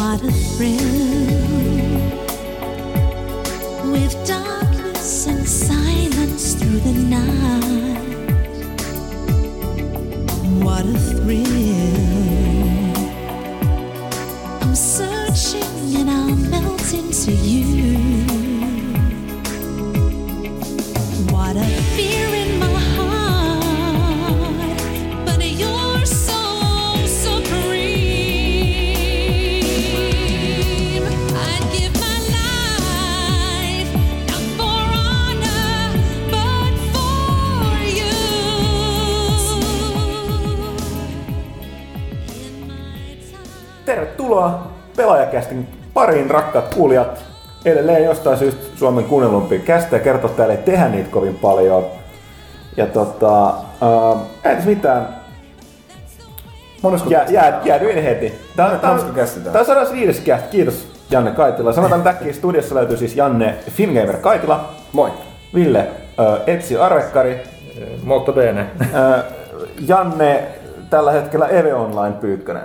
What a thrill, with darkness and silence through the night. What a thrill, I'm searching and I'll melt into you. What a fear in my heart, but you're so supreme. I'd give my life, not for honor, but for you. In my time. Tervetuloa Pelaajakästin pariin, rakkaat kuulijat. Edelleen jostain syystä Suomen kuunnellumpia kästejä kertoo, että täällä ei tehdä niitä kovin paljon. Ja ei tässä mitään. Jäädyin heti. Tää on 105. kästi. Kiitos Janne Kaitila. Sanotaan täkkiin, studiossa löytyy siis Janne Fingamer Kaitila. Moi. Ville Etsi Arvekkari. Molto bene. Janne tällä hetkellä Eve Online Pyykkönen.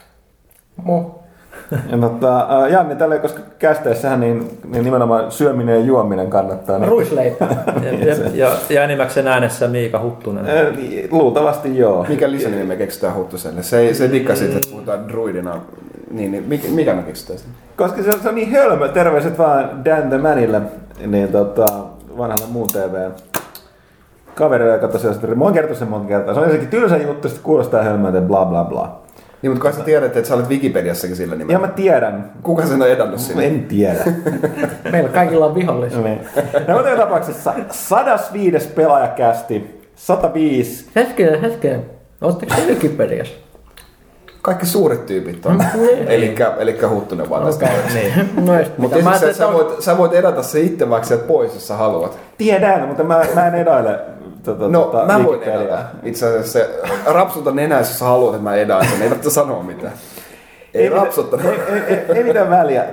Ja Janne, tällä koska kästeessähän niin nimenomaan syöminen ja juominen kannattaa. Niin... Ruisleipä. ja enimmäkseen äänessä Miika Huttunen. Luultavasti joo. Mikä lisänimi me keksitään Huttuselle? Se ei dikkaa siitä, että puhutaan druidina. Niin, mikä me keksitään sen? Koska se on niin hölmö. Terveiset vaan Dan the Manille, niin vanhalle muun TV:n kaverille, joka tosiaan mä oon kertonut sen monta kertaa. Se on ensinnäkin tylsä juttu, sitten kuulostaa hölmöltä, bla bla bla. Niin, mutta kai sä tiedät, että sä olet Wikipediassakin sillä nimellä. Ja mä tiedän. Kuka sen on edannut sinne? En tiedä. Meillä kaikilla on vihollisia. No, mutta joka tapauksessa 105. pelaajakästi, 105. Hetken. Oletteko se Wikipediassa? Kaikki suuret tyypit on. Elikkä Huttunen vaan tästä. Niin. No mutta sä voit edata se itse vaikka sieltä pois, jos sä haluat. Tiedän, mutta mä en edaile. Mä voin edata. Itse asiassa se rapsuta nenässä, jos sä haluat, että mä edaan sen. Ei tarvitse sanoa mitään. Ei rapsutta. Ei mitään väliä.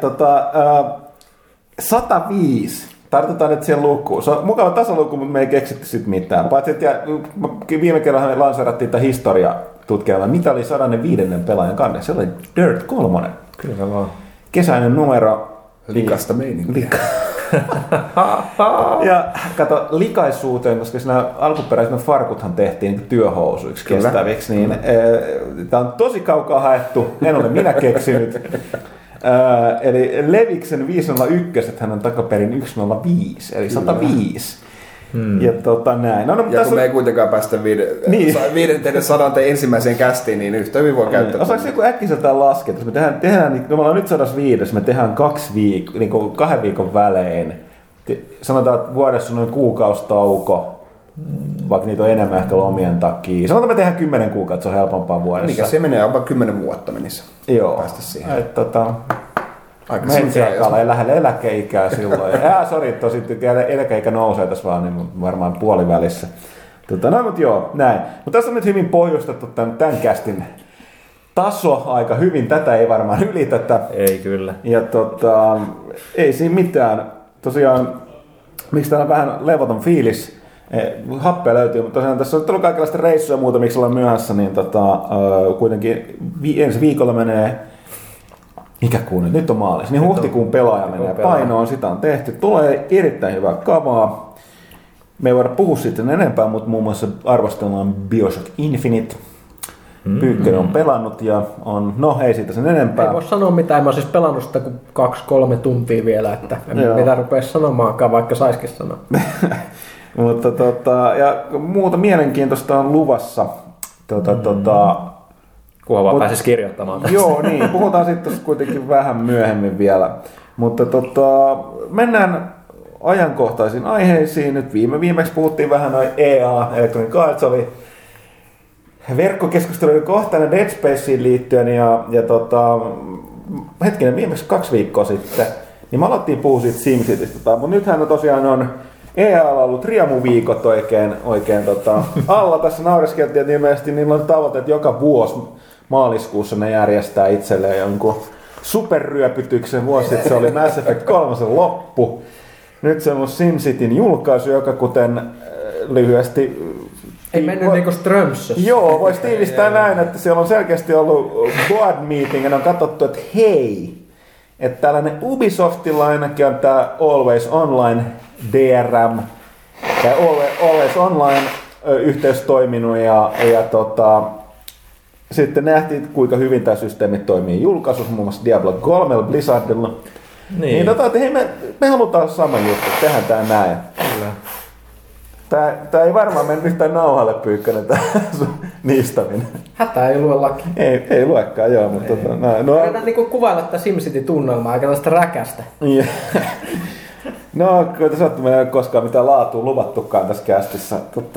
105. Tartutaan nyt siihen lukuun. Se on mukava tasaluku, mutta me ei keksitty sit mitään. Paitsi, että viime kerran lanseerattiin tätä historiatutkielmaa. Mitä oli 105. pelaajan kanne? Se oli Dirt 3. Kyllä vaan. Kesäinen numero. Likasta meininkiä. Ja kato, likaisuuteen, koska siinä alkuperäisenä farkuthan tehtiin työhousuiksi kestäviksi, niin tää on tosi kaukaa haettu, en ole minä keksinyt. Eli Leviksen 501, hän on takaperin 105, eli 105. Ja näin. No, ja kun me ei kuitenkaan päästä 500 ensimmäiseen kästiin, niin yhtä hyvin voi käyttää. Osaako joku äkkiseltään laskea, jos me tehdään niin, me ollaan nyt 105, me tehdaan 2 viikon välein. Sanotaan, että vuodessa on noin kuukausitauko, vaikka niitä on enemmän ehkä lomien takia. Sanotaan, että me tehdään 10 kuukautta, se on helpompaa vuodessa. Mikä se menee, jopa 10 vuotta menisi. Joo. Päästä siihen. Mä en lähelle eläkeikää silloin. Tosi eläkeikä nousee tässä vaan niin varmaan puolivälissä. No mut joo, näin. Mutta tässä on nyt hyvin pohjustettu tämän kästin taso aika hyvin. Tätä ei varmaan ylitetä. Ei kyllä. Ja ei siinä mitään. Tosiaan, miksi täällä on vähän levoton fiilis. Happea löytyy, mutta tosiaan tässä on tullut kaikenlaista reissuja ja muuta, miksi ollaan myöhässä, niin kuitenkin ensi viikolla menee. Mikä kuu nyt on maalis? Niin huhtikuun pelaaja menee painoon, sitä on tehty. Tulee erittäin hyvää kavaa. Me ei voida puhua siitä enempää, mutta muun muassa arvostellaan BioShock Infinite. Pyykkönen on pelannut ja on, ei siitä sen enempää. Ei voi sanoa mitään, mä oon siis pelannut sitä 2-3 tuntia vielä, että en mitä rupea sanomaankaan, vaikka saisikin sanoa. Mutta ja muuta mielenkiintoista on luvassa. Kunhan vaan pääsis kirjoittamaan tästä. Joo, niin. Puhutaan sitten kuitenkin vähän myöhemmin vielä. Mutta mennään ajankohtaisiin aiheisiin. Nyt viimeksi puhuttiin vähän noin EA, Electronic Arts oli verkkokeskustelujen kohtana Dead Spaceen liittyen ja viimeksi 2 viikkoa sitten, niin me alettiin puhua siitä SimCitystä. Mutta nythän tosiaan on EA:lla ollut riemuviikot oikein alla. Tässä naureskeltiin, että ilmeisesti niillä on tavoite, että joka vuosi maaliskuussa ne järjestää itselleen jonkun superryöpytyksen. Vuosi sitten se oli Mass Effect 3 loppu. Nyt se on SimCityn julkaisu, joka kuten lyhyesti Ei mennyt niinku Strömsössä. Joo, voisi tiivistää näin, että siellä on selkeästi ollut board meeting ja on katsottu, että hei, että tällainen Ubisoftilla ainakin on tämä Always Online DRM ja Always Online yhteys toiminut ja sitten nähtiin, kuinka hyvin tämä systeemi toimii julkaisussa, muun muassa Diablo 3 Blizzardilla. Niin että hei, me halutaan sama juttu, tehdään tää näin. Kyllä. Tää ei varmaan mennyt yhtään nauhalle Pyykkönen tää niistäminen. Hätää ei lue laki. Ei luekaan, joo, mutta Yritän niinku kuvailla tätä SimCity-tunnelmaa, aika tällaista räkästä. No, kun te sanotte, meillä ei ole koskaan mitään laatua luvattukaan tässä kästissä.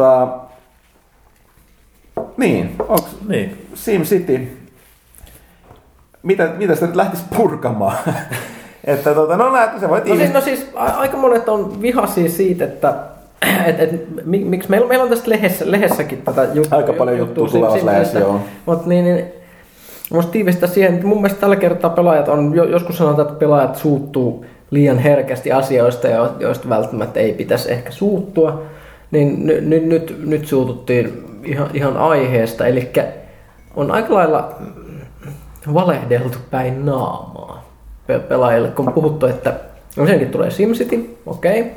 Niin, onks SimCity? Mitä sitä nyt lähtisi purkamaan? Että se voit No siis aika monet on vihaisia siitä, että miksi meillä on tästä lehdessäkin tätä juttua. Aika paljon juttua tulevassa lehdessä, joo. Mutta niin musta tiivistää siihen, että mun mielestä tällä kertaa pelaajat on, joskus sanotaan, että pelaajat suuttuu liian herkästi asioista, joista välttämättä ei pitäisi ehkä suuttua. Niin nyt suututtiin ihan aiheesta, eli on aika lailla valehdeltu päin naamaa pelaajille, kun on puhuttu, että senkin tulee SimCity, okei.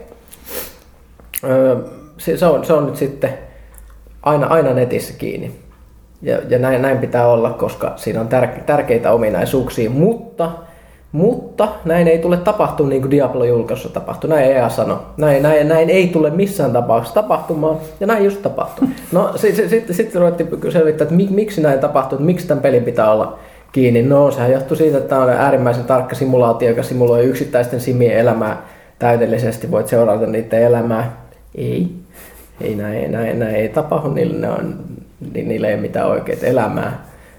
Se on nyt sitten aina netissä kiinni. Ja näin pitää olla, koska siinä on tärkeitä ominaisuuksia, mutta näin ei tule tapahtumaan niin kuin Diablo-julkaisussa tapahtui. Näin EA sanoi. Näin ei tule missään tapauksessa tapahtumaan, ja näin just tapahtui. No sitten ruvettiin selvittää, että miksi näin tapahtuu, että miksi tämän pelin pitää olla kiinni. No sehän johtuu siitä, että tämä on äärimmäisen tarkka simulaatio, joka simuloi yksittäisten simien elämää täydellisesti. Voit seurata niiden elämää. Ei näin ei tapahdu, niillä ei ole mitään oikeaa elämää.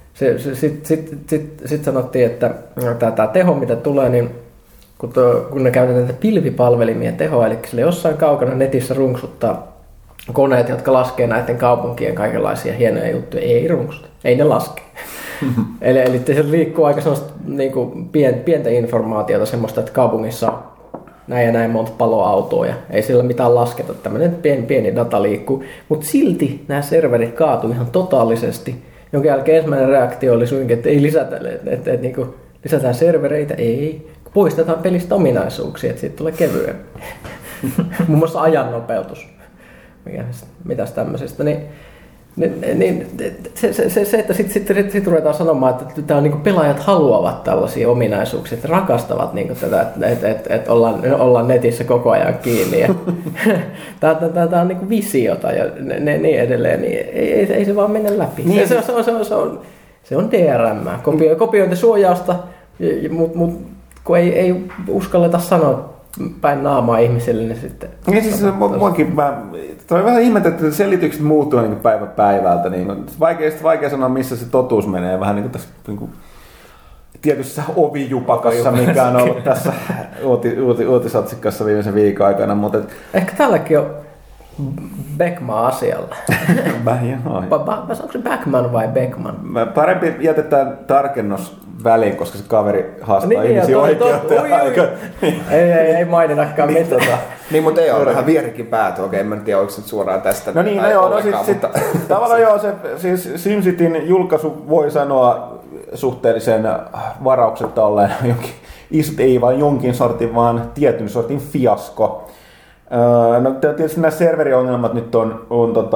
Sitten sanottiin, että tämä teho, mitä tulee, niin kun ne käytetään tätä pilvipalvelimien tehoa, eli sillä jossain kaukana netissä runksuttaa koneet, jotka laskee näiden kaupunkien kaikenlaisia hienoja juttuja, ei runksuta, ei ne laske. eli se liikkuu aika sellaista niin kuin pientä informaatiota, semmoista, että kaupungissa on näin ja näin monta paloautoa ja ei sillä mitään lasketa, tämmöinen pieni data liikkuu, mutta silti nämä serverit kaatuu ihan totaalisesti, jonka jälkeen ensimmäinen reaktio oli suinkin, että ei lisätä, että niin lisätään servereitä, ei, poistetaan pelistä ominaisuuksia, että siitä tulee kevyempi. Muun muassa ajannopeutus, mitäs tämmöisestä, niin se että sitten ruvetaan sanomaan, että tämä on niin kuin pelaajat haluavat tällaisia ominaisuuksia, että rakastavat niin kuin tätä, että ollaan netissä koko ajan kiinni. Tämä on niin kuin visiota ja niin edelleen, niin ei se vaan mene läpi. Niin. Se on DRM, kopiointisuojausta, mutta kun ei uskalleta sanoa päin naamaa ihmiselle, niin sitten... Ja siis toi vähän ihmetetty, että selitykset muuttuu niin päivä päivältä. Niin vaikea sanoa, missä se totuus menee. Vähän niin kuin tässä niin tietyssä ovijupakassa, mikä on ollut tässä uutisotsikassa viimeisen viikon aikana. Mutta ehkä tälläkin on Beckman asialla. Onko se Backman vai Beckman? Parempi jätetään tarkennus väliin, koska se kaveri haastaa ihmisiä oikeutta. Ei mainitakaan mitään. Niin, mutta ei ole vähän vierikin päätä. Okei, en tiedä, oliko se suoraan tästä. No niin, tavallaan joo, se siis SimCityn julkaisu voi sanoa suhteellisen varauksetta olleen ei vain jonkin sortin, vaan tietyn sortin fiasko. No tietysti nämä serveriongelmat nyt on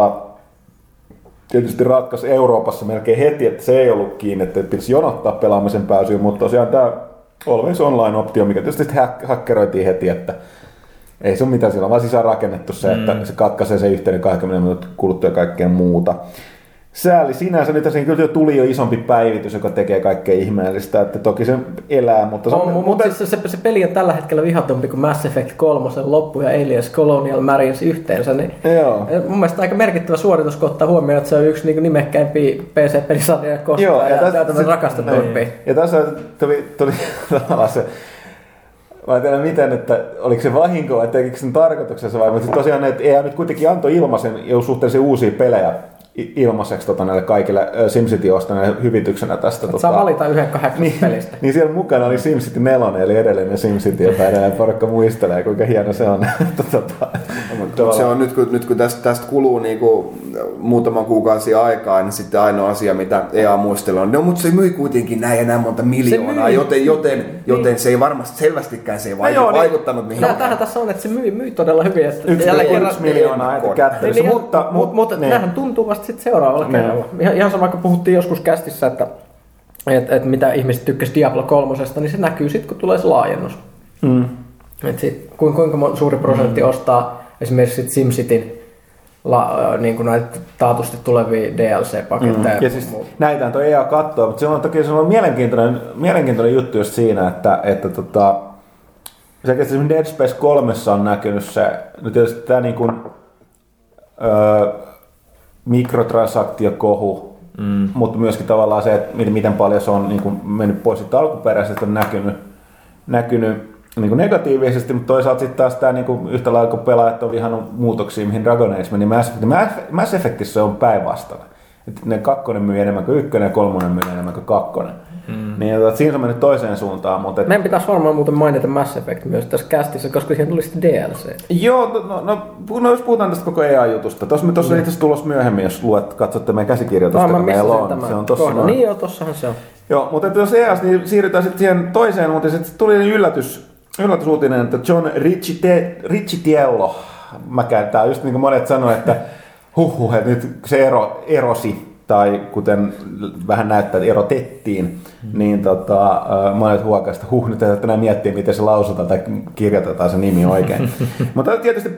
tietysti ratkaisu Euroopassa melkein heti, että se ei ollut kiinni, että pitäisi jonottaa pelaamisen pääsyyn, mutta tosiaan tämä Always Online-optio, mikä tietysti hakkeroitiin heti, että ei se ole mitään, siellä on vaan sisään rakennettu se, että se katkaisee se yhteyden 20 minuutin kuluttua ja kaikkea muuta. Sääli sinänsä, nyt siinä kyllä tuli jo isompi päivitys, joka tekee kaikkea ihmeellistä, että toki se elää, mutta... Se peli on tällä hetkellä vihatompi kuin Mass Effect 3 loppu ja Aliens Colonial Marines yhteensä, niin joo. Mun mielestä aika merkittävä suoritus, kun ottaa huomioon, että se on yksi niin nimekkäimpiä PC-pelisarjoja koskaan. Joo, ja täytämme rakastetuimpia. Ja tässä tuli tavallaan se... Mä en tiedä miten, että oliko se vahinko vai tekikö sen tarkoituksessa vai, mutta tosiaan, että EA nyt kuitenkin antoi ilmaisen jo suhteellisen uusia pelejä ilmaiseksi näille kaikille SimCity ostaneille hyvityksenä tästä. Saa valita yhden 8 pelistä. Niin siellä mukana oli SimCity 4, eli edellinen SimCity, jota edelleen porukka muistelee, kuinka hieno se on. Se on nyt kun tästä kuluu niinku muutaman kuukausi aikaa, niin sitten ainoa asia, mitä EA muistelee on, no mutta se myi kuitenkin näin ja näin monta miljoonaa, joten se ei varmasti selvästikään se ei vaikuttanut mihinkään. Tämähän tässä on, että se myi todella hyvin. 1,1 miljoonaa äiti kättelyssä, mutta nämähän tuntuu vasta sitten seuraavalla kerralla. Ihan sama, kun puhuttiin joskus kästissä, että mitä ihmiset tykkäsivät Diablo 3, niin se näkyy sitten, kun tulee se laajennus. Kuinka suuri prosentti ostaa esimerkiksi SimCityn niin näitä taatusti tulevia DLC-paketteja. Ja siis näitähän tuo EA kattoo, mutta se on toki mielenkiintoinen juttu just siinä, että esimerkiksi Dead Space 3 on näkynyt se, no tietysti tämä niin kuin, mikrotransaktiokohu, mutta myöskin tavallaan se, että miten paljon se on niin kuin mennyt pois siitä alkuperäisestä, on näkynyt niin kuin negatiivisesti, mutta toisaalta sitten taas tämä niin kuin yhtä lailla kun pelaajat on vihannut muutoksia, mihin Dragon Age meni. Mass Effectissä on päinvastainen. Ne 2 myy enemmän kuin 1 ja 3 myy enemmän kuin 2. Niin, siinä se on mennyt toiseen suuntaan. Mutta meidän pitäisi varmaan muuten mainita Mass Effect myös tässä kästissä, koska siihen tuli sitten DLC. Joo, no jos puhutaan tästä koko EA-jutusta. Tuossa itse asiassa tulos myöhemmin, jos katsotte meidän käsikirjoitusta, joka meillä on. Se on tossa noin. Niin joo, tossahan se on. Joo, mutta jos EAS, niin siirrytään sitten siihen toiseen, mutta sitten tuli yllätysuutinen, että John Riccitiello, tää just niin kuin monet sanoivat, että että nyt se erosi, tai kuten vähän näyttää, että erotettiin, niin monet huokasta, nyt täytyy miettiä, miten se lausutaan tai kirjoitetaan se nimi oikein. Mutta tietysti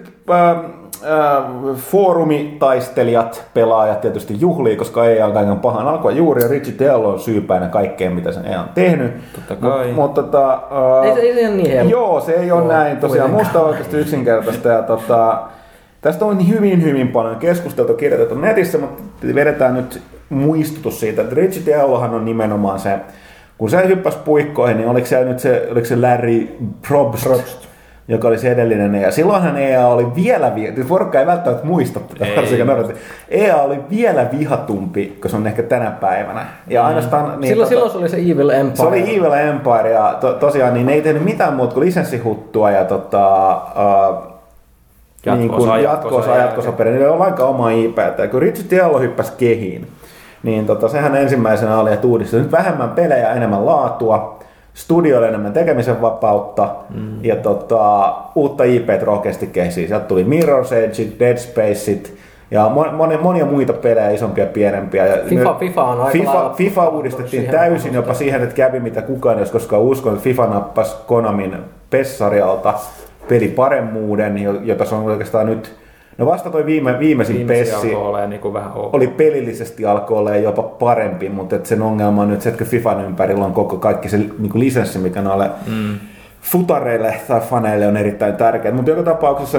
foorumitaistelijat, pelaajat tietysti juhlii, koska EA on kaiken pahan alkua juuri, ja Riccitiello on syypäinen kaikkeen, mitä sen EA on tehnyt. Totta kai. Mutta ei se ole niin helppo. Joo, se ei ole näin. Tosiaan musta on oikeasti yksinkertaista. Ja tästä on hyvin paljon keskusteltu, kirjoitettu netissä, mutta vedetään nyt muistutus siitä, että Riccitiellohan on nimenomaan se, kun se hyppäsi puikkoihin, niin oliko se Larry Probst, joka oli se edellinen EA. Silloinhan EA oli vielä, porukka ei välttämättä muista tätä, EA oli vielä vihatumpi, kun se on ehkä tänä päivänä. Ja ainoastaan, niin silloin se oli se Evil Empire. Se oli Evil Empire, ja tosiaan niin ne ei tehnyt mitään muuta kuin lisenssihuttua, ja jatko-osa perin, niillä ei ole aika omaa IP:tä. Kun Riccitiello hyppäsi kehiin, niin sehän ensimmäisenä oli, että uudistui nyt vähemmän pelejä, enemmän laatua, studioille enemmän tekemisen vapautta ja uutta IP:tä rohkeasti kehisiin. Sieltä tuli Mirror's Edge, Dead Spaceit ja monia muita pelejä, isompia ja pienempiä. Ja FIFA uudistettiin täysin jopa siihen, että kävi mitä kukaan ei olisi koskaan uskonut, että FIFA nappasi Konamin PES-sarjalta peliparemmuuden, jota se on oikeastaan nyt, no vasta toi viimeisin PESsi oli pelillisesti alkoi olla jopa parempi, mutta sen ongelma on nyt se, että FIFAn ympärillä on kaikki se niin lisenssi, mikä noille futareille tai faneille on erittäin tärkeä. Mutta joka tapauksessa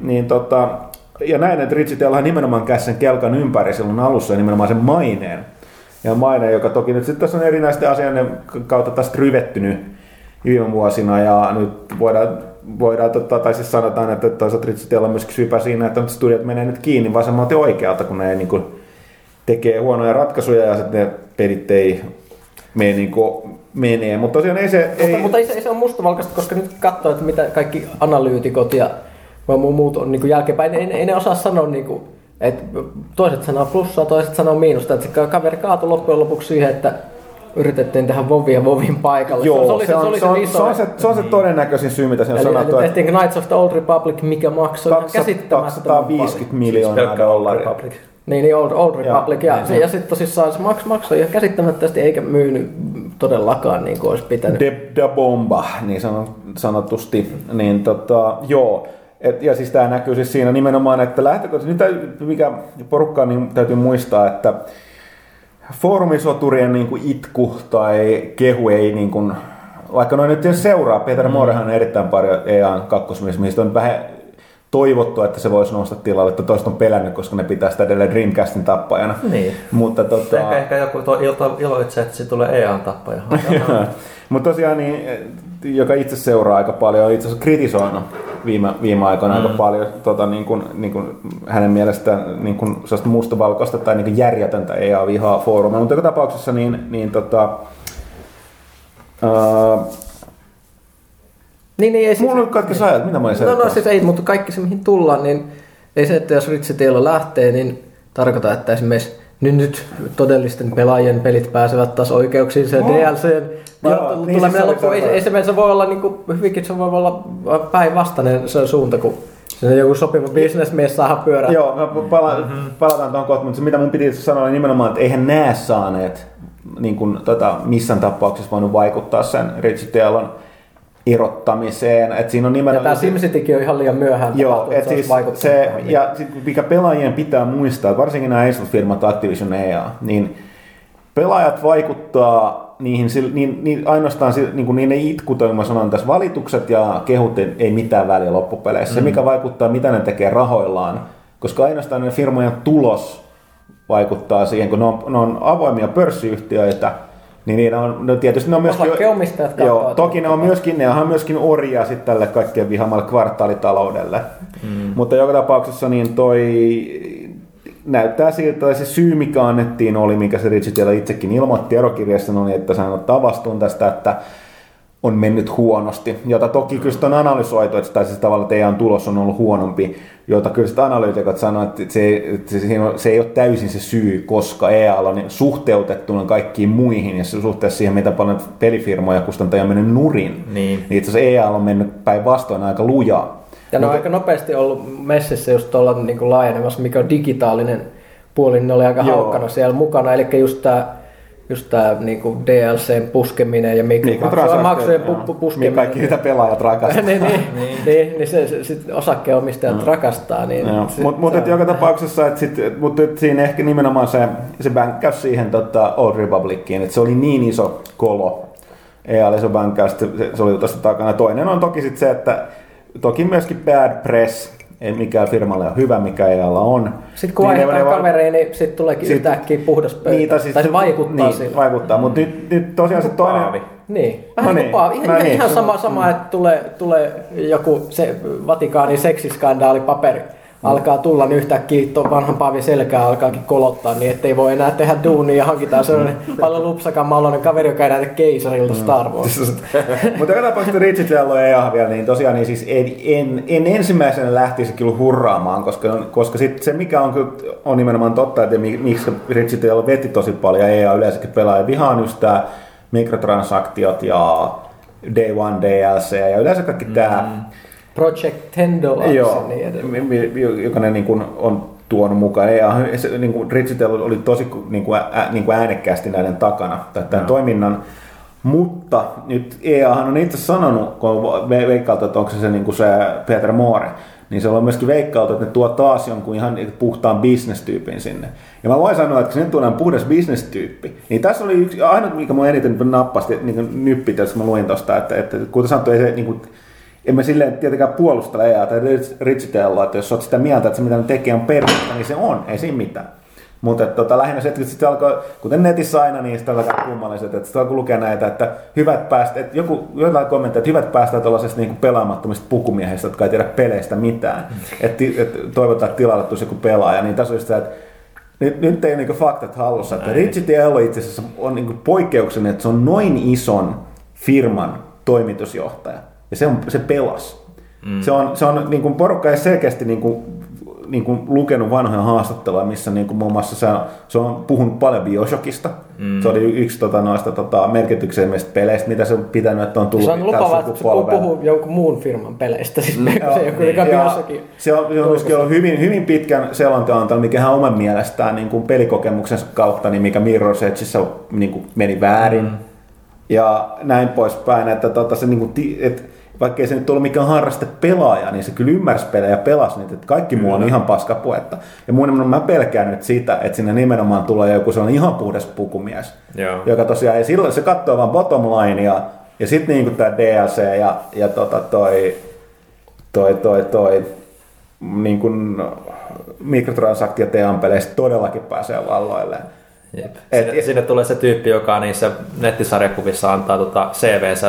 ja näin, että Riccitiellohan nimenomaan käsi sen kelkan ympäri silloin alussa ja nimenomaan sen maineen. Ja maine, joka toki nyt sitten tässä on erinäisten asioiden kautta taas ryvettynyt viime vuosina ja nyt voidaan tai siis sanotaan, että toisaalta Riccitiello on myöskin syypä siinä, että studiot menee nyt kiinni vasemmalta ja oikealta, kun ne niin kuin tekee huonoja ratkaisuja ja sitten ne pelit ei mene niin kuin menee. Mutta tosiaan ei se... Mutta ei se ole mustavalkaista, koska nyt katsoo, että mitä kaikki analyytikot ja muut on niin jälkeenpäin, ei ne osaa sanoa, niin kuin, että toiset sanoo plussaa, toiset sanoo miinusta, että se kaveri kaatui loppujen lopuksi siihen, että yritettiin tehdä Vovin paikalle. Joo, se on se todennäköisin syy, mitä siinä on sanottu. Tehtiin Knights of the Old Republic, mikä maksoi ihan käsittämättömän $250 miljoonaa dollaria. Niin Old Republic. Ja sitten tosissaan se maksoi ihan käsittämättömästi, eikä myynyt todellakaan niin kuin olisi pitänyt. De bomba, niin sanotusti. Niin joo. Ja siis tämä näkyy siis siinä nimenomaan, että lähtökohtaisesti, nyt mikä porukkaan niin täytyy muistaa, että foorumisoturien niin kuin itku tai kehu ei, niin kuin, vaikka noin nyt seuraa, Peter Morehan on erittäin paljon EA:n kakkosmies, mistä on vähän toivottu, että se voisi nousta tilalle, että toista on pelännyt, koska ne pitää sitä edelleen Dreamcastin tappajana. Niin. Mutta ehkä joku iloitsee, että se tulee EA:n tappaja. Mutta tosiaan, niin, joka itse seuraa aika paljon, on itse asiassa kritisoinut viime aikoina aika paljon niin kuin hänen mielestään niin kuin sellaista mustavalkoista tai niin kuin järjetöntä EA-vihaa foorumilla, mutta joka tapauksessa ei mulla on katkes ajat, mitä mä olin No siis ei, mutta kaikki se mihin tullaan, niin ei se, että jos Ritchie lähtee, niin tarkoita, että esimerkiksi nyt todellisten pelaajien pelit pääsevät taas oikeuksiin se DLCn tuleminen loppuun. Se voi olla niinku, hyvinkin se voi olla päinvastainen se suunta, kun se joku sopiva bisnesmies saadaan pyörää. Joo, palataan tuohon kohtaan, mutta se mitä mun piti sanoa oli nimenomaan, että eihän nää saaneet niin kuin, missään tapauksessa voinut vaikuttaa sen Ritchie Taylon erottamiseen. Et siinä on nimenomaan, ja tämä SimCitykin on ihan liian myöhään. Joo, että siis se, ja mikä pelaajien pitää muistaa, varsinkin nämä firmat Activision EA, niin pelaajat vaikuttaa niihin ainoastaan niin ne itkut, mä sanon tässä, valitukset ja kehut ei mitään väliä loppupeleissä. Se, mikä vaikuttaa, mitä ne tekee rahoillaan, koska ainoastaan ne firmojen tulos vaikuttaa siihen, kun ne on avoimia pörssiyhtiöitä, niin tietysti ne on myöskin, joo, toki ne on myöskin orjia sitten tälle kaikkein vihamalle kvartaalitaloudelle. Mutta joka tapauksessa niin näyttää siltä, että se syy mikä annettiin oli, minkä se Ritchie Taylor itsekin ilmoitti erokirjassa, oli, että hän ottaa vastuun tästä, että on mennyt huonosti, jota toki kyllä on analysoitu, että siis tavallaan teidän tulos on ollut huonompi, jota kyllä sitä analyytikot sanoo, että se ei ole täysin se syy, koska EA:lla on suhteutettuna kaikkiin muihin ja suhteessa siihen, mitä paljon pelifirmoja kustantajia on mennyt nurin, niin itse asiassa EA:lla on mennyt päinvastoin aika lujaa. Ja ne on aika nopeasti ollut messissä just tuolla niin kuin laajenemassa, mikä on digitaalinen puoli, niin ne oli aika haukkana siellä mukana, eli just tää niinku DLCn puskeminen ja mikromaksujen puskeminen. Kaikki mitä pelaajat rakastaa. niin se sit osakkeenomistajat rakastaa. Niin mutta joka tapauksessa, mutta siinä ehkä nimenomaan se bänkkäys siihen Old Republiciin, että se oli niin iso kolo. EA oli iso bänkkäys, se oli tuosta takana. Toinen on toki sit se, että toki myöskin bad press. Ei mikään firmalle on hyvä, mikä EA:lla on. Sitten kun vaihdetaan kavereja, niin sitten tuleekin yhtäkkiä puhdas pöytä. Tai se vaikuttaa siihen. Vaikuttaa, mutta nyt tosiaan se toinen... Niin, vähän niin kuin ihan sama, että tulee joku se Vatikaanin seksiskandaali paperi. Alkaa tulla, niin yhtäkkiä tuon vanhan paavin selkää alkaakin kolottaa, niin ettei voi enää tehdä duunia ja hankitaan sellainen paljon lupsakan malloinen kaveri, joka ei näytä keisarilta Star Wars. Mutta joka tapauksessa Ritchie Taylor ei vielä, niin tosiaan niin siis en ensimmäisenä lähtisi kyllä hurraamaan, koska sit se mikä on nimenomaan totta, että miksi Ritchie Taylor veti tosi paljon EA yleensäkin pelaa vihaan just tää mikrotransaktiot ja Day One DLC ja yleensä kaikki tää Project $10 joo, joka ne niin kuin on tuonut mukaan. Niin Ritchie Taylor oli tosi niin kuin äänekkäästi näiden takana tämän toiminnan. Mutta nyt EAhan on itse sanonut, kun on veikkailtu, että onko se, niin kuin se Peter Moore, niin se on myöskin veikkailtu, että ne tuo taas jonkun ihan puhtaan business-tyypin sinne. Ja mä voin sanoa, että kun sinne tuodaan puhdas business-tyyppi, niin tässä oli yksi, ainoa, mikä mun eniten nappasti niin nyppitä, jos mä luin tosta, että kuten sanottu, ei se niin kuin, en mä silleen tietenkään puolustele EA tai Ritchie Taylor, että jos olet sitä mieltä, että se mitä ne tekee on perhettä, niin se on, ei siinä mitään. Mutta lähinnä se, että sitten alkoi, kuten netissä aina, niin sitten alkaa kummalliset, että sitten alkoi lukea näitä, että hyvät päästä, että jotain kommentteja, että hyvät päästään tuollaisesta niin pelaamattomista pukumiehistä, jotka ei tiedä peleistä mitään. Että toivotaan, että tilalle tulisi joku pelaaja, niin tässä olisi se, että nyt ei ole niin faktat hallussa. Että Ritchie Taylor itse asiassa on niin poikkeuksellinen, että se on noin ison firman toimitusjohtaja. Ja se pelasi. Se on niin kuin porukka ei selkeästi niin kuin lukenut vanhoja haastatteluja, missä niin kuin muun muassa se on puhunut paljon Bioshockista. Se oli yksi noista merkityksellisistä peleistä, mitä se on pitänyt, että on tullut. Se on lupavaa, että se puhuu jonkun muun firman peleistä. Siis se on myöskin ollut hyvin pitkän selonteon, mikä hän oman mielestään niin kuin pelikokemuksensa kautta, niin mikä Mirror's Edgeissä niin kuin meni väärin. Ja näin poispäin, että se niin kuin, vaikka ei se nyt ollut mikään harraste pelaaja, niin se kyllä ymmärsi pelejä ja pelasi niitä, että kaikki muu on ihan paskapuetta. Ja mä pelkään nyt sitä, että sinne nimenomaan tulee joku sellainen ihan puhdas pukumies, joka tosiaan, ja silloin se katsoo vaan bottom linea, ja sitten niin kuin tämä DLC ja toi niin kuin mikrotransaktiot peleissä todellakin pääsee valloilleen. Sinne tulee se tyyppi, joka niissä nettisarjakuvissa antaa CV:ssä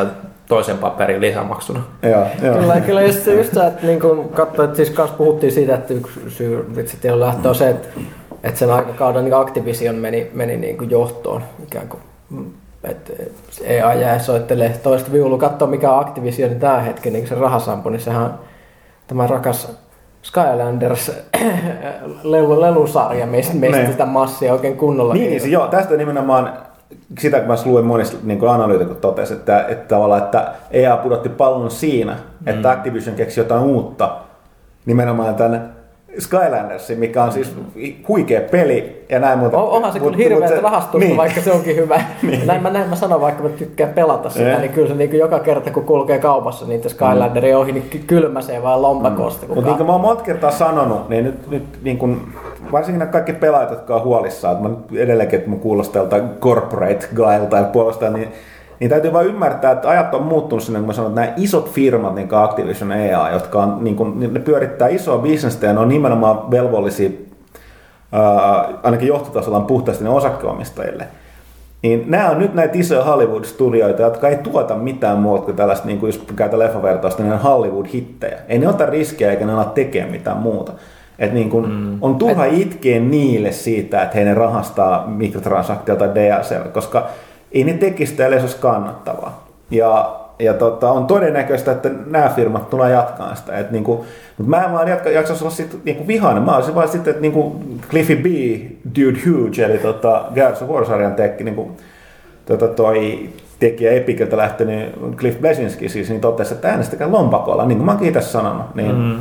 toisen paperin lisämaksuna. Joo. Kyllä just se, että niin kun katsoi, että siis kanssa puhuttiin siitä, että yksi syy vitsi lähtö on se, että sen aikakauden niin Activision meni niin kuin johtoon ikään kuin. Että EA jää soittelee toista viulua, katsoo mikä on Activisionin tämä hetki, niin se rahasampo, niin sehän on tämä rakas Skylanders lelusarja, mistä sitä massia oikein kunnolla. Niin, joo, tästä nimenomaan sitä, kun mä luin monista niin analyytikot totesi, että tavallaan, että EA pudotti pallon siinä, että Activision keksi jotain uutta, nimenomaan tämän Skylandersin, mikä on siis huikea peli ja näin muuta. Onhan se kyllä hirveästä rahastusta, niin. Vaikka se onkin hyvä. Niin. Näin mä sanon, vaikka mä tykkään pelata sitä, niin kyllä se niin joka kerta kun kulkee kaupassa niitä Skylanderia ohi, niin kylmäsee vaan lompakosta. Mutta niin kuin mä oon monta kertaa sanonut, niin nyt niin kuin, varsinkin nämä kaikki pelaajat, jotka on huolissaan, että mä nyt edelleenkin, että mä kuulostan joltain corporate guylta ja puolestaan, niin täytyy vaan ymmärtää, että ajat on muuttunut sinne, kun mä sanon, että nämä isot firmat, niin kuin Activision EA, jotka on, niin kuin, ne pyörittää isoa bisnestä ja ne on nimenomaan velvollisia, ainakin johtotasolla on puhtaasti ne osakkeenomistajille. Niin nämä on nyt näitä isoja Hollywood-studioita, jotka ei tuota mitään muuta kuin tällaista, niin kuin jos käytä leffavertausta, niin Hollywood-hittejä. Ei ne ota riskejä eikä ne ala tekemään mitään muuta. Et niin kun on turha itkeä niille siitä, että he ne rahastaa mikrotransaktioita tai DLC, koska ei ne tekisi sitä, ellei se olisi kannattavaa. Ja on todennäköistä, että nämä firmat tulee jatkaa sitä. Et niinku, mutta mä en vaan jaksaisi olla sit niinku vihainen. Mä olisin vaan sitten, että niinku Cliffy B, Dude Huge, eli Gears of War-sarjan niinku, toi tekijä Epiciltä lähtenyt Cliff Bleszinski siis, niin totesi, että äänestäkää lompakolla, niin kuin mä oon itse sanonut. Niin,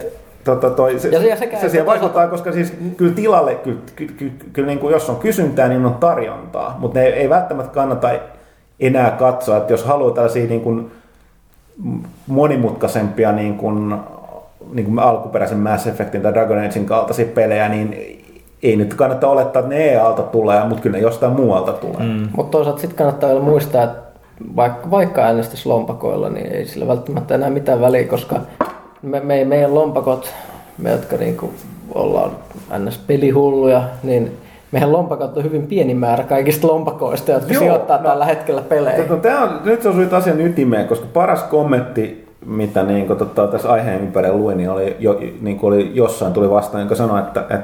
se siihen vaikuttaa, koska siis kyllä tilalle, kyllä niin kuin jos on kysyntää, niin on tarjontaa, mutta ne ei välttämättä kannata enää katsoa, että jos haluaa tällaisia niin kuin monimutkaisempia niin kuin alkuperäisen Mass Effectin tai Dragon Agein kaltaisia pelejä, niin ei nyt kannata olettaa, että ne EA-alta tulee, mutta kyllä ne jostain muualta tulee. Mutta toisaalta sitten kannattaa vielä muistaa, että vaikka äänestys lompakoilla, niin ei sillä välttämättä enää mitään väliä, koska meidän lompakot, me jotka niinku ollaan ns-pelihulluja, niin meidän lompakot on hyvin pieni määrä kaikista lompakoista, jotka sijoittaa tällä hetkellä pelejä. Nyt se osuit asian ytimeen, koska paras kommentti, mitä niin tässä aiheen ympärillä luin, niin oli jossain tuli vastaan, joka sanoi,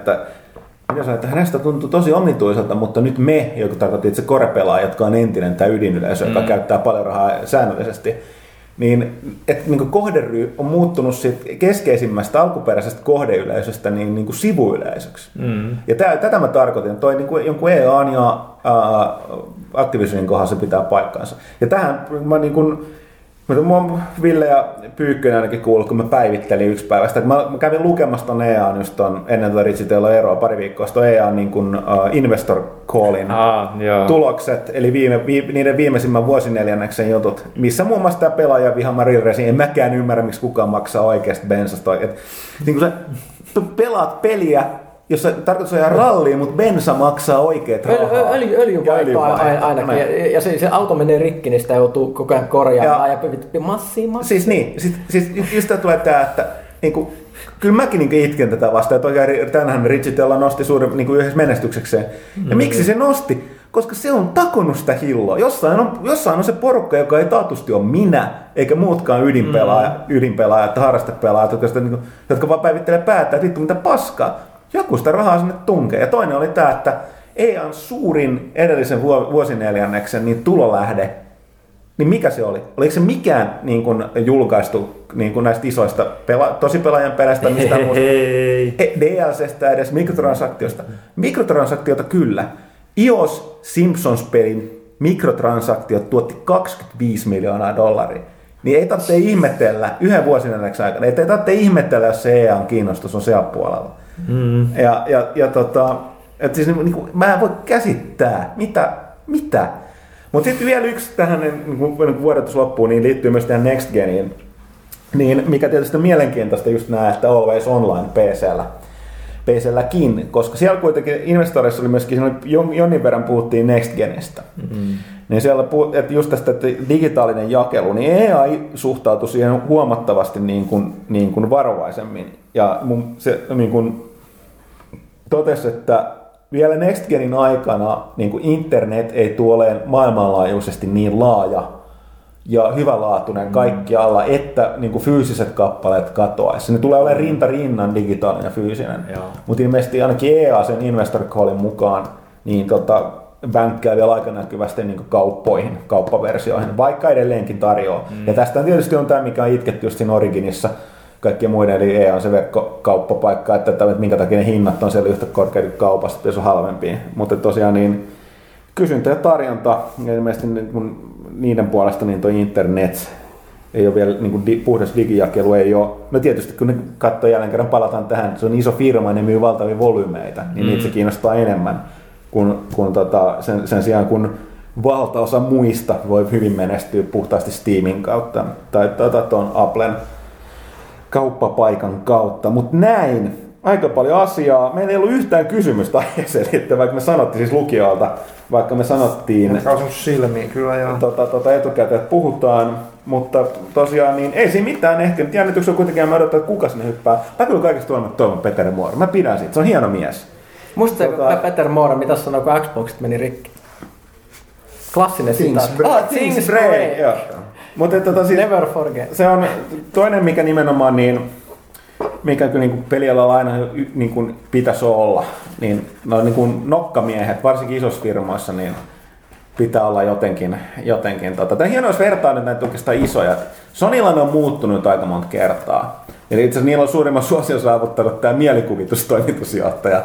että hänestä tuntuu tosi omituiselta, mutta nyt me, joka tarkoitti itse korepelaa, jotka on entinen tämä ydinyleisö, joka käyttää paljon rahaa säännöllisesti, niin kohderyhmä on muuttunut siitä keskeisimmästä alkuperäisestä kohdeyleisöstä niin kuin sivuyleisöksi. Ja tätä mä tarkoitin, toi niin kuin jonkun EA:n ja Activisionin kohdassa se pitää paikkaansa. Ja tähän mä niin kuin, Ville ja Pyykkönen ainakin kuullut, kun mä päivittelin yksi päivästä. Mä kävin lukemassa ton EA:n just ennen tuota Ritchiteillä eroa pari viikkoa, sitten EA:n niin kuin, Investor Callin tulokset, eli niiden viimeisimmän vuosineljänneksen jutut, missä muun muassa tämä pelaaja viha Marin Resi, en mäkään ymmärrä, miksi kukaan maksaa oikeasta bensasta. Niin kuin sä pelaat peliä, jossa tarkoitus on ihan rallia, mutta bensa maksaa oikeat rahaa. Öljyvaihtoa ainakin. Ja se auto menee rikki, niin sitä joutuu koko ajan korjaamaan ja massia. Siis niin, siis just tulee tää, että niinku, kyllä mäkin niinku itken tätä vastaan. Tänään Ritchitella nosti suuren niinku yhdessä menestyksekseen. Ja miksi se nosti? Koska se on takonut sitä hilloa. Jossain on se porukka, joka ei taatusti ole minä, eikä muutkaan ydinpelaajat, harrastepelaajat, jotka vaan päivittelee päätä, että vittu mitä paskaa. Joku sitä rahaa sinne tunkee. Ja toinen oli tämä, että EA:n suurin edellisen vuosineljänneksen niin tulolähde, niin mikä se oli? Oliko se mikään niin kuin, julkaistu niin kuin näistä isoista tosipelaajan perästä, mistä DLCstä edes mikrotransaktiosta? Mikrotransaktioita kyllä. iOS Simpsons-pelin mikrotransaktiot tuotti $25 miljoonaa. Niin ei tarvitse ihmetellä yhden vuosineljänneksen aikana. Ei tarvitse ihmetellä, jos se EA:n kiinnostus on siellä puolella. Et siis, niin kuin, mä en voi käsittää, mitä. Mutta sitten vielä yksi tähän niin vuodatus loppuun, niin liittyy myös tähän Next Geniin, niin mikä tietysti on mielenkiintoista just nämä, että Always Online PC:lläkin, koska siellä kuitenkin Investorissa oli myöskin, jonnin verran puhuttiin Next Genistä. Niin siellä että just tästä että digitaalinen jakelu, niin EA suhtautui siihen huomattavasti niin kuin varovaisemmin. Ja se niin kuin totesi, että vielä Next Genin aikana niin kuin internet ei tule olemaan maailmanlaajuisesti niin laaja ja hyvälaatuinen kaikkialla, että niin kuin fyysiset kappaleet katoaisi. Ne tulee olemaan rinta rinnan digitaalinen ja fyysinen. Mutta ilmeisesti ainakin EA sen Investor Callin mukaan niin vänkkää vielä aika näkyvästi niin kauppoihin, kauppaversioihin, vaikka edelleenkin tarjoaa. Ja tästä tietysti on tämä, mikä on itketty just siinä Originissa, kaikkien muiden, eli EA on se verkkokauppapaikka, että minkä takia ne hinnat on siellä yhtä korkeita kaupasta, että se on halvempia. Mutta tosiaan niin kysyntä ja tarjonta, ja ilmeisesti niiden puolesta niin toi internet ei ole vielä, niin kuin puhdas digijakelu ei ole. No tietysti kun ne katsoo jälleen kerran, palataan tähän, se on iso firma, ne myy valtavia volyymeita, niin niitä se kiinnostaa enemmän kun sen sijaan, kun valtaosa muista voi hyvin menestyä puhtaasti Steamin kautta tai tuon Applen kauppapaikan kautta. Mutta näin, aika paljon asiaa. Meillä ei ollut yhtään kysymystä aiheeseen, että vaikka me sanottiin siis lukijoilta, vaikka me sanottiin silmiin, kyllä joo. Etukäteen, että puhutaan, mutta tosiaan niin ei siinä mitään ehkä. Jännityksessä on kuitenkin, mä odotan, että kuka sinne hyppää. Mä kyllä kaikesta toivon Peter Moore. Mä pidän siitä, se on hieno mies. Muistatko Peter Moore, mitä sanoi, kun Xboxit meni rikki? Klassinen sitaatti. Things break. Joo. Mutta never forget. Se on toinen, mikä nimenomaan mikä kyllä niin pelialalla aina niin pitäisi olla, niin no niin nokkamiehet, varsinkin isossa firmoissa, niin pitää olla jotenkin. Tämä hienoa, jos vertaa nyt näitä oikeastaan isoja. Sonylla on muuttunut aika monta kertaa. Eli itse asiassa niillä on suurimman suosion saavuttanut tämä mielikuvitustoimitusjohtaja.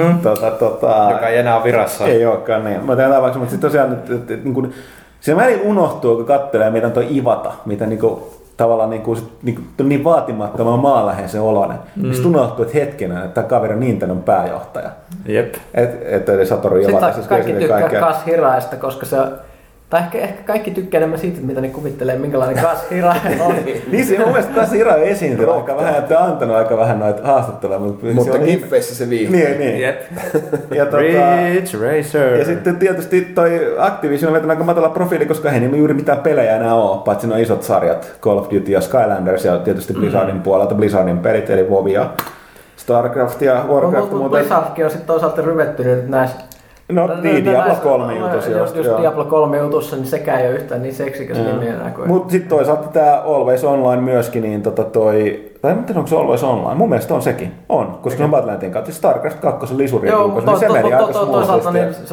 Joka ei enää ole virassa. Ei olekaan niin. Mutta sitten tosiaan, että se välillä unohtuu, kun katselee, mitä on tuo Iwata, mitä tavallaan niin vaatimattoman maanläheisen oloinen. Sitten unohtuu, että hetkenä, että tämä kaveri on Nintendon pääjohtaja. Jep. Että Satoru Iwata. Sitten kaikki tykkää Kaz Hiraesta, koska se tai ehkä kaikki tykkää enemmän siitä, mitä ne kuvittelee, minkälainen Kaz Hirae on. Niin se mun mielestä Kaz Hirae on esiintynyt aika vähän, että on antanut aika vähän noita haastatteluja. Mutta giffeissä se viihtyy. Niin. Jep. Ja Ridge Racer. Ja sitten tietysti toi Activision on vetänyt aika matala profiili, koska ei niillä juuri mitään pelejä enää ole, paitsi nuo isot sarjat, Call of Duty ja Skylanders ja tietysti Blizzardin puolelta, Blizzardin pelit, eli WoW ja StarCraft ja Warcraft. Mutta Blizzardkin on sitten toisaalta ryvettynyt näissä. No Diablo 3 jutussa. Just Diablo 3 jutussa, niin sekään ei ole yhtään niin seksikäs nimi enää kuin. Mutta sitten toisaalta tämä Always Online myöskin, niin tai en tiedä, onko se Always Online? Mun mielestä on sekin. On, koska se on Badlandin kautta. StarCraft 2 lisuri julkaisu, niin se meni aika toisaalta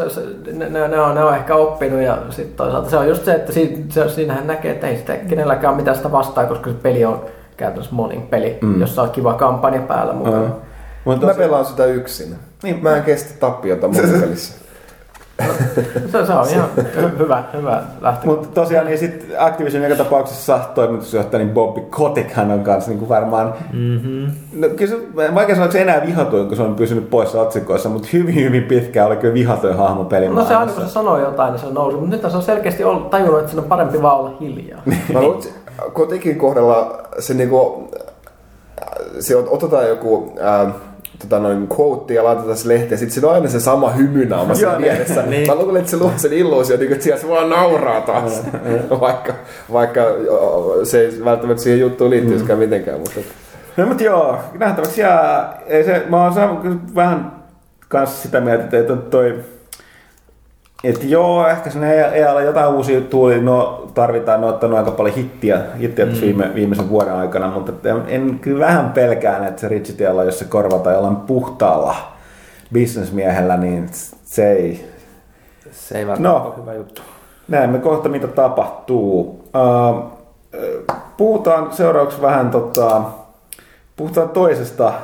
ne on ehkä oppinut ja sitten toisaalta se on just se, että siinähän näkee, että ei sitä kenelläkään ole mitään sitä vastaa, koska se peli on käytännössä monin peli, jossa on kiva kampanja päällä mukana. Mä pelaan sitä yksin. Niin. Mä en kestä tappiota mun pelissä. Se on ihan hyvä lähtökohta. Mutta tosiaan niin sitten Activision joka tapauksessa toimitusjohtaja niin Bobby Kotick hän on kanssa niin varmaan no, kyllä se, vaikka sanoa, se enää vihatuin, kun se on pysynyt poissa otsikoissa, mutta hyvin pitkään oli kyllä vihatuin hahmo pelimaailmassa. No se aina kun se sanoo jotain, niin se nousi, mutta nyt se on selkeästi tajunnut, että sen on parempi vaan olla hiljaa. Mä luulen, Kotickin kohdalla se niinku, se otetaan joku quote ja laitetaan se lehteen, ja sitten siinä on aina se sama hymynaama sen mielessä. Niin. Mä luulen, että se luo sen illuusio, että siellä se vaan nauraa taas, vaikka se ei välttämättä siihen juttuun liittyisikään mitenkään. No, mutta joo, nähtäväksi jää. Mä oon saanut vähän kanssa sitä mieltä, että että joo, ehkä sinne EA:lla jotain uusia tuuli, tarvitaan, ne on ottanut aika paljon hittiä viimeisen vuoden aikana, mutta en kyllä vähän pelkään, että se Richitiellä, jos se korvataan jollain puhtaalla bisnesmiehellä, niin se ei välttämättä ole hyvä juttu. Näemme kohta, mitä tapahtuu. Puhutaan seuraavaksi vähän puhutaan toisesta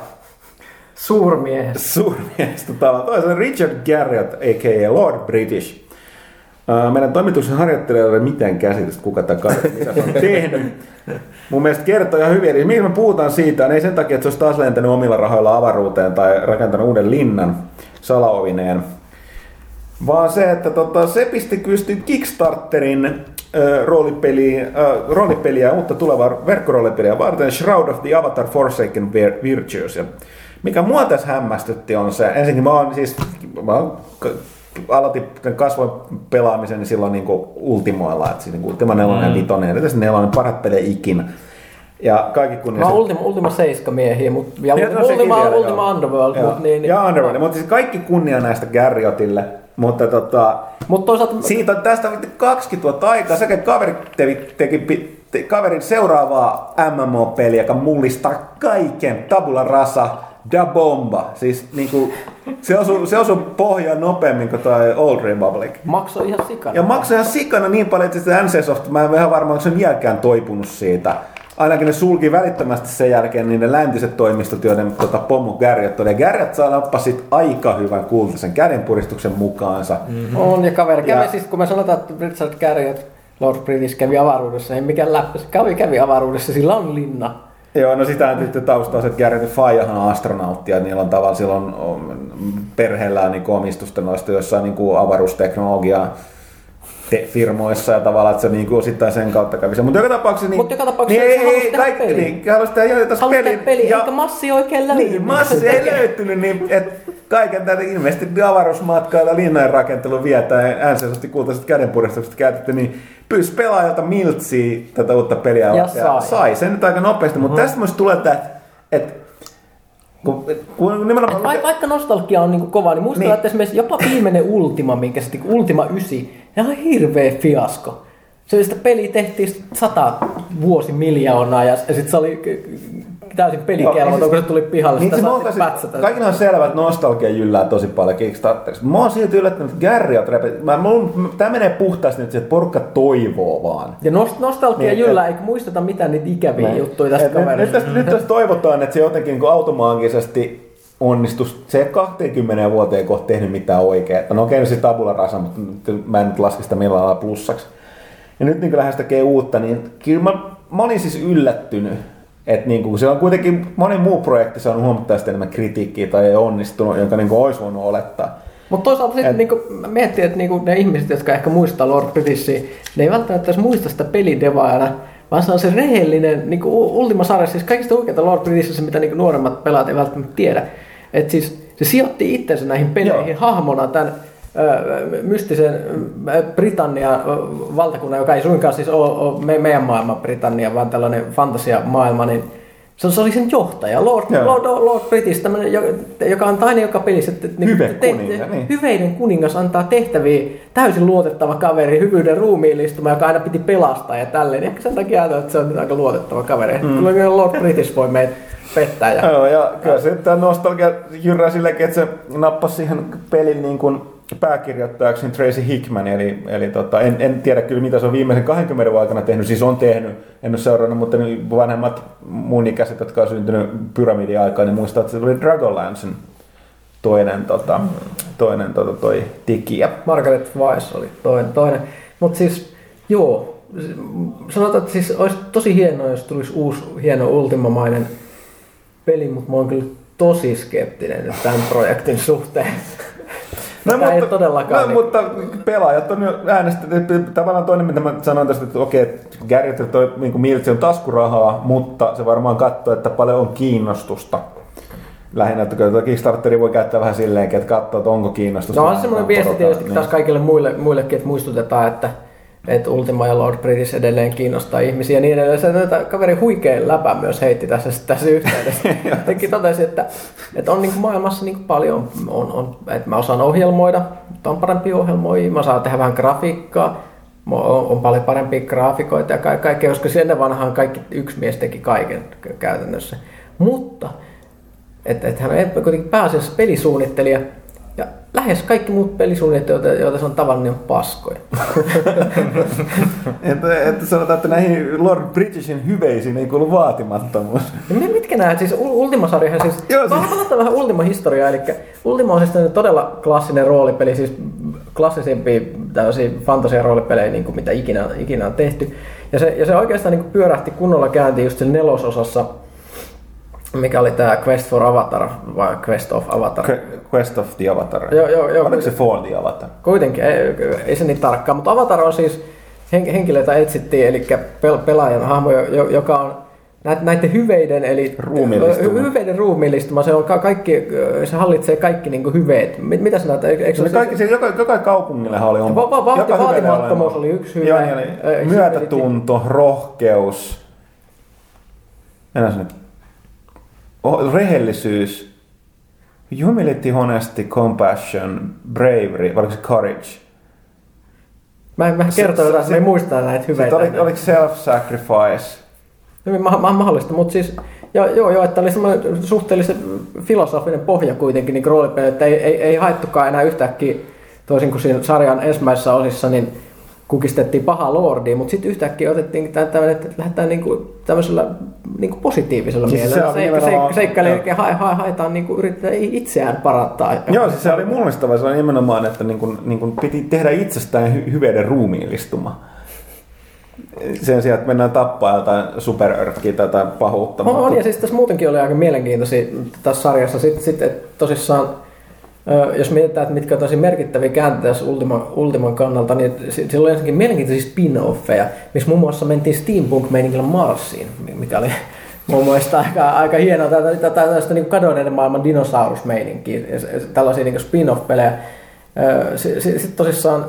Suurmiehestä tavallaan. Toisaalta Richard Garriott, a.k.a. Lord British. Meidän toimituksen harjoittelijoilla ei ole mitään käsitystä, kuka tämä kaveri, mitä se on tehnyt. Mun mielestä kertoo ihan hyvin. Eli miksi me puhutaan siitä, ei sen takia, että se olisi taas lentänyt omilla rahoilla avaruuteen tai rakentanut uuden linnan salaovineen, vaan se, että se pisti kysti Kickstarterin roolipeliä, uutta tulevaa verkkoroolipeliä varten, Shroud of the Avatar Forsaken Virtues. Ja mikä mua tässä hämmästytti on se, ensinnäkin mä aloitin kasvoin pelaamisen silloin niin Ultimoilla, että siinä Ultima 4 ja 5, erityisesti 4 parhaat pelejä ikinä. Ja kaikki kunnia... Mä oon Ultima 7 miehiä, ja Ultima Underworld. Ja Underworld, mutta siis kaikki kunnia näistä Garriottille. Mutta Mut toisaalta siitä on tästä 20 vuotta aikaa. Sekä kaveri teki kaverin seuraavaa MMO-peliä, joka mullistaa kaiken. Tabula rasa, da bomba. Siis niinku, se osui pohjaan nopeammin kuin toi Old Republic. maksoi ihan sikana. Ja maksoi ihan sikana niin paljon, että NCSoft, mä en vähän varmaan, onko se vieläkään toipunut siitä. Ainakin ne sulki välittömästi sen jälkeen niin ne läntiset toimistot, joiden pommu Garriott oli. Ja Garriott saa nappasit aika hyvän kultaisen kädenpuristuksen mukaansa. On, ja kaveri kävi Ja- siis, kun me sanotaan, että Richard Garriott, Lord British kävi avaruudessa, ei mikään läppä, se kävi avaruudessa, sillä on linna. Joo, no sitä nyt taustaa, että Garriott Fajahan on astronautti ja niillä on tavallaan silloin perheellään niin omistusta noista jossain niin avaruusteknologiaa firmoissa ja tavallaan, että se niin osittain sen kautta kävi. Mutta joka tapauksessa Mut joka tapauksessa se halusi tehdä peliä. niin, halusi tehdä Peli, eikä massi oikein löytynyt. Niin, massi ei löytynyt, niin että kaiken tätä ilmeisesti avaruusmatkailla linnojen rakentelu vietään ensisijaisesti kultaiset kädenpuristukset käytetty, niin pyysi pelaajalta miltsiä tätä uutta peliä Ja sai sen nyt aika nopeasti, mutta tästä myös tulee tämä, että kun nimenomaan... Vaikka nostalgia on niinku kova, niin muistellaan, että esimerkiksi jopa viimeinen Ultima, minkä sitten Ultima 9, se on hirveä fiasko. Sitä peliä tehtiin 100 vuosimiljoonaa ja sitten se oli täysin pelikelvoton, kun se tuli pihalle, sitä saatiin pätsätä. Kaikilla on selvä, että nostalgia jyllää tosi paljon Kickstarterissa. Mä oon silti yllättänyt, että Garriott tää menee puhtaasti nyt, että porukka toivoo vaan. Ja nostalgia Niin, jyllää, eikä muisteta mitään niitä ikäviä juttuja tästä kaverista. Nyt tässä toivotaan, että se jotenkin niin automaagisesti onnistus. Se ei 20 vuoteen kohta tehnyt mitään oikeaa. No okei, se tabula rasa, mutta mä en nyt laske sitä millään lailla plussaksi. Ja nyt niin kun lähes tekee uutta, niin kyllä mä olin siis yllättynyt. Että niin se on kuitenkin moni muu projekti saanut huomattavasti enemmän kritiikkiä tai ei onnistunut, jonka niin olisi voinut olettaa. Mutta toisaalta sitten niinku, miettii, että niinku ne ihmiset, jotka ehkä muistaa Lord Britishia, ne ei välttämättä edes muista sitä pelidevaajana, vaan se on se rehellinen niinku Ultima-sarja, siis kaikista oikeita Lord Britishissa, mitä niinku nuoremmat pelaat ei välttämättä tiedä. Että siis se sijoitti itsensä näihin peleihin hahmona tämän mystisen Britannian valtakunnan, joka ei suinkaan siis ole meidän maailma Britannia, vaan tällainen fantasiamaailma, niin se oli sen johtaja, Lord British, joka on aina joka pelissä. Hyveiden kuningas antaa tehtäviä, täysin luotettava kaveri, hyvyyden ruumiillistuma, joka aina piti pelastaa ja tälleen. Ehkä sen takia ajatellaan, että se on aika luotettava kaveri. Kyllä Lord British voi meitä pettää. Joo, ja kyllä se tämä nostalgia jyrää silläkin, että se nappasi siihen pelin niin kuin pääkirjoittajaksi Tracy Hickman, eli en tiedä kyllä mitä se on viimeisen 20 vuoden aikana tehnyt, siis on tehnyt, en ole seurannut, mutta vanhemmat mun ikäiset, jotka on syntynyt pyramidin aikaan, niin muistaa, että se oli Dragonlancen toinen tekijä. Margaret Weiss oli toinen. Mutta siis, joo, sanotaan, että siis olisi tosi hienoa, jos tulisi uusi hieno ultimamainen peli, mutta mä oon kyllä tosi skeptinen nyt tämän projektin suhteen. Ei todellakaan. Mutta pelaajat on jo äänestetty. Tavallaan toinen, mitä mä sanoin tästä, että okei, Garriott toi niin miltsi on taskurahaa, mutta se varmaan katsoo, että paljon on kiinnostusta. Lähinnä, että kyllä Kickstarteri voi käyttää vähän silleenkin, että katsoo, että onko kiinnostusta. No on semmoinen viesti tietysti niin taas kaikille muillekin, että muistutetaan, että Ultima ja Lord British edelleen kiinnostaa ihmisiä ja niin edelleen. Se kaveri huikea läpä myös heitti tässä yhteydessä. Jotenkin totesi, että on niin kuin maailmassa niin kuin paljon, että mä osaan ohjelmoida, mutta on parempia ohjelmoijia, mä osaan tehdä vähän grafiikkaa, on paljon parempia graafikoita ja kaikkea, koska ennen vanhaan kaikki yksi mies teki kaiken käytännössä. Mutta että hän on kuitenkin pääasiassa pelisuunnittelija, ja lähes kaikki muut pelisuunnittelijat, joita se on tavannut, niin on paskoja. että sanotaan, että näihin Lord Britishin hyveisiin ei kuulu vaatimattomuus. Mitkä nämä? Siis Ultima-sarjahan siis... Palataan vähän Ultima-historiaa, eli Ultima on siis todella klassinen roolipeli, siis klassisempia tällaisia fantasia-roolipelejä, niin kuin mitä ikinä on tehty. Ja se oikeastaan niin kuin pyörähti kunnolla kääntiin just sen 4. osassa, mikä oli tämä Quest for Avatar, vai Quest of Avatar? Quest of the Avatar. Joo. Oliko se For the Avatar? Kuitenkin, ei se niin tarkkaan, mutta Avatar on siis henkilöitä etsittiin, eli pelaajan hahmo, joka on näiden hyveiden, eli hyveiden ruumiillistuma, se on kaikki, se hallitsee kaikki niin kuin hyveet. Mitä sinä joka kaupungillehan oli oma. Vaatimattomuus oli yksi hyvä. Myötätunto, rohkeus, rehellisyys, Humility, honesty, compassion, bravery, vai oliko se courage? Mä kertoin jotain, että me ei muista näitä hyveitä. Oliko self-sacrifice? Mahdollista, mutta siis joo, että oli semmoinen suhteellisen filosofinen pohja kuitenkin niin roolipeli, että ei haettukaan enää yhtäkkiä, toisin kuin siinä sarjan ensimmäisessä osissa, niin kukistettiin pahaa lordia, mutta sitten yhtäkkiä otettiin tämmöinen, että lähdetään niinku tämmöisellä niinku positiivisella mielellä. Seikkailee, eli haetaan, niinku, yritetään itseään parantaa. Joo, siis se oli mullistavaa, se oli nimenomaan, että niinku piti tehdä itsestään hyveiden ruumiillistuma. Sen sijaan, että mennään tappaa jotain superörkkiä tai pahuutta. On, ja siis tässä muutenkin oli aika mielenkiintoisia tässä sarjassa. Sitten tosissaan, jos mietitään, että mitkä on tosi merkittäviä käänteitä tässä Ultiman kannalta, niin sillä oli ensinnäkin mielenkiintoisia spin-offeja, missä muun muassa mentiin steampunk-meiningillä Marsiin, mikä oli mun mielestä aika hienoa. Tällaista niin kadonneiden maailman dinosaurusmeininkiä, tällaisia niin spin-off-pelejä. Sitten tosissaan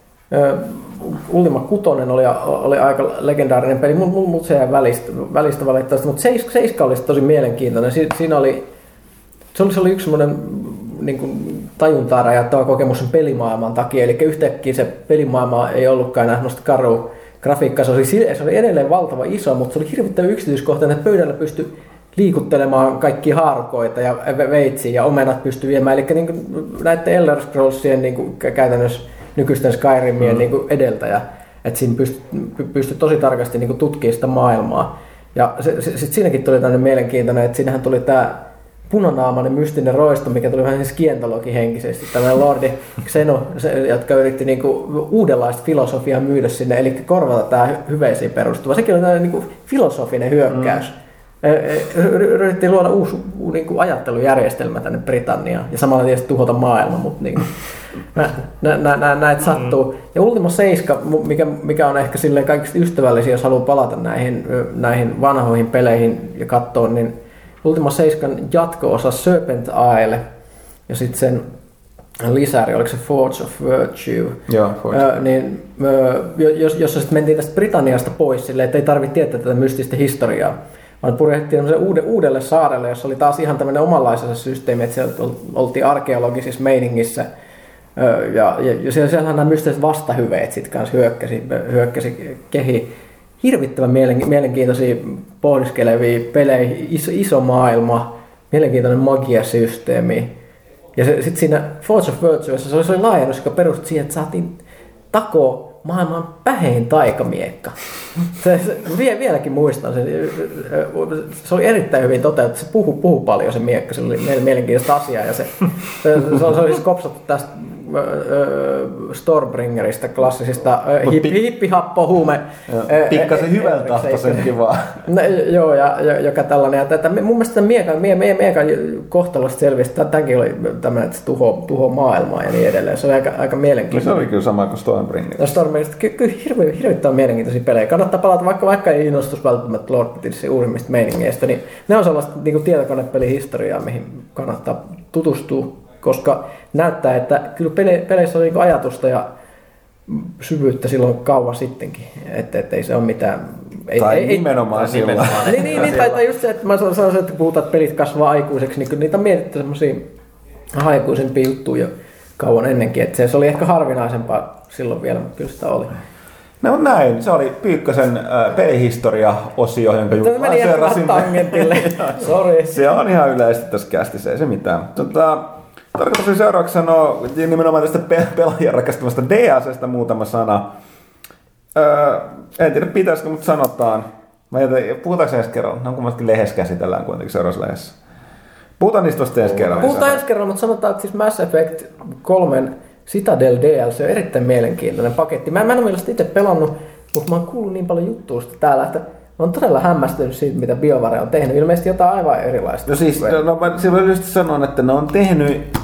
Ultima 6 oli aika legendaarinen peli, mutta se jäi välistä valitettavasti, mutta 7 oli tosi mielenkiintoinen. Siinä oli yksi semmoinen niin kuin tajuntaa räjäyttävä kokemus sen pelimaailman takia, eli yhtäkkiä se pelimaailma ei ollutkaan enää semmoista karua grafiikkaa, se oli edelleen valtava iso, mutta se oli hirvittävän yksityiskohtainen, että pöydällä pystyi liikuttelemaan kaikki haarukoita ja veitsiä ja omenat pystyi viemään, eli niin kuin näiden Elder Scrollsien niin kuin käytännössä nykyisten Skyrimien niin kuin edeltäjä, että siinä pystyi tosi tarkasti niin kuin tutkimaan sitä maailmaa. Ja sitten siinäkin tuli tämmöinen mielenkiintoinen, että siinähän tuli tämä punanaamainen mystinen roisto, mikä tuli vähän skientologi henkisesti, tämmöinen Lordi Xeno, jotka yritti niin kuin uudenlaista filosofiaa myydä sinne, eli korvata tämä hyveisiin perustuva. Sekin oli tämmöinen niin kuin filosofinen hyökkäys. Yritettiin luoda uusi niin kuin ajattelujärjestelmä tänne Britanniaan ja samalla tietysti tuhota maailma, mutta niin, näitä sattuu. Ja Ultima 7, mikä on ehkä silleen kaikista ystävällisiä, jos haluaa palata näihin vanhoihin peleihin ja katsoa, niin Ultima 7 jatko-osa Serpent Isle ja sitten sen lisäri, oliko se Forge of Virtue, Joo, niin, jossa sitten mentiin tästä Britanniasta pois silleen, että ei tarvitse tietää tätä mystistä historiaa, vaan purjehdittiin uudelle saarelle, jossa oli taas ihan tämmöinen omanlaisensa systeemi, että siellä oltiin arkeologisissa meiningissä, ja siellähän nämä mystiset vastahyveet sitten kanssa hyökkäsi kehiin. Hirvittävän mielenkiintoisia pohdiskelevia pelejä, iso maailma, mielenkiintoinen magiasysteemi. Ja sitten siinä Forge of Virtuessa se oli laajennus, joka perustui siihen, että saatiin takoa maailman pähein taikamiekka. Vieläkin muistan sen. Se oli erittäin hyvin toteutettu. Se puhui paljon se miekka, se oli mielenkiintoista asiaa. Ja se oli siis kopsattu tästä Stormbringerista, klassisista hippihappohuume. Pikkasen hyvän tahtoisenkin vaan. Joo, joka tällainen. Mun mielestä miekan kohtalosta selvisi, että tämänkin oli tämmöinen, että se tuhoaa maailmaa ja niin edelleen. Se oli aika mielenkiintoista. Se oli kyllä sama kuin Stormbringerista. Stormbringerista kyllä hirvittävän mielenkiintoisia pelejä. Kannattaa palata, vaikka ei innostus välttämättä Lord Pittisin uusimmista meiningeistä, niin ne on sellaista niin kuin tietokonepelihistoriaa, mihin kannattaa tutustua, koska näyttää, että kyllä peleissä on niin ajatusta ja syvyyttä silloin kauan sittenkin, että ei se ole mitään. Nimenomaan silloin. Tai just se, että mä sanoisin, että puhutaan, että pelit kasvaa aikuiseksi, niin kyllä niitä on mietitty semmoisia aikuisempia juttuja jo kauan ennenkin, että se oli ehkä harvinaisempaa silloin vielä, mutta kyllä sitä oli. No näin, se oli Pyykkösen pelihistoria-osio, jonka Jukka seurasin. Tangentille. Sori. Se on ihan yleisesti tässä kästissä, ei se mitään. Tarkoitus seuraavaksi sanoa nimenomaan tästä pelaajan rakastamasta DLCstä muutama sana. En tiedä pitäisikö, mutta sanotaan. Puhutaanko ensi kerralla? Ne on kummatkin lehdessä käsitellään kuitenkin seuraavassa lehdessä. Puhutaan niistä tuosta ensi kerralla. Puhutaan ensi kerralla, mutta sanotaan, että siis Mass Effect 3 Citadel DLC on erittäin mielenkiintoinen paketti. Mä en ole mielestäni itse pelannut, mutta mä oon kuullut niin paljon juttua täällä, että mä oon todella hämmästynyt siitä, mitä BioWare on tehnyt. Ilmeisesti jotain aivan erilaista. No siis, silloin just sanon, että ne on tehnyt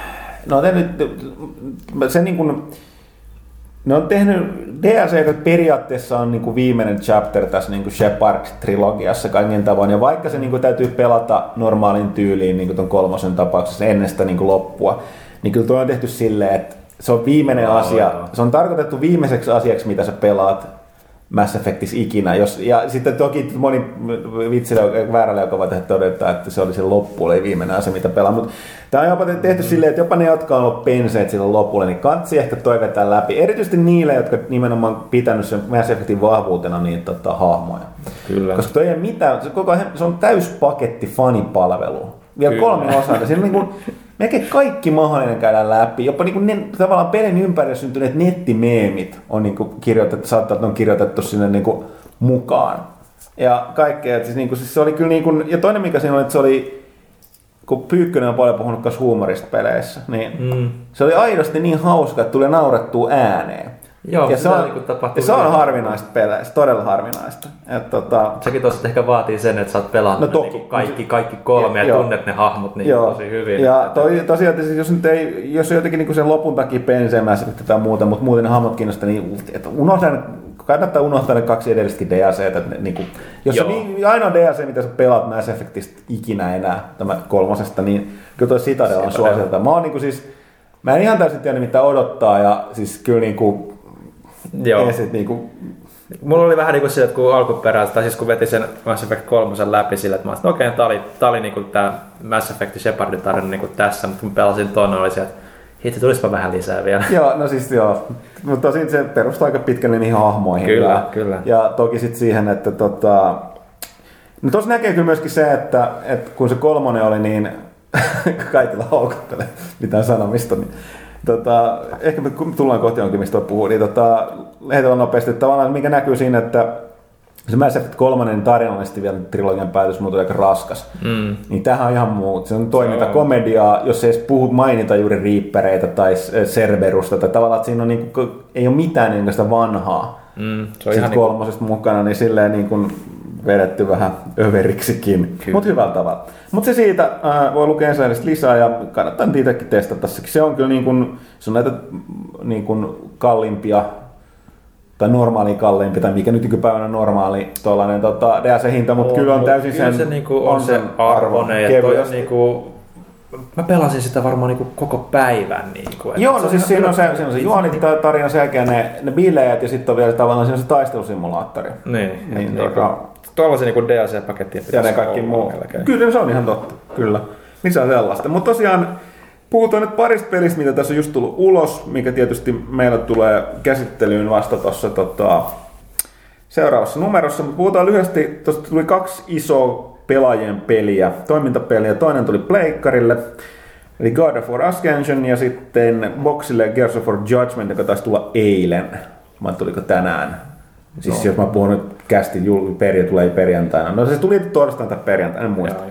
DLC, joka periaatteessa on niin kuin viimeinen chapter tässä niin kuin Shepard-trilogiassa kaiken tavoin. Ja vaikka se niin kuin täytyy pelata normaalin tyyliin niin kuin ton 3 tapauksessa ennen sitä niin kuin loppua, niin kyllä tuo on tehty silleen, että se on viimeinen asia. Se on tarkoitettu viimeiseksi asiaksi, mitä sä pelaat. Mass Effectissä ikinä. Ja sitten toki moni vitsillä väärällä, joka voi todeta, että se oli se loppu, oli viimeinen asia, mitä pelaa. Mutta tämä on jopa tehty silleen, että jopa ne, jotka on ollut penseet sillä lopulle, niin kansi ehkä toi vetää läpi. Erityisesti niille, jotka nimenomaan pitänyt sen Mass Effectin vahvuutena niin hahmoja. Kyllä. Koska toi ei mitään, se on täyspaketti fanipalvelu. Vielä 3 osaa. Siinä on melkein kaikki mahdollinen käydään läpi. Jopa tavallaan pelin ympärillä syntyneet nettimeemit on kirjoitettu, saattaa, että on kirjoitettu sinne mukaan. Ja kaikkea. Siis se oli kyllä ja toinen mikä siinä oli, että se oli, kun Pyykkönen on paljon puhunut myös huumorista peleissä, niin se oli aidosti niin hauska, että tuli naurettua ääneen. Joo, ja se on harvinaista peleissä, todella harvinaista. Sekin tosiaan ehkä vaatii sen, että sä oot pelannut kaikki 3 ja tunnet ne hahmot tosi hyvin. Ja tosiaan, jos jotenkin sen lopun takia penseemässä tai muuta, mutta muuten ne hahmot kiinnostaa, niin kannattaa unohtaa ne 2 edellistäkin DLCtä. Jos on ainoa DLC, mitä sä pelaat Mass Effectista ikinä enää, tämä 3, niin kyllä toi Citadel on suosilta. Mä en ihan täysin tiedä, mitä odottaa, ja siis kyllä Joo. Mulla oli vähän sillä, että kun alkuperäistä, tai siis kun veti sen Mass Effect 3 läpi sillä, että mä olisin, okei, tää oli tää Mass Effect Shepardin tarina tässä, mutta kun pelasin tuonne, oli se, että hitsi, tulispa vähän lisää vielä. Joo, no siis joo. Mutta tosin se perustuu aika pitkälle niihin hahmoihin. Kyllä. Ja toki sitten siihen, että no tossa näkee kyllä myöskin se, että kun se 3 oli niin kaikilla haukuttelee mitään sanomista, niin ehkä me tullaan kohti jonkin, mistä puhuu, niin heitellä nopeasti, että tavallaan mikä näkyy siinä, että se Mass Effect 3 niin tarinallisesti vielä trilogian päätös muutui aika raskas. Niin tämähän on ihan muu. Se on toimintakomediaa, jos ei edes mainita juuri Reapereitä tai Cerberusta, tai tavallaan, että siinä on ei ole mitään sitä vanhaa. Se on ihan 3 mukana, niin silleen vedetty vähän överiksikin, mutta hyvällä tavalla. Mutta se siitä voi lukea ensimmäisestä lisää ja kannattaa niitäkin testata. Se on kyllä se on näitä kalliimpia tai normaali kalliimpi tai mikä nyt nykypäivänä on normaali tuollainen DLC-hinta, mutta kyllä on täysin sen on se arvoinen. Mä pelasin sitä varmaan koko päivän. Joo, no siis siinä on se juonitarina, sen jälkeen ne bileet ja sitten on vielä tavallaan siinä on se taistelusimulaattori. Niin tuollaisia DLC-pakettia ja ne kaikki muu. Kyllä se on ihan totta, kyllä. Missä on sellaista. Mutta tosiaan puhutaan nyt parista pelistä, mitä tässä on just tullut ulos, mikä tietysti meillä tulee käsittelyyn vasta tuossa seuraavassa numerossa. Mutta puhutaan lyhyesti, tuosta tuli 2 isoa pelaajien peliä, toimintapeliä. Toinen tuli pleikkarille, eli God of War Ascension, ja sitten boxille Gears of War Judgment, joka taisi tulla eilen. Vai tuliko tänään? Siis jos mä puhun nyt kästi tulee perjantaina. No se tuli torstaina tai perjantaina, en muista.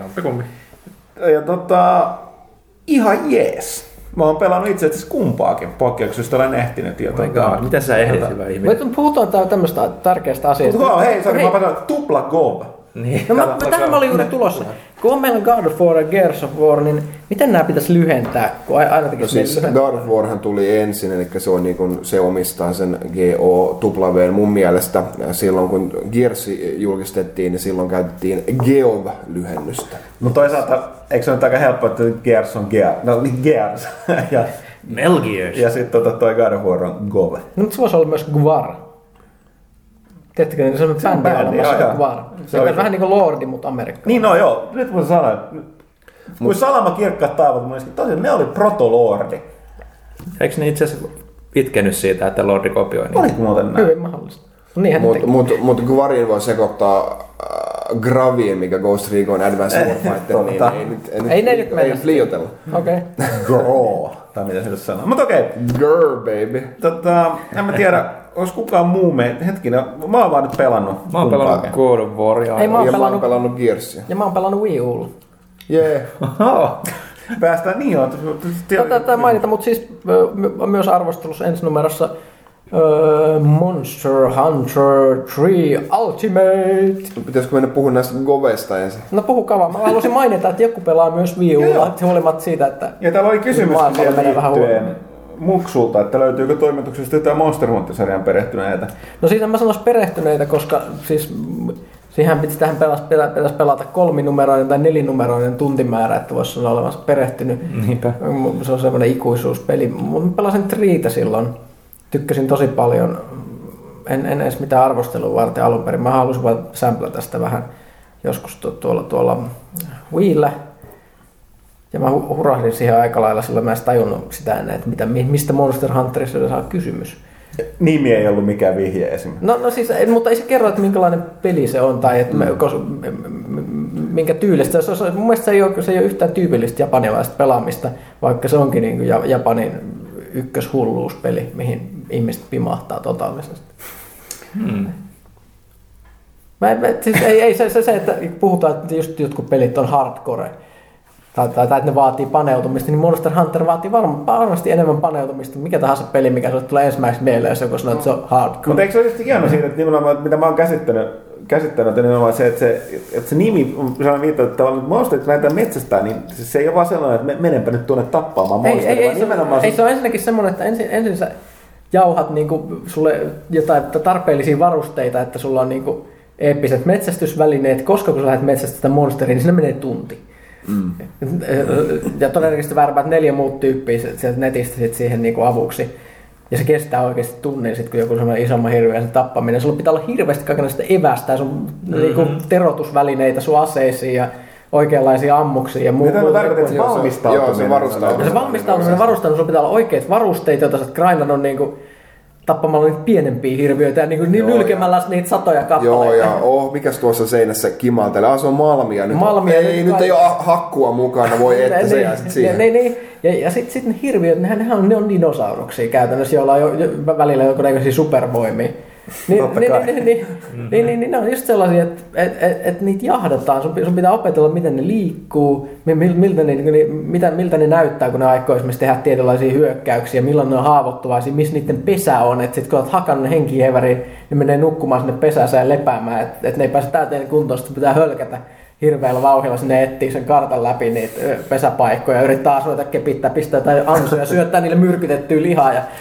Ja ihan jees. Mä oon pelannut itse asiassa kumpaakin poikkeuksesta, olen ehtinyt. Miten sä ehdit, hyvä ihminen? Puhutaan tämmöistä tärkeästä asiasta. Hei, sori, mä panan tupla gov. Niin. No tähän mä olin juuri tulossa. Kun on meillä God of War ja Gears of War, niin miten nämä pitäisi lyhentää? Kun aina tekisi siis God of Warhan tuli ensin, eli se on se omistaa sen GOW mun mielestä. Silloin kun Gears julkistettiin, niin silloin käytettiin GEOV-lyhennystä. Mutta toisaalta, eikö se ole aika helppoa, että Gears on Gears? No niin Gears. Ja Metal Gears. Ja sitten toi God of War on GOV. No mutta se voisi olla myös Gwar. Tiedättekö, niin se on bändi olemassa Gwar. Se on vähän niin kuin Lordi, mutta Amerikka. Niin no joo, nyt mun sanoin. Kun Salama kirkkaat taivat, mun tosiaan ne oli proto-lordi. Eikö ne itse asiassa itkenyt siitä, että Lordi kopioi niitä? Oliko muuten näin? Hyvin mahdollista. Mutta Gwariin voi sekoittaa Graviin, mikä Ghost Recon Advanced Warfighter, niin ei nyt liioitella. Okei. Grrrr, tai mitä se sanoo. Mutta okei. Grrrr, baby. En mä tiedä, olisi kukaan muu hetkinen, mä oon vaan nyt pelannut. Mä oon pelannut God of Waria. Ei, mä oon pelannut Gearsia. Ja mä oon pelannut Wii Ulla. Jee. Päästään niin on. Tätä mainita, mutta siis myös arvostelussa ensinumerossa Monster Hunter 3 Ultimate. Pitäisikö mennä puhua näistä goveista ensin? No puhukaa vaan. Mä haluaisin mainita, että joku pelaa myös Wii Ulla, huolimatta siitä, että ja täällä oli kysymys siellä liittyen Muksulta, että löytyykö toimituksesta jotain Monster Hunter-sarjan perehtyneitä? No siitä mä sanoisin perehtyneitä, koska siis siihen pitäisi pelata 3-numeroinen tai 4-numeroinen tuntimäärä, että voisi olla olemassa perehtynyt. Niinpä. Se on semmoinen ikuisuuspeli. Mä pelasin Treetä silloin. Tykkäsin tosi paljon. en edes mitään arvostelua varten alun perin. Mä halusin vaan samplata sitä vähän joskus tuolla Wiillä. Ja mä hurahdin siihen aika lailla, sillä mä en tajunnut sitä enää, että mistä Monster Hunterissa saa kysymys. Nimi ei ollut mikään vihje esimerkiksi. No siis, mutta ei se kerro, että minkälainen peli se on tai että minkä tyylistä. Mun mielestä se ei ole yhtään tyypillistä japanilaista pelaamista, vaikka se onkin niin kuin Japanin ykköshulluuspeli, mihin ihmiset pimahtaa totaalisesti. Siis ei se, että puhutaan, että just jotkut pelit on hardcore, tai että ne vaatii paneutumista, niin Monster Hunter vaatii varmasti enemmän paneutumista. Mikä tahansa peli, mikä sulle tulee ensimmäiseksi mieleen, jos joku sanoo, että se on hardcore. Mutta eikö se ole just hieno siitä, että nimenomaan, mitä mä oon käsittänyt nimenomaan se, että se nimi, sellainen viittaa, että tavallaan monsterit näitä metsästää, niin se ei ole vaan sellainen, että menenpä nyt tuonne tappaamaan monsteria. Ei se on ensinnäkin semmoinen, että ensin sä jauhat niinku sulle jotain tarpeellisia varusteita, että sulla on niinku eeppiset metsästysvälineet, koska kun sä lähdet metsästämään monsteria, niin siinä menee tunti. Ja todennäköisesti värpäät 4 muut tyyppiä sieltä netistä sit siihen niinku avuksi. Ja se kestää oikeasti tunnin, sit, kun joku semmoinen isomman hirveän tappaminen. Sulla pitää olla hirveästi kaikenlaista evästä ja sun niinku, terotusvälineitä sun aseisiin ja oikeanlaisia ammuksia ja muuta. Mitä tarkoittaa, että se valmistautuminen? Se varustautuminen, sulla pitää olla oikeat varusteet, joita sä oot grindannut niinku tappamalla niitä pienempiä hirviöitä ja niin nylkemällä niitä satoja kappaleita. Joo, ja mikäs tuossa seinässä kimaltelee? Se on malmia. Nyt ei ole hakkua mukana, voi että se jää sitten siihen. Ja sitten ne hirviöt, ne on dinosauruksia käytännössä, joilla on välillä jonkunnäköisiä supervoimia. Ne on just sellaisia, että niitä jahdataan. Sun pitää opetella, miten ne liikkuu, miltä ne näyttää, kun ne aikoo esimerkiksi tehdä tietynlaisia hyökkäyksiä, milloin ne on haavoittuvaisia, missä niiden pesä on. Että sit kun olet hakannut henkiheväriin, ne menee nukkumaan sinne pesäänsä ja lepäämään, että ne ei pääse täyteen kuntoon, sitten pitää hölkätä hirveällä vauhdilla sinne etsiä sen kartan läpi niitä pesäpaikkoja ja yrittää taas ruveta kepittää, pistää jotain ansoja ja syöttää niille myrkytettyä lihaa. Ja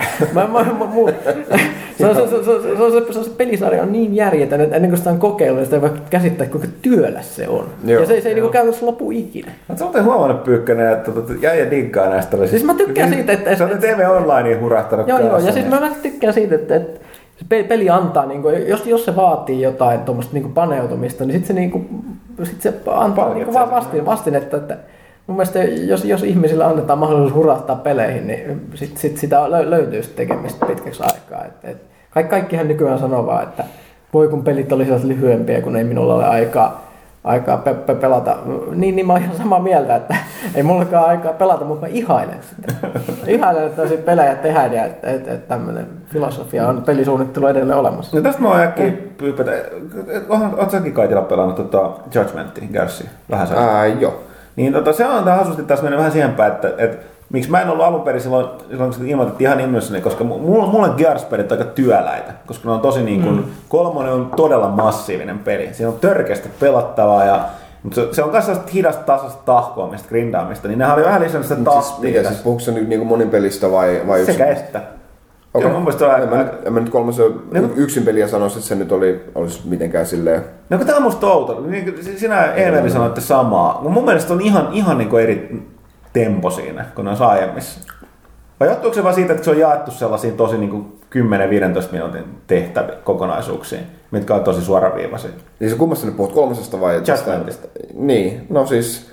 se pelisarja on niin järjetön, että ennen kuin sitä on kokeillut, niin sitä ei voi käsittää, kuinka työläs se on. Joo, ja se ei niin käytännössä lopu ikinä. Sä oot huomannut, Pyykkönen, että jäi diggaa näistä tällaisista. Siis mä tykkään siitä, että... Sä oot TV Onlineen hurahtanut kanssa. Joo, ja siis mä tykkään siitä, että peli antaa, niin kuin, jos se vaatii jotain tuommoista niin paneutumista, niin sit se antaa niin vaan vastinetta. Että mun mielestä jos ihmisille annetaan mahdollisuus hurahtaa peleihin, niin sit sitä löytyy tekemistä pitkäksi aikaa. Kaikkihan nykyään sanoo vaan, että voi kun pelit olisivat lyhyempiä, kun ei minulla ole aikaa pelata. Niin mä oon ihan samaa mieltä, että ei mullakaan aikaa pelata, mutta mä ihailen sitä. Ihailen, että tämmöisiä pelejä tehdään ja että tämmöinen filosofia on pelisuunnittelu edelleen olemassa. No tästä mä oon äkkiä pyypätä. Oot säkin Kaitila pelannut Judgmentia, Garcia? Vähän joo. Niin se on hasusti taas mennyt vähän siihen päin, että miksi mä en ollut alun perin silloin kun ilmoitettiin ihan innoissani, koska mulle Gears-pelit aika työläitä, koska ne on tosi niin kuin, 3 on todella massiivinen peli. Siinä on törkeästi pelattavaa, mutta se on myös sellaista hidasta tasaista tahkoamista, grindaamista, niin nehän oli vähän lisännyt sitä tahtia. Siis puhuuko se nyt niin monin pelistä vai sekä että. Okay. En mä nyt 3 yksin peliä sanoisi, että se nyt olisi mitenkään silleen... No kun tää on musta outo. Sinä Eemeli sanoitte samaa. Mun mielestä on ihan niin kuin eri tempo siinä, kun ne on aiemmissa. Vai johtuuko se vaan siitä, että se on jaettu sellaisiin tosi niin kuin 10-15 minuutin tehtäviä kokonaisuuksiin, mitkä on tosi suoraviivaisia? Niin se kummasta nyt puhut 3 vai? Judgmentista. Niin, no siis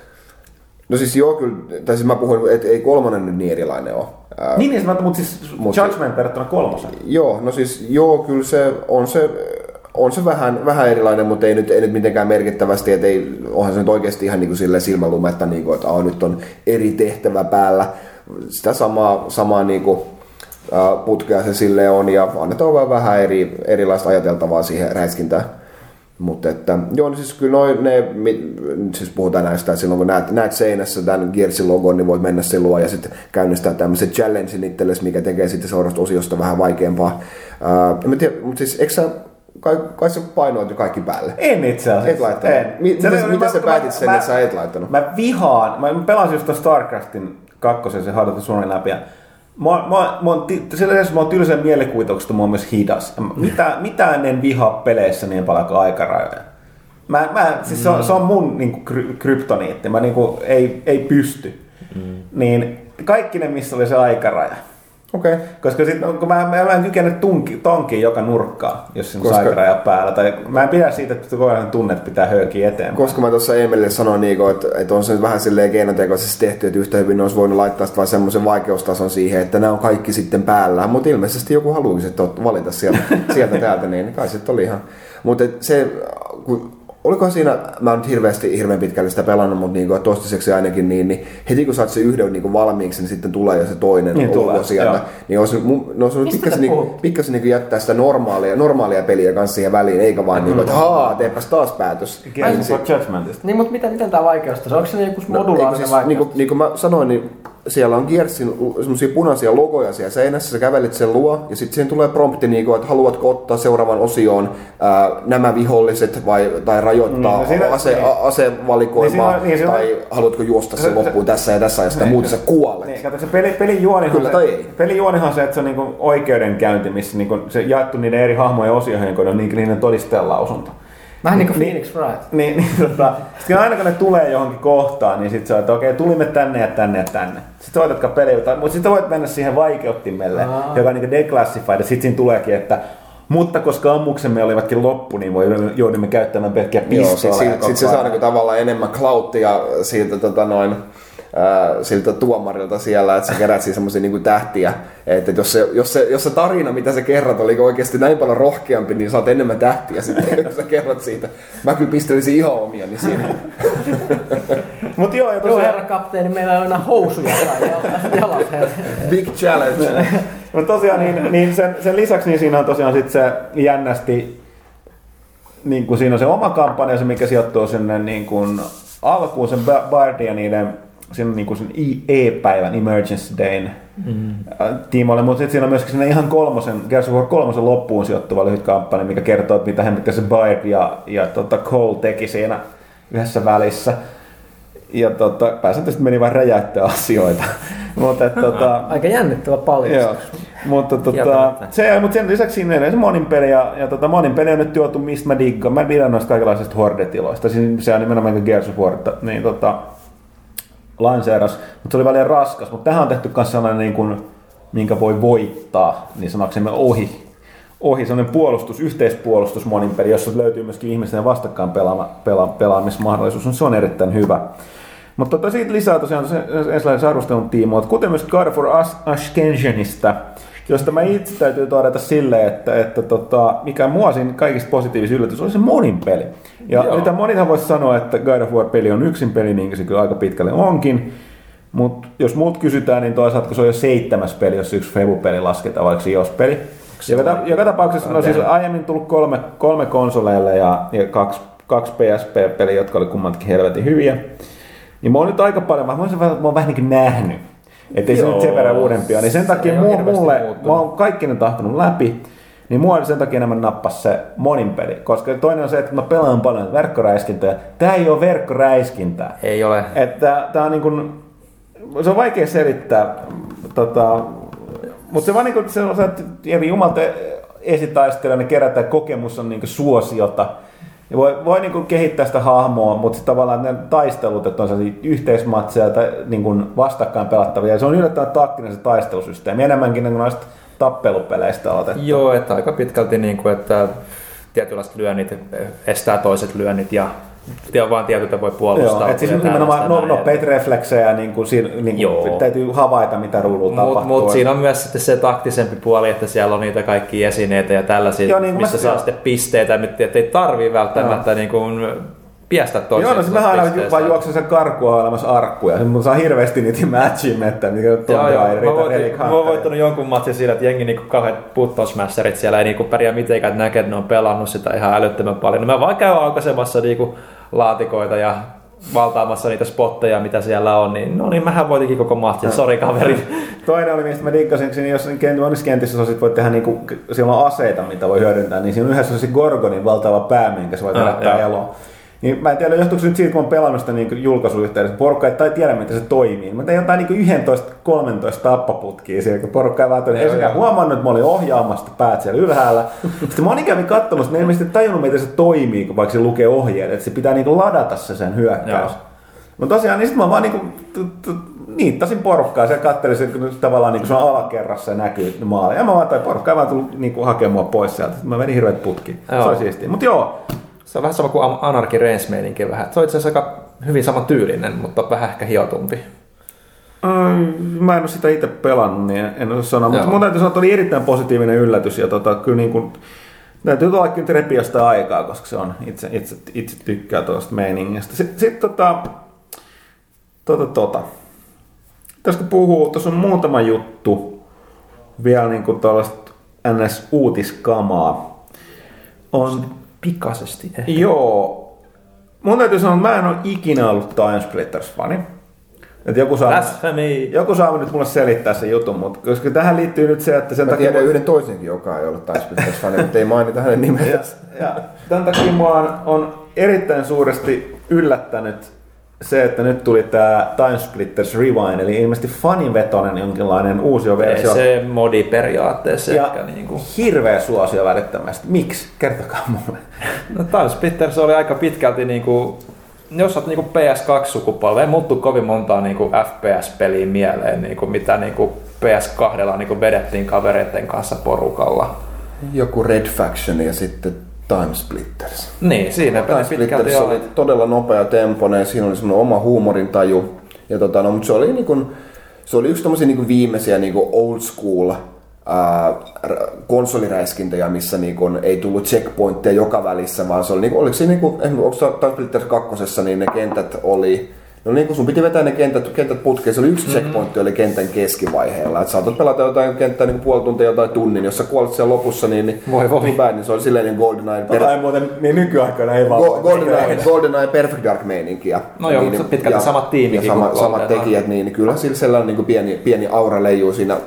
joo kyllä, tai siis mä puhuin, että ei 3 nyt niin erilainen ole. Mutta siis Judgment verrattuna 3. Joo, no siis kyllä se on se vähän erilainen, mutta ei nyt mitenkään merkittävästi, että onhan se nyt oikeasti ihan niin kuin silleen silmänlumetta, niin kuin, että nyt on eri tehtävä päällä. Sitä samaa niin kuin, putkea se silleen on ja annetaan vaan vähän erilaista ajateltavaa siihen räiskintään. Mutta että, joo, siis kyllä siis puhutaan näistä, että silloin kun näet seinässä tämän Gearsin logon, niin voit mennä sen luo ja sitten käynnistää tämmöisen challengein itsellesi, mikä tekee sitten seuraavasta osiosta vähän vaikeampaa. En tiedä, mutta siis eikö sä, kai sä painoit jo kaikki päälle? En itse asiassa. Et laittanut. Miten sä päätit sen, että sä et laittanut? Mä vihaan, mä pelasin just StarCraftin 2, se halutin suorin läpi. Mä oon tylsän mielikuvituksesta, mä oon myös hidas. Mitään en vihaa peleissä niin paljon kuin aikarajoja. Siis se on mun niinku kryptoniitti, mä niinku ei pysty. Niin kaikki ne, missä oli se aikaraja, Okei. Koska sit, kun mä en kykene tonkiin joka nurkkaan, jos siinä on saikaraja päällä. Tai mä en pidä siitä, että koko ajan tunnet pitää höökiä eteenpäin. Koska mä tuossa Emilille sanoin, että on se nyt vähän silleen keinotekoisesti tehty, että yhtä hyvin olisi voinut laittaa vain semmoisen vaikeustason siihen, että nämä on kaikki sitten päällä. Mutta ilmeisesti joku haluaisi valita sieltä täältä, niin kai sitten oli ihan. Mutta se, olikohan siinä, mä oon nyt hirveän pitkälle sitä pelannut, mutta niinku, toistaiseksi ainakin, niin heti kun saat se yhden niinku valmiiksi, niin sitten tulee jo se toinen niin olko sieltä. Niin olisi pikkasen niinku jättää sitä normaalia peliä kanssa siihen väliin, eikä vaan niinku, että teepäs taas päätös. Games for Judgmentista. Niin, mutta miten tää vaikeustas? Onko se joku modulaarinen vaikeustas? Niin kuin mä sanoin, niin siellä on Gearsin semmosia punaisia logoja siellä seinässä, sä kävelit sen luo, ja sitten siihen tulee prompti, niinku, että haluatko ottaa seuraavan osioon nämä viholliset tai rajoittaa asevalikoimaa, tai haluatko juosta sen loppuun tässä ja tässä, ja sitä muuta sä kuolet. Niin, kato, se pelijuonihan se, että se on niinku oikeudenkäynti, missä niinku se jaettu niiden eri hahmojen osioihin, kun on niiden todistajalausunto. Vähän niin kuin Phoenix Wright. Sitten aina kun ne tulee johonkin kohtaan, niin sitten se on, että okei, tulimme tänne ja tänne ja tänne. Sitten voitatko peliä, mutta sitten voit mennä siihen vaikeuttimelle, joka on niin declassified, ja sitten siinä tuleekin, että mutta koska ammuksemme olivatkin loppu, niin joudumme käyttämään pelkkiä pistoleja. Sitten se saa niin tavallaan enemmän clouttia siltä tuomarilta siellä, että sä kerät siis semmosia niinku tähtiä, että jos se tarina, mitä sä kerrot, oli oikeasti näin paljon rohkeampi, niin saat enemmän tähtiä sitten, jos sä kerrot siitä. Mä kyllä pistelisin ihan omia, niin siinä. Mut joo, herra kapteeni, meillä on aina housuja tai jalat. Big challenge. Mutta tosiaan, niin sen lisäksi niin siinä on tosiaan sit se jännästi, niin kuin siinä on se oma kampanja, se mikä sijoittuu sinne niin kuin alkuun sen Bardin ja niiden siinä on niin kuin sen E-päivän, Emergency Dayn tiimoille, mutta sitten siinä on myöskin siinä ihan Gears of War 3 loppuun sijoittuva lyhyt kampanja, mikä kertoo, että mitä se Bard ja Cole teki siinä yhdessä välissä. Ja pääsääntöisesti meni vain räjäyttää asioita. Aika jännittävä paljon. Joo. Mutta sen lisäksi siinä on se monin peli, ja monin peli on nyt tuotu, mistä mä diggaan. Mä pidän noista kaikenlaisista horde-tiloista. Se on nimenomaan Gears of War, niin lanseeras, mutta se oli välillä raskas. Mutta tähän on tehty myös sellainen, niin kuin, minkä voi voittaa, niin sanaksemme ohi sellainen yhteispuolustus monin peli, jossa löytyy myöskin ihmisten vastakkain pelaamismahdollisuus. Se on erittäin hyvä. Mutta siitä lisää tosiaan ensimmäisen arvostelun tiimoilta, kuten myös God of War Ascensionista, josta mä itse täytyy todeta silleen, että mikä mua siinä kaikista positiivisen yllätys oli se monin peli. Ja nyt monithan voisi sanoa, että God of War-peli on yksin peli, niin se kyllä aika pitkälle onkin. Mutta jos muut kysytään, niin toisaalta se on jo 7. peli, jos yksi Febu-peli lasketaan, vaikka se JOS-peli. Joka tapauksessa on siis aiemmin tullut kolme konsoleille ja kaksi PSP-peliä, jotka oli kummankin helvetin hyviä. Niin mä oon nyt aika paljon, mä oon vähän niin kuin nähnyt, ettei se nyt sen verran uudempia, niin sen takia mä oon kaikki ne tahtonut läpi, niin mua sen takia enemmän nappas se monin peli, koska toinen on se, että mä pelaan paljon verkkoräiskintää, tää ei oo verkkoräiskintää. Ei ole. Että tää on niin kuin, se on vaikea selittää, mutta se vaan niin kuin se on, että jumalta esitaistelijan ja kerätä kokemus on niin kuin suosiota. Ja voi niin kuin kehittää sitä hahmoa, mutta tavallaan ne taistelut, että on sellaisia yhteismatseja tai niin kuin vastakkain pelattavia. Ja se on yllättävän taktinen se taistelusysteemi, enemmänkin niin kuin noista tappelupeleistä otettu. Joo, että aika pitkälti, niin kuin, että tietynlaiset lyönnit estää toiset lyönnit ja vaan tietyiltä voi puolustaa. Joo, että siis nimenomaan nopeita refleksejä, niin kuin täytyy havaita, mitä ruudulla tapahtuu. Mutta siinä on myös sitten se taktisempi puoli, että siellä on niitä kaikkia esineitä ja tällaisia, joo, niin missä saa sitten pisteitä, että ei tarvii välttämättä niin kuin piestää toiseen. Joo, no mä aina vaan juoksen sen karkua olemassa arkkuja. Mun saa hirveästi niitä achievementteja, mikä mä oon voittanut jonkun matsin siinä, että jengi niinku kauheat puttonsmasherit siellä ei niinku pärjää mitenkään, että näkee, että ne on pelannut sitä ihan älyttömän paljon. No mä vaan käyn aukaisemassa niinku laatikoita ja valtaamassa niitä spotteja, mitä siellä on, niin no niin, mähän voitinkin koko matsin, sori kaveri. Toinen oli, mistä mä diggasin, niin jos monissa kentissä voit tehdä niinku, siellä on aseita, mitä voi hyödyntää, niin siinä on yhdessä se Gorgonin valtava pää, minkä sä voit herättää eloon. Niin mä en tiedä, johtuuko se nyt siitä, kun mä oon pelannut sitä niin julkaisuyhteydessä, porukka ei tiedä, miten se toimii. Mä tein jotain niin 11-13 tappaputkia siellä, kun porukka ei välttämättä ensinnäkään huomannut, että mä olin ohjaamassa päät siellä ylhäällä. Sitten moni kävi katsomassa, ne ei ilmeisesti tajunnut, miten se toimii, kun vaikka se lukee ohjeet, että se pitää niin ladata se sen hyökkäys. Mutta tosiaan, niin sit mä vaan niittasin porukkaa ja siellä katselin sen tavallaan niin kuin se on alakerrassa ja näkyy maalla. Ja mä vaan tai porukkaa ei vaan tullut niin hakemaan mua pois sieltä. Mä menin hirveät putkiin. Se oli siistiä. Mut joo. Se on vähän sama kuin Anarchy Reigns-meininki vähän. Se on itse asiassa aika hyvin saman tyylinen, mutta vähän ehkä hiotumpi. Mä en ole sitä itse pelannut, niin en osaa sanoa. Mutta mun täytyy sanoa, että oli erittäin positiivinen yllätys. Ja kyllä niin kuin, täytyy olla kyllä repiä sitä aikaa, koska se on itse tykkää tuosta meiningistä. Sitten Tässä kun puhuu, tuossa on muutama juttu vielä niin kuin tuollaista NS-uutiskamaa. On pikaisesti ehkä. Joo. Mun täytyy sanoa, että mä en ole ikinä ollut Timesplitters-fani. Että joku saa nyt mulle selittää sen jutun, mutta koska tähän liittyy nyt se, että sen takia... Mä tiedän yhden toisenkin, joka ei ollut Timesplitters-fani, mutta ei mainita hänen nimensä. Ja tämän takia mua on erittäin suuresti yllättänyt se, että nyt tuli tämä Timesplitters Rewind, eli ilmeisesti faninvetoinen jonkinlainen uusioversio. PC-modi periaatteessa. Ja niinku hirveä suosio välittömästi. Miksi? Kertokaa mulle. No, Timesplitters oli aika pitkälti niinku, jos olet niinku PS2-sukupolvi, ei muuttu kovin montaa niinku FPS-peliä mieleen, niinku, mitä niinku PS2 niinku vedettiin kavereiden kanssa porukalla. Joku Red Faction ja sitten Timesplitters. Niin, siinä Timesplitters oli todella nopea tempoinen, siinä oli semmoinen oma huumorintaju. Ja mutta se oli yksi tommosia niinku viimeisiä niinku old school konsoliräiskintöjä, missä niinku ei tullut checkpointteja joka välissä, vaan se oli oliko se Timesplitters 2, niin ne kentät oli no niin kuin sun piti vetää ne kentät putkeen, se oli yksi checkpointti oli kentän keskivaiheella. Että saatat pelata jotain kenttää niin puoli tuntia tai tunnin, jos sä kuolet siellä lopussa, niin se oli silleen niin GoldenEye. Tai muuten niin nykyaikana ei vaan. GoldenEye Perfect Dark meininkiä. No joo, mutta pitkälti samat tiimikin. Ja samat tekijät, niin kyllä sillä sellainen niin pieni aura leijuu siinä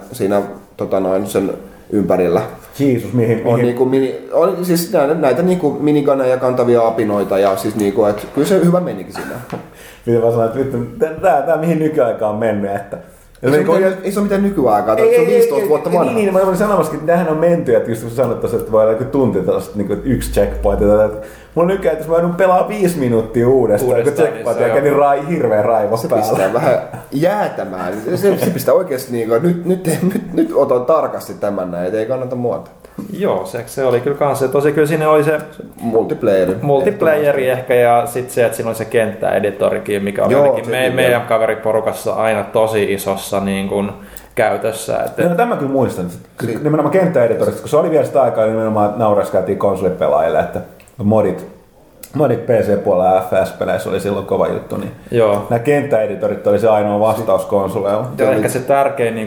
sen ympärillä. Jeesus, mihin? On niinku siis näitä niinku miniganeja kantavia apinoita ja siis niinku, että kyllä se hyvä menikin siinä. Mitä mä sanoin, että tää mihin nykyaikaan on mennyt, että... Ei se ole mitään nykyaikaa, se on 15 vuotta vanha. Niin, mä olin sanomassa, että tämähän on menty, että just kun sanoit tuossa, että voi olla tunti tällaista niin yksi checkpoint. Mulla nykyään, että jos mä joudun pelaa 5 minuuttia uudestaan checkpointia ja kävin hirveän raivos päällä. Se pistää vähän jäätämään. Se pistää oikeasti niin kuin, nyt otan tarkasti tämän näin, ei kannata muuta. Joo, se oli kyllä kanssa. Tosi kyllä siinä oli se multiplayeri ehkä ja sitten se, että siinä oli se kenttäeditorikin, mikä oli ainakin meidän kaveriporukassa aina tosi isossa niin kuin käytössä. Että... No, tämä kyllä muistan. Nimenomaan kenttäeditorista, kun se oli vielä sitä aikaa, niin nimenomaan nauraskeltiin konsolipelaajille, että modit PC-puolella ja FPS-peleissä oli silloin kova juttu, niin joo. Nämä kenttäeditorit oli se ainoa vastaus konsoleilla. Ja ehkä se tärkein,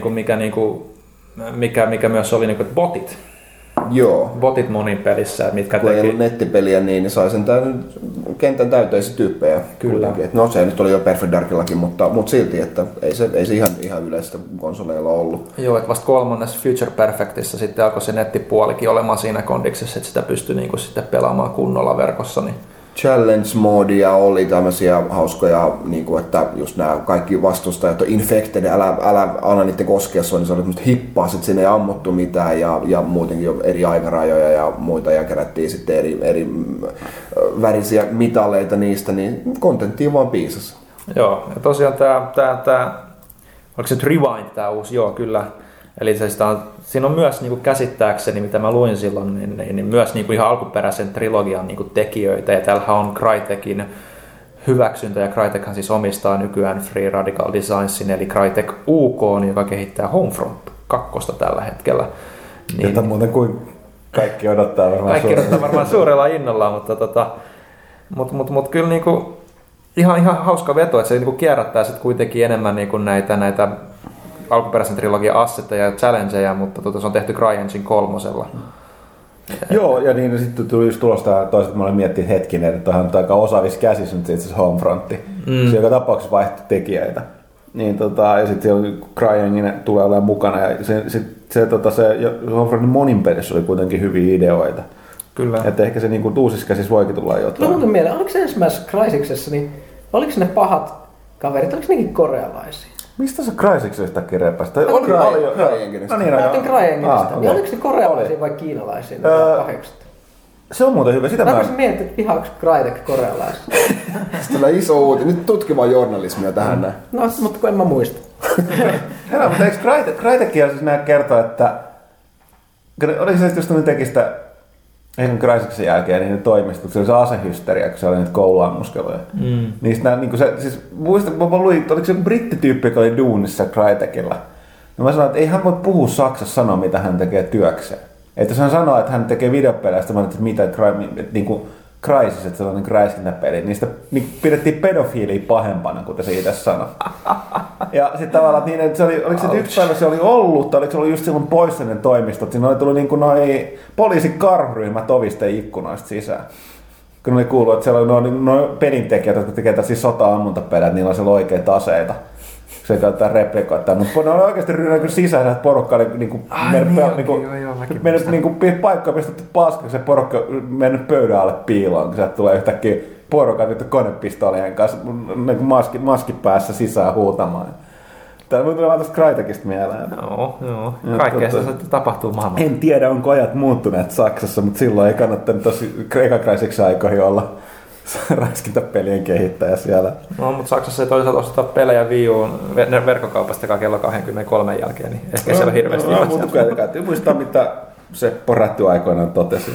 mikä myös oli, että botit. Joo. Botit monin pelissä, mitkä kun ei ollut nettipeliä, niin sai sen kentän täyteisiä tyyppejä. Kyllä. No se nyt oli jo Perfect Darkillakin, mutta silti, että ei se ihan yleistä konsoleilla ollut. Joo, että vasta 3. Future Perfectissa sitten alkoi se nettipuolikin olemaan siinä kondiksessa, että sitä pystyi niinku sitten pelaamaan kunnolla verkossa. Niin. Challenge-moodia oli tämmöisiä hauskoja, niin kuin, että just nämä kaikki vastustajat on infected, älä anna niiden koskea sua, niin se oli semmoista hippaas, että siinä ei ammuttu mitään ja muutenkin jo eri aikarajoja ja muita ja kerättiin sitten eri värisiä mitaleita niistä, niin kontenttia vaan piisasi. Joo, ja tosiaan tämä oliko se Rewind tämä uusi? Joo, kyllä. Eli siinä on myös niin kuin käsittääkseni, mitä mä luin silloin, niin myös niin kuin ihan alkuperäisen trilogian niin kuin tekijöitä. Ja täällähän on Crytekin hyväksyntä, ja Crytekhan siis omistaa nykyään Free Radical Designsin, eli Crytek UK, joka kehittää Homefront 2 tällä hetkellä. Niin, jota muuten kuin kaikki odottaa varmaan suurella innolla, mutta kyllä niin kuin, ihan hauska veto, että se niin kuin kierrättää sitten kuitenkin enemmän niin kuin näitä alkuperäisen trilogian assetteja ja challengeja, mutta se on tehty CryEngine 3. Joo, ja niin sitten tuli just tulosta toisaalta, mä olin miettinyt hetkinen, että on aika osaavissa käsissä nyt itse asiassa Homefrontti. Se joka tapauksessa vaihtui tekijöitä. Niin, ja sitten siellä CryEngine tulee olemaan mukana, ja se Homefrontin monin pelissä oli kuitenkin hyviä ideoita. Kyllä. Että ehkä se niin kuin uusissa käsissä voikin tulla jotain. No muuten mieleen, oliko se ensimmäisessä Crysiksessa, niin oliko ne pahat kaverit, oliko nekin korealaisia? Mistä sä Crysiksen yhtäkkiä repästä? Oli CryEngineistä. Mä otin CryEngineistä. Niin oliko ne korealaisia vai kiinalaisia? Se on muuten hyvä. Sitä mä mietin, että vihaako Crytek korealaisia. Sitten tulee iso uutinen. Nyt tutkimaan journalismia tähän näin. No, mutta kun en mä muista. Herra, mutta eikö Crytekilla siis näin kertoa, että oliko se just, kun ne teki sitä Eikon Crysicsin jälkeen niin ne toimistot, se oli se asehysteria, kun se oli niitä kouluammuskeluja. Niistä nää, niinku se, siis muistan, kun mä luin, oliko se joku brittityyppi, joka oli duunissa Crytekilla. No mä sanoin, että ei hän voi puhua Saksassa sanoa, mitä hän tekee työkseen. Että jos hän sanoo, että sitten tekee videopeleistä, mä että mitä niinku Crysis, että sellainen räiskintäpeli, niistä pidettiin pedofiilia pahempana, kuten se itse sanoi. Ja sitten tavallaan, niin, että se oli, oliko se yksi päivä se oli ollut, tai oliko se ollut just silloin poissa ne toimistot, siinä oli tullut niinku noi poliisikarhuryhmät ovista ikkunoista sisään. Kun oli kuullut, että siellä oli nuo pelintekijät, jotka tekevät siis sota-ammuntapelejä, että niillä on siellä oikeita aseita. Se ei käyttää replikoita, mutta ne oli oikeasti ryhdynyt sisään, että porukka oli mennyt paikkaan pistetty paskaksi, se porukka mennyt pöydän alle piiloon, kun sieltä tulee yhtäkkiä porukat nyt konepistoolien kanssa maskin päässä sisään huutamaan. Täällä tulee vaan tästä Crytekista mieleen. Joo. Kaikkea se tapahtuu maailmassa. En tiedä, onko ajat muuttuneet Saksassa, mutta silloin ei kannattanut tosi Eka Crysicsin aikoihin olla räiskintäpelien kehittäjä siellä. No, mutta Saksassa ei toisaalta ostaa pelejä Wii U:n verkkokaupastakaan kello 23 jälkeen, niin ehkä siellä hirveästi no, mutta täytyy muistaa, mitä Seppo Rätty aikoinaan totesi.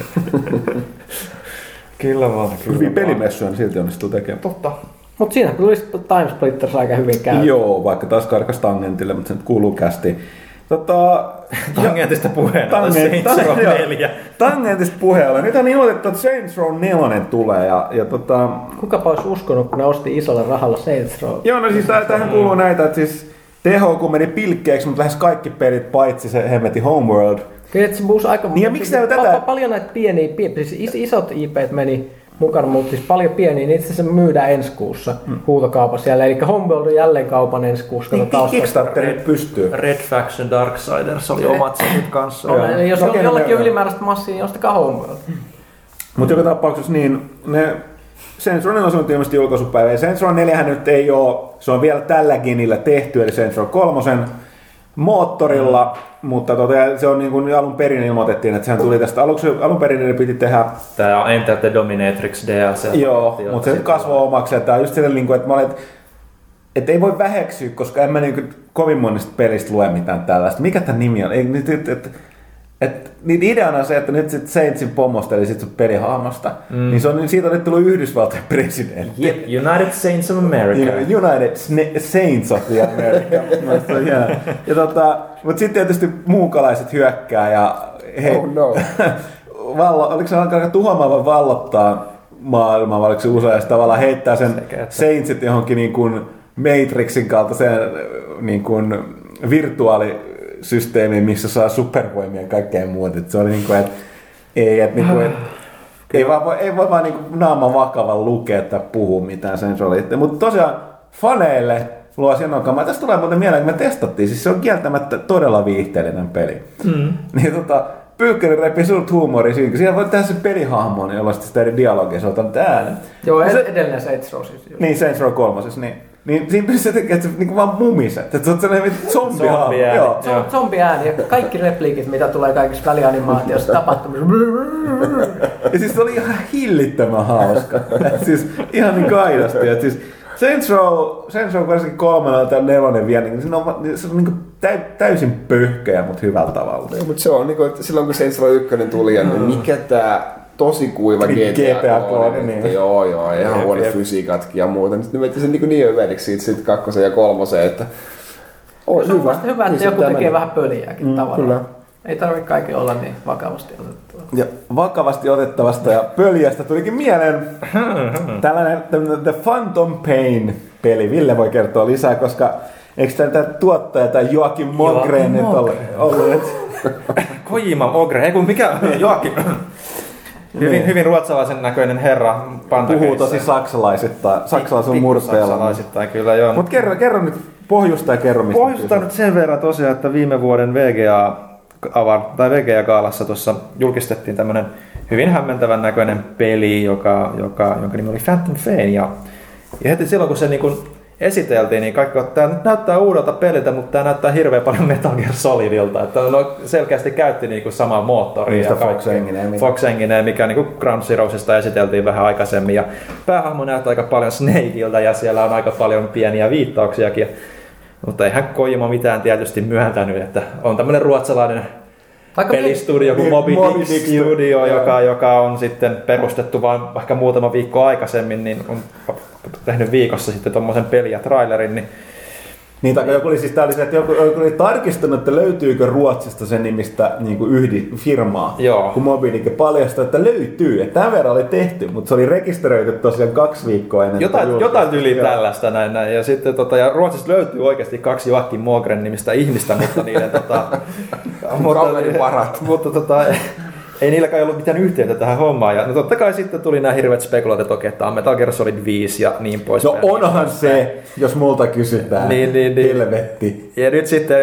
Kyllä vaan. Hyvin pelimessuja, niin silti onnistuu tekemään. Totta. Mutta siinä tulisi Timesplitters aika hyvin käy. Joo, vaikka taas karkas tangentille, mutta se nyt kuuluu kästi. Tangentista puheena Saints Row 4. Tangentista puheella. Nyt on ilmoitettu, että Saints Row 4 tulee. Kukapa olisi uskonut, kun ne osti isolla rahalla Saints Row? Joo, no siis tähän kuuluu näitä, että siis teho kun meni pilkkeeksi, mutta lähes kaikki pelit paitsi se hemmetin Homeworld. Kyllä se muussa aika... Niin ja miksi tätä... Paljon näitä pieniä, siis isot IP:t meni mukana, mutta siis paljon pieniä, niin itse asiassa myydään ensi kuussa huutokaupassa jälleen. Eli Homeworld on jälleen kaupan ensi kuussa. Kickstarterit pystyy. Red Faction Darksiders oli omat setit kanssa. Jos on jollakin ylimääräistä massia, niin ostakaa Homeworld. Mutta joka tapauksessa niin ne Saints Row 4 on ilmeisesti julkaisupäivä. Ja Saints Row 4 nyt ei ole, se on vielä tällä genillä tehty, eli Saints Row 3 moottorilla, mutta se on niin kuin alun perin ilmoitettiin, että sehän tuli tästä alun perin ne piti tehdä... Tämä on Enter the Dominatrix DLC. Joo, mutta se kasvoi omaksi, että just sille, että mä olin, että ei voi väheksyä, koska en mä niin kovin monista pelistä lue mitään tällaista. Mikä tämän nimi on? Niin ideana on se, että nyt sit Saintsin pomosta, eli sit sun pelihahmosta, niin, niin siitä on nyt tullut Yhdysvaltojen presidentti. Yep, United Saints of America. United Saints of the America. Mutta sitten tietysti muukalaiset hyökkää ja oliko se alkaa tuhoamaan vai vallottaa maailmaa, vai oliko se usein tavallaan heittää sen Saintsit johonkin niin kuin Matrixin kaltaiseen niin kuin virtuaalisysteemiin, missä saa supervoimia ja kaikkea muuta. Se oli niin kuin, että ei voi vaan niin kuin naaman vakavan lukea tai puhua mitään sen soliitte. Mutta tosiaan faneille luo sanokaa. Tästä tulee muuten mieleen, kun me testattiin. Siis se on kieltämättä todella viihteellinen peli. Niin Pyykkönen repii sut huumoria siinä, kun siinä voi tehdä se pelihahmoon, jolla sitä eri dialogia, se otan äänen. Joo, edellinen Saints Row siis. Niin, Saints Row 3, niin. Niin siinä pystyy tekemään, että se niinku vaan mumiset, että se on sellainen zombi-hahmo. Se on zombi-ääni ja kaikki repliikit, mitä tulee kaikissa välianimaatioissa tapahtumissa. Ja siis se oli ihan hillittömän hauska. Siis ihan niin aidosti. Siis Saints Row varsinkin 3 tai 4 vielä, niin se on niin täysin pöhköjä, mutta hyvällä tavalla. No, mutta se on niin kuin, että silloin kun Saints Row 1 tuli, niin mikä tää tosi kuiva GTA-klooni. Niin. Joo, ihan huono fysiikatkin ja muuta. Nyt ne veti sen niin hyväliksi siitä 2 ja 3, että on se hyvä. Hyvä, että joku tekee vähän pöliäkin tavallaan. Kyllä. Ei tarvitse kaikki olla niin vakavasti otettavaa. Ja vakavasti otettavasta ja pöljästä tulikin mieleen tällainen The Phantom Pain-peli. Ville voi kertoa lisää, koska eikö tämä tuottaja tai Joakim Mogren nyt ollut? Kojima Mogren, ei kun mikä Joakim? Hyvin ruotsalaisen näköinen herra. Puhuu tosi saksalaisen murteella. Saksalaisittain kyllä joo. Mutta kerro nyt pohjusta ja kerro mistä. Pohjusta nyt sen verran tosiaan, että viime vuoden VGA-gaalassa tuossa julkistettiin tämmöinen hyvin hämmentävän näköinen peli, jonka nimi oli Phantom Pain. Ja heti silloin kun se niin kun esiteltiin, niin kaikki tämä nyt näyttää uudelta peliltä, mutta tämä näyttää hirveän paljon Metal Gear Solidilta. Että selkeästi käytti niinku samaa moottoria ja Fox Engineen, mikä niinku Ground Zeroesista esiteltiin vähän aikaisemmin. Ja päähahmo näyttää aika paljon Snakeilta ja siellä on aika paljon pieniä viittauksiakin. Mutta eihän Kojima mitään tietysti myöntänyt, että on tämmöinen ruotsalainen pelistudio kuin Moby Dick Studio, joka on sitten perustettu vain vaikka muutama viikko aikaisemmin, niin on tehnyt viikossa sitten tommosen peli ja trailerin, niin, tai joku oli siis tää oli se, että joku oli tarkistanut, että löytyykö Ruotsista sen nimistä niin firmaa. Joo. Kun Moby Dick paljastui, että löytyy. Että tämän verran oli tehty, mutta se oli rekisteröity tosiaan 2 viikkoa ennen. Jotain yli tällaista näin. Ja sitten ja Ruotsista löytyy oikeasti 2 Joakim Mogren nimistä ihmistä, mutta niiden mutta ei niilläkään ollut mitään yhteyttä tähän hommaan. Ja no totta kai sitten tuli nämä hirveät spekulaatiot, että okei, tämä on Metal Gear Solid 5 ja niin poispäin. No onhan se, jos multa kysytään. Niin. Helvetti. Ja nyt sitten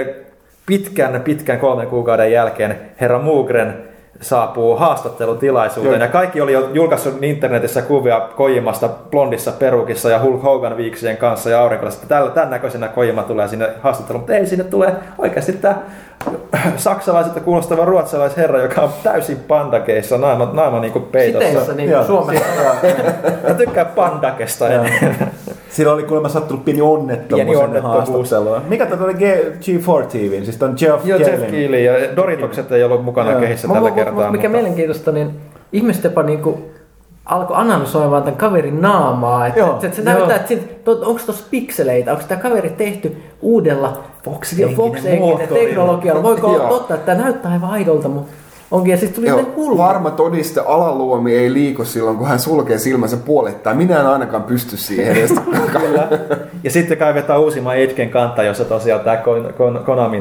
pitkän 3 kuukauden jälkeen herra Mogren saapuu haastattelutilaisuuteen. Ja kaikki oli jo julkaissut internetissä kuvia Kojimasta blondissa perukissa ja Hulk Hogan viiksien kanssa ja aurinkolassa. Tämän näköisenä Kojima tulee sinne haastatteluun, mutta ei sinne tule oikeasti tämä saksalaiselta kuulostava ruotsalaisherra, joka on täysin pandakeissa, naama niinku peitossa. Siteissä niin Suomessa. Mä tykkään pandakesta. Sillä oli kuulemma sattunut pieni onnettomuus haastattelua. Mikä tämä oli G4 TV? Siis tämä on Jeff Keighley ja Doritokset ei ollut mukana kehissä tällä kertaa. Mikä mielenkiintoista, niin ihmiset jopa niinku alkoi analysoimaan tämän kaverin naamaa. Että se näyttää, että onko tuossa pikseleitä, onko tämä kaveri tehty uudella Fox-henkinen teknologialla. Voiko olla totta, että tämä näyttää aivan aidolta, mutta onkin. Ja sitten tuli hullu. Varma todiste, alaluomi ei liiku silloin, kun hän sulkee silmänsä puolettain. Minä en ainakaan pysty siihen. Ja sitten kaivetaan uusimman Edgen kanta, jossa tosiaan tämä Konamin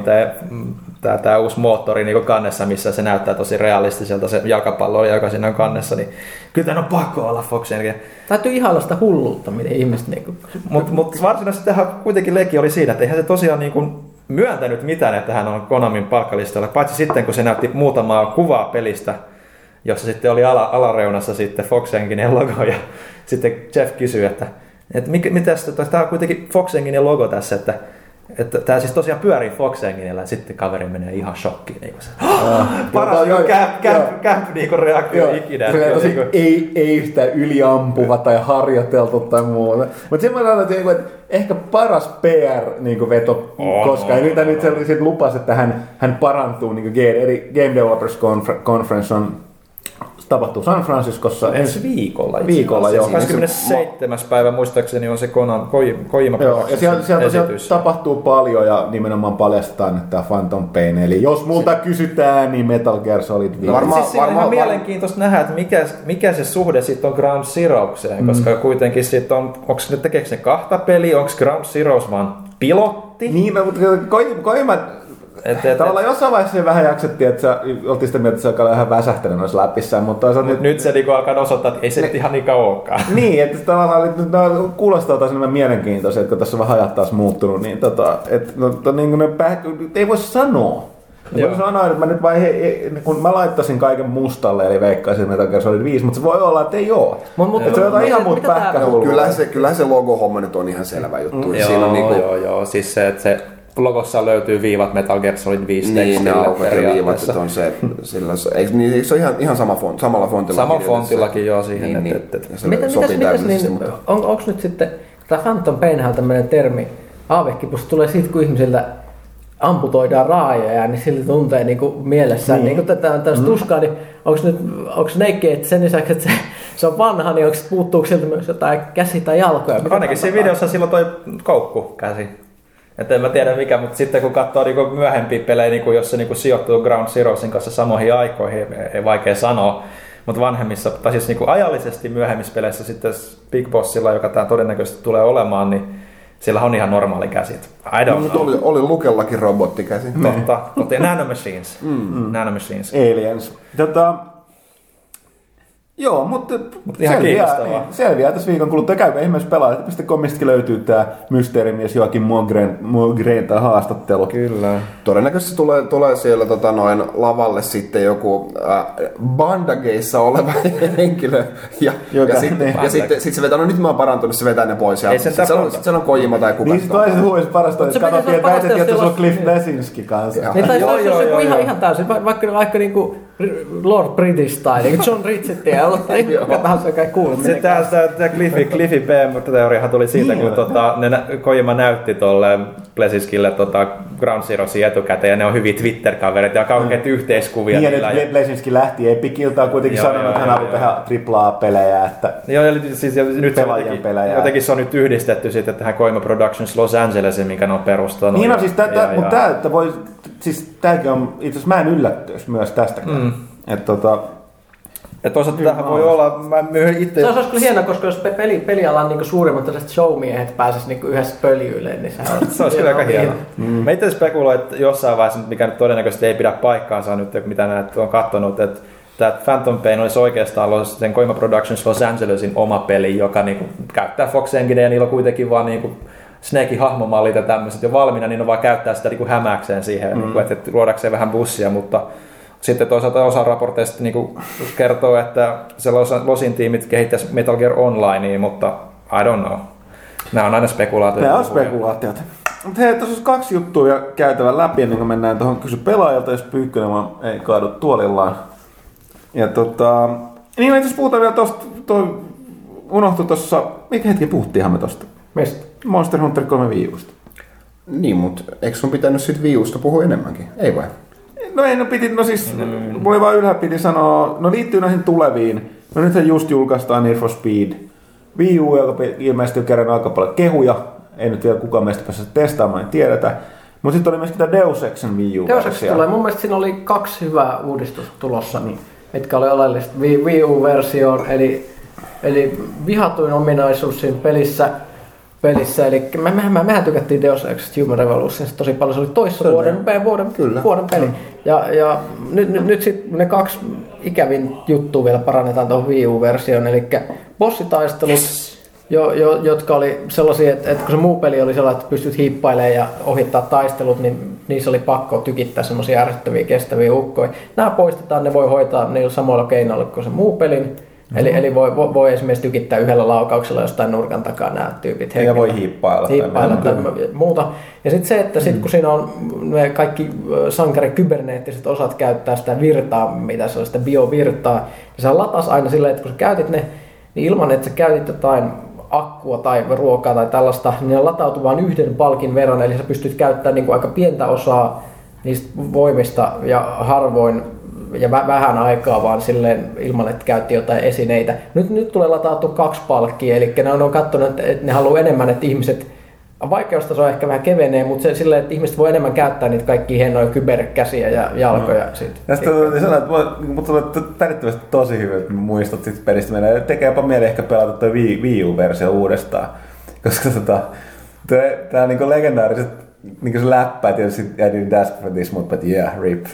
tämä uusi moottori niin kannessa, missä se näyttää tosi realistiselta se jalkapallo, joka siinä on kannessa, niin kyllä tämä on pakko olla Foxen. Täytyy ihailla sitä hulluutta, miten ihmiset Mutta varsinaisesti tähän kuitenkin leikki oli siinä, että eihän se tosiaan niin kuin myöntänyt mitään, että hän on Konamin palkkalistalla, paitsi sitten kun se näytti muutamaa kuvaa pelistä, jossa sitten oli alareunassa sitten Fox-henkinen logo, ja sitten Jeff kysyi, että mitäs, tämä on kuitenkin Fox-henkinen logo tässä, että tämä siis tosiaan pyörii Fox-henginellä, ja sitten kaveri menee ihan shokkiin. Niin se, paras camp niinku reaktio ikinä. Ei yhtään yliampuva tai harjoiteltu tai muuta. Mutta semmoinen on, että ehkä paras PR-veto koskaan. Nyt se lupasi, että hän parantuu. Eri Game Developers Conference tapahtuu San Franciscossa ensi viikolla. Viikolla, joo. 27. päivä muistaakseni on se Kojima ja siellä tapahtuu paljon ja nimenomaan paljastetaan, että tämä Phantom Pain. Eli jos multa kysytään, niin Metal Gear Solid 5. Siis siinä on ihan mielenkiintoista nähdä, että mikä se suhde sitten on Ground Zeroeseen, koska kuitenkin sitten on, onko ne tekeekö ne 2 peliä, onko Ground Zeroes vaan pilotti? Niin, mutta Kojima tavallaan jossain vaiheessa vähän jaksettiin, että oltiin sitä mieltä, että se alkaa vähän väsähtelyn noissa läpissään, mutta nyt se niinku alkaa osoittaa, että ei se ihan niin kauan olekaan. Niin, että tavallaan kuulostaa taas enemmän mielenkiintoisia, kun tässä on vähän ajat taas muuttunut, niin ei voi sanoa. Voin sanoa, että mä nyt kun mä laittaisin kaiken mustalle, eli veikkaisin Metal Gear Solid 5, mutta se voi olla, että ei oo. Että se on jotain ihan muuta pähkähullua. Kyllä se logo-homma nyt on ihan selvä juttu. Joo, siis se, että se logossa löytyy viivat Metal Gear Solid 5 tekstillä. Niin, ne viivat, että on se, eikö se ole ihan samalla fontilla? Samalla fontillakin joo siihen. Onko nyt sitten, tämä Phantom Painhän tämmöinen termi, aavekipusta tulee siitä, kun ihmisiltä amputoidaan raajoja, niin silti tuntee niinku mielessään niinku tätä tuskaa, niin onko Neikki, että sen lisäksi, että se on vanha, niin puuttuuko siltä myös jotain käsi tai jalkoja? Ainakin siinä videossa silloin toi koukku käsi. Et en mä tiedä mikä, mutta sitten kun katsoo niinku myöhempiä pelejä, niinku, jos se niinku sijoittuu Ground Zeroesin kanssa samoihin aikoihin, ei vaikea sanoa. Mutta vanhemmissa, tai siis niinku ajallisesti myöhemmissä peleissä sitten Big Bossilla, joka tämä todennäköisesti tulee olemaan, niin sillä on ihan normaali käsit. I don't know. Oli Lukellakin robottikäsi. Totta. Nanomachines. Nanomachines. Aliens. Joo, mutta ihan kiinnostavaa. Selviää tässä viikon kuluttua. Käykää ihmeessä pelaaja.comistakin löytyy tämä mysteerimies Joakim Mogren haastattelu. Kyllä. Todennäköisesti tulee siellä lavalle sitten joku bandageissa oleva henkilö. Ja sitten se vetää, no nyt mä oon parantunut, se vetää ne pois. Ja sitten on Kojima tai kuka. Niin se toiset huuisi parasta, että katsottiin, että väitettiin, että se on Cliff Lesinski kanssa. Niin tai se on ihan täysin, vaikka niinku Lord British tai niinku John Ritchett ja kuka tahansa kai kuuluu. Tämä Cliffy B-teoriahan tuli siitä, kun Kojima näytti tolle Blesinskille Ground Zeroesia etukäteen, ja ne on hyviä Twitter-kaverit ja kauheat yhteiskuvia. Niin, ja nyt Blesinski lähti Epiciltä, on kuitenkin sanonut, että hän haluaa tehdä AAA-pelejä, että joo, eli siis nyt jotenkin se on nyt yhdistetty sitten tähän Koima Productions Los Angelesin, minkä ne on perustanut. Niin, no siis tämäkin on, itse asiassa mä en yllättyisi myös tästäkään. Ja toisaalta tähän voi olla, mä itse... Se olisi kyllä hienoa, koska jos pelialan niin suurimmat tällaiset showmiehet pääsisi niin yhdessä pöljyille, niin se olisi kyllä aika hienoa. Mä itse spekuloin, että jossain vaiheessa, mikä nyt todennäköisesti ei pidä paikkaansa nyt, mitä näitä on katsonut, että tämä Phantom Pain olisi oikeastaan sen Koima Productions Los Angelesin oma peli, joka niin kuin käyttää Fox Enginea, ja niillä on kuitenkin vaan niin kuin Snakein hahmomallit ja tämmöiset jo valmiina, niin on vaan käyttää sitä niin kuin hämäkseen siihen, niin kuin, että luodakseen vähän bussia, mutta sitten toisaalta osa raporteista niin kertoo, että se Losin tiimit kehittäisi Metal Gear Onlinea, mutta I don't know. Nämä on aina spekulaatioita. Nämä on spekulaatioita. Mutta hei, tässä olisi 2 juttua vielä käytävän läpi, ennen kuin mennään tuohon kysy pelaajalta, jos Pyykkönen ei kaadu tuolillaan. Ja niin itse asiassa puhutaan vielä tosta, unohtui tossa, mikä hetki puhuttiinhan me tosta? Mistä? Monster Hunter 3 Wii Usta. Niin, mutta eikö sun pitänyt sit Wii Usta puhua enemmänkin? Ei vai? No ei, voi vaan ylhäällä sanoa, liittyy näihin tuleviin. No nythän just julkaistaan Need for Speed Wii U, joka ilmeisesti on kerran aika paljon kehuja. Ei nyt vielä kukaan meistä pääse testaamaan, ei tiedetä. Mutta sitten oli myöskin tämä Deus Exen Wii U. Deus Ex tulee, mun mielestä siinä oli 2 hyvää uudistusta tulossa, mitkä oli oleellista. Wii U-versioon, eli vihatuin ominaisuus siinä pelissä, eli mehän tykättiin Deus Ex Human Revolutionista tosi paljon, se oli toissa vuoden peli. Ja nyt sitten ne 2 ikävin juttua vielä parannetaan tuohon Wii U-versioon, eli bossitaistelut, jotka oli sellaisia, että kun se muu peli oli sellainen, että pystyt hiippailemaan ja ohittaa taistelut, niin niissä oli pakko tykittää semmoisia ärsyttäviä, kestäviä ukkoja. Nämä poistetaan, ne voi hoitaa niillä samoilla keinoilla kuin se muu pelin. Eli voi esimerkiksi tykittää yhdellä laukauksella jostain nurkan takaa nämä tyypit. Ja voi hiippailla tai muuta. Ja sitten se, että kun siinä on ne kaikki sankari kyberneettiset osat käyttää sitä virtaa, mitä se on sitä biovirtaa, niin se latas aina silleen, että kun sä käytit ne, niin ilman että sä käytit jotain akkua tai ruokaa tai tällaista, niin ne latautuu vain 1 palkin verran, eli sä pystyt käyttämään niin kuin aika pientä osaa niistä voimista ja harvoin ja vähän aikaa vaan silleen ilman, että käytti jotain esineitä. Nyt tulee latautua 2 palkkia, eli ne on katsonut, että ne haluaa enemmän, että ihmiset, vaikeustaso ehkä vähän kevenee, mutta se silleen, että ihmiset voi enemmän käyttää niitä kaikkia hienoja kyberkäsiä ja jalkoja. Tästä tuli sanoa, että mutta on pärittävästi tosi hyvä, että muistat siitä pelistä. Meidän tekee jopa mieli ehkä pelata tuo Wii U-versio uudestaan, koska tää on niinku legendaariset niinku se läppä, tietysti I didn't ask for this, but yeah, rip.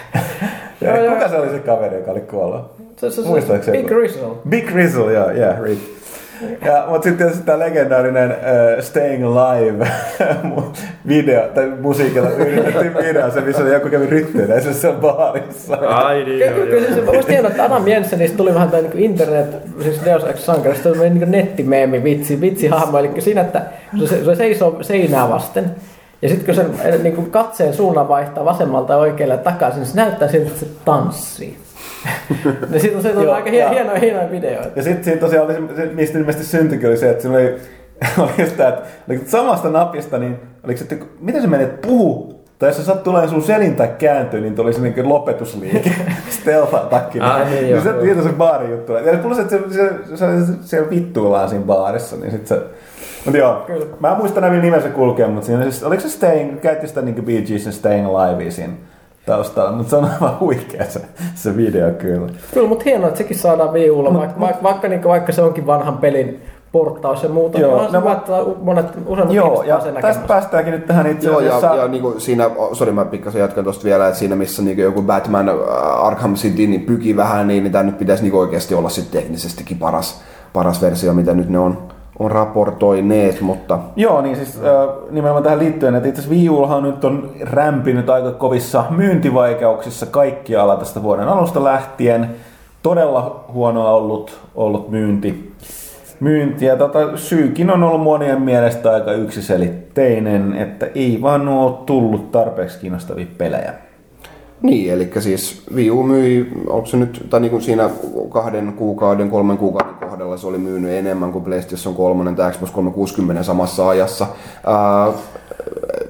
Kuka se oli se kaveri, joka oli kuollut? Muistatko Big Rizzle. Big Rizzle, joo, rip. Mutta sitten tietysti tämä legendaarinen Staying Alive video, tai musiikilla yritettiin video, se missä joku kävi rytteenä siellä baarissa. Ai niin, kyllä se musta hienoa, että Adam Jensenistä tuli vähän niin internet, siis Deus Ex Sankarista tuli niin nettimeemi, vitsihahmo, eli siinä, että se seisoo seinää vasten. Ja sitten kun sen niin katseen suunnan vaihtaa vasemmalta ja oikealle takaisin, niin se näyttää siltä, että se tanssii. Ja siitä on aika hienoja videoita. Ja sitten siinä tosiaan oli, mistä ilmeisesti syntyikin, oli se, että siinä oli just tämä, että samasta napista, niin oliko se, että miten se menee, että puhu, tai jos se sattuu olemaan sun selin tai kääntyy, niin tuli se niin lopetusliike, stealth-attackina. Niin se baarin juttu. Ja plus, että se vittuillaan siinä baarissa, niin sitten se... Mutta joo, kyllä. Mä muistan näin nimensä kulkea, mutta siinä siis, oliko se käytti sitä niin Bee Geesin Staying Alive siinä taustalla, mutta se on aivan huikea se video kyllä. Kyllä, mutta hienoa, että sekin saadaan Wii U:lla, vaikka se onkin vanhan pelin porttaus ja muuta, joo, niin useimmat ja tästä päästäänkin nyt tähän itse asiassa. Joo, ja niin kuin siinä, mä pikkasen jatkan tuosta vielä, että siinä missä niin joku Batman Arkham City niin pyki vähän, niin tämä nyt pitäisi niin oikeasti olla sitten teknisestikin paras versio, mitä nyt ne on raportoineet, mutta... Joo, niin siis nimenomaan tähän liittyen, että itse asiassa Wii U:han nyt on rämpinyt aika kovissa myyntivaikeuksissa kaikkialla tästä vuoden alusta lähtien. Todella huonoa ollut myynti. Ja syykin on ollut monien mielestä aika yksiselitteinen, että ei vaan ole tullut tarpeeksi kiinnostavia pelejä. Niin, eli siis Wii U myi, onko se nyt, tai niin kuin siinä 3 kuukauden kohdalla se oli myynyt enemmän kuin PlayStation 3 tai Xbox 360 samassa ajassa.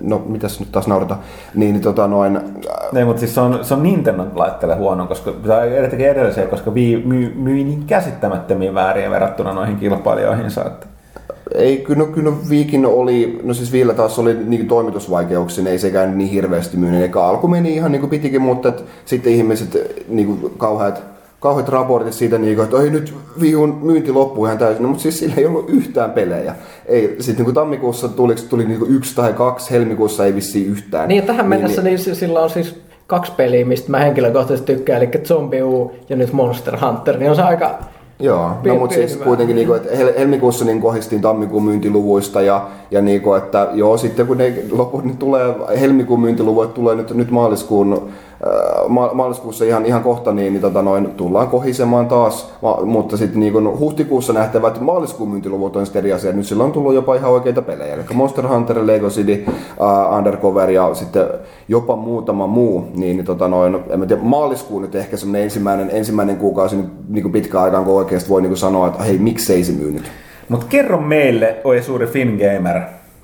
no mitäs nyt taas naurata, niin Ei, mutta siis se on Nintendo laitteelle huono, koska etenkin edelliseen, koska myi niin käsittämättömiä vääriä verrattuna noihin kilpailijoihinsa. Että. Ei, kyllä Viikin oli, no siis Viillä taas oli niin toimitusvaikeuksia, ei sekään niin hirveästi myynyt, eikä alku meni ihan niin kuin pitikin, mutta sitten ihmiset niin kauheat raportit siitä, niin kuin, että ei nyt Viihun myynti loppuu ihan täysin, no, mutta siis sillä ei ollut yhtään pelejä. Ei, sitten niin tammikuussa tuli niin kuin 1 tai 2, helmikuussa ei vissiin yhtään. Niin tähän mennessä niin sillä on siis 2 peliä, mistä mä henkilökohtaisesti tykkään, eli Zombie U ja nyt Monster Hunter, niin on se aika... Joo, no mutta siis kuitenkin, niin kuin, että helmikuussa niin kohdistiin tammikuun myyntiluvuista ja niin kuin, että joo, sitten kun ne loput niin tulee, helmikuun myyntiluvut tulee nyt maaliskuussa ihan kohta, niin tullaan kohisemaan taas, mutta sitten niin kuin huhtikuussa nähtävät maaliskuun myyntiluvut on sitten eri asia. Nyt sillä on tullut jopa ihan oikeita pelejä, eli Monster Hunter, Lego City, Undercover ja sitten jopa muutama muu, niin en mä tiedä, maaliskuun nyt ehkä semmoinen ensimmäinen kuukausi niin kuin pitkään aikaan, kun oikeasti voi niin kuin sanoa, että hei, miksei se myy nyt. Mutta kerro meille, oi suuri Fingamer,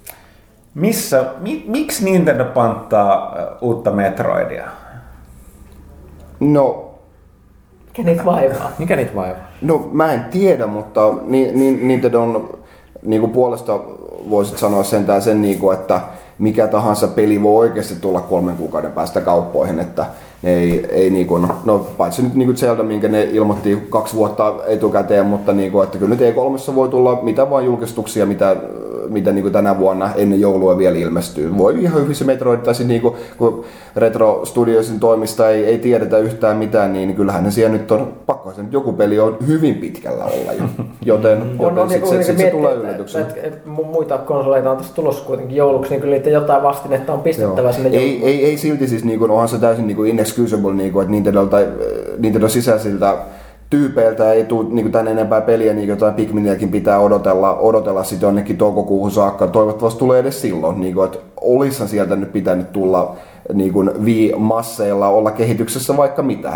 miksi Nintendo panttaa uutta Metroidia? No... Mikä niitä vaivaa? No mä en tiedä, mutta Nintendo on niinku puolesta voisit sanoa sentään sen, niinku, että mikä tahansa peli voi oikeasti tulla 3 kuukauden päästä kauppoihin, että ne ei niinku, no paitsi nyt niinku Zelda, minkä ne ilmoitti 2 vuotta etukäteen, mutta niinku, että kyllä nyt E3 voi tulla mitä vaan julkistuksia, mitä niinku tänä vuonna ennen joulua vielä ilmestyy. Voi ihan hyvin se Metroid, tai niinku, kun Retro Studiosin toimista ei tiedetä yhtään mitään, niin kyllähän ne siellä nyt on, pakko se nyt joku peli on hyvin pitkällä olla jo. Joten sitten se tulee yllätyksenä. Muita konsoleita on tässä tulossa kuitenkin jouluksi, niin kyllä niitä jotain vastinetta on pistettävä sinne jouluksi. Ei silti siis, niinku, onhan se täysin niinku inexcusable, niinku, että Nintendo sisäisiltä tyypeiltä ei tule niin tän enempää peliä, niin jotain Pikminiäkin pitää odotella sitten jonnekin toukokuuhun saakka. Toivottavasti tulee edes silloin, niin kuin, että olisihan sieltä nyt pitänyt tulla niin Wii-masseilla olla kehityksessä vaikka mitä.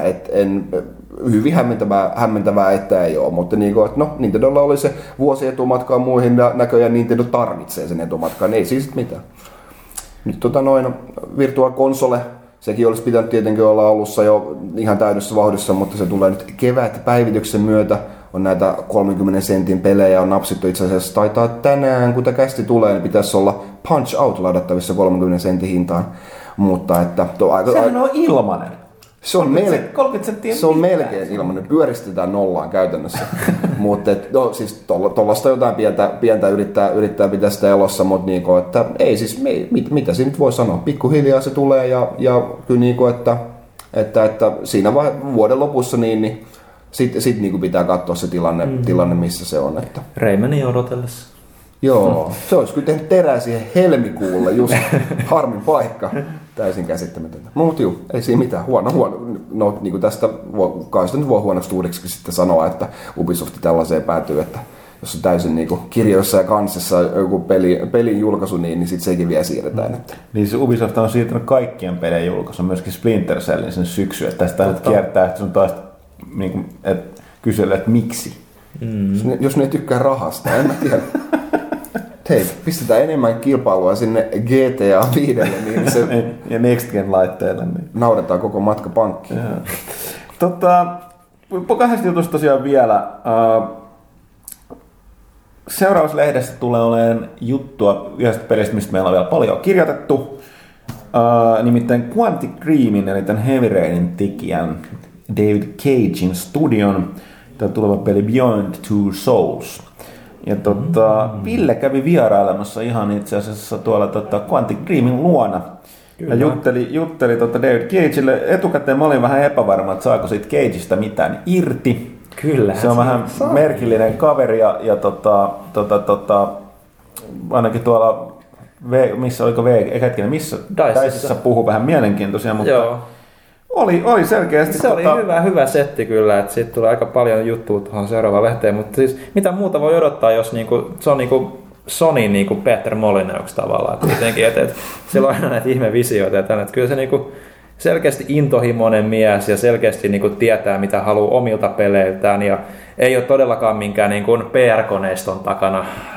Hyvin hämmentävää, että ei ole, mutta niin kuin, että no, Nintendolla oli se vuosi etumatkaa muihin ja näköjään Nintendo tarvitsee sen etumatkaan, ei siis mitään. Nyt Virtual Console, sekin olisi pitänyt tietenkin olla alussa jo ihan täydessä vauhdissa, mutta se tulee nyt kevätpäivityksen myötä. On näitä 30 sentin pelejä, on napsittu itse asiassa. Taitaa tänään, kun tämä kästi tulee, niin pitäisi olla Punch Out ladattavissa 30 sentin hintaan. Mutta että... Sehän on ilmanen. Se on 30 senttiä se on melkein ilmanen. Pyöristetään nollaan käytännössä. Mutta no, siis tuollaista jotain pientä yrittää pitää sitä elossa, mutta niinku, että ei siis, mitä siinä nyt voi sanoa. Pikkuhiljaa se tulee ja kyllä niinku, että siinä vuoden lopussa niin sit niinku pitää katsoa se tilanne missä se on. Että. Raymania odotellessa. Joo, se olisi kyllä tehnyt terää siihen helmikuulle, just harmin paikka. Täysin käsittämätöntä. Mutta juu, ei siinä mitään. Huono. No niin kuin tästä kai sitä nyt voi huonoksi uudeksi sitten sanoa, että Ubisoft tällaiseen päätyy, että jos on täysin niin kuin kirjoissa ja kansissa joku pelin julkaisu, niin sitten sekin vielä siirretään. Että. Niin se Ubisoft on siirtänyt kaikkien pelien julkaisun, myöskin Splinter Cellin sen syksyyn, että tästä nyt kiertää, että sun taas niin kuin, kysellä, että miksi. Jos ne ei tykkää rahasta, en mä tiedä. Hei, pistetään enemmän kilpailua sinne GTA 5, niin se... ja Next Gen laitteille. Niin. Naudetaan koko matka pankkiin. Kahdesta jutusta tosiaan vielä. Seuraavassa lehdessä tulee olemaan juttua yhdestä pelistä, mistä meillä on vielä paljon kirjoitettu. Nimittäin Quantic Dreamin, eli tämän Heavy Rainin tekijän David Cagein studion. Tämä tuleva peli Beyond Two Souls. Ja Ville kävi vierailemassa ihan itse asiassa tuolla Quantic Dreamin luona. Kyllä. Ja jutteli David Cageille. Etukäteen mä olin vähän epävarma, että saako siitä Cageista mitään irti. Kyllä. Se on vähän merkillinen kaveri ja ainakin tuolla missä Dicessa puhuu vähän mielenkiintoisia, mutta joo. Oli selkeästi. Se oli hyvä setti kyllä, että siitä tulee aika paljon juttua tuohon seuraavaan lehteen, mutta siis mitä muuta voi odottaa, jos se on Sony Peter Molyneux tavallaan, että sillä on aina näitä ihmevisioita ja tänne, että kyllä se selkeästi intohimoinen mies ja selkeästi tietää mitä haluaa omilta peleiltään ja ei ole todellakaan minkään PR-koneiston takana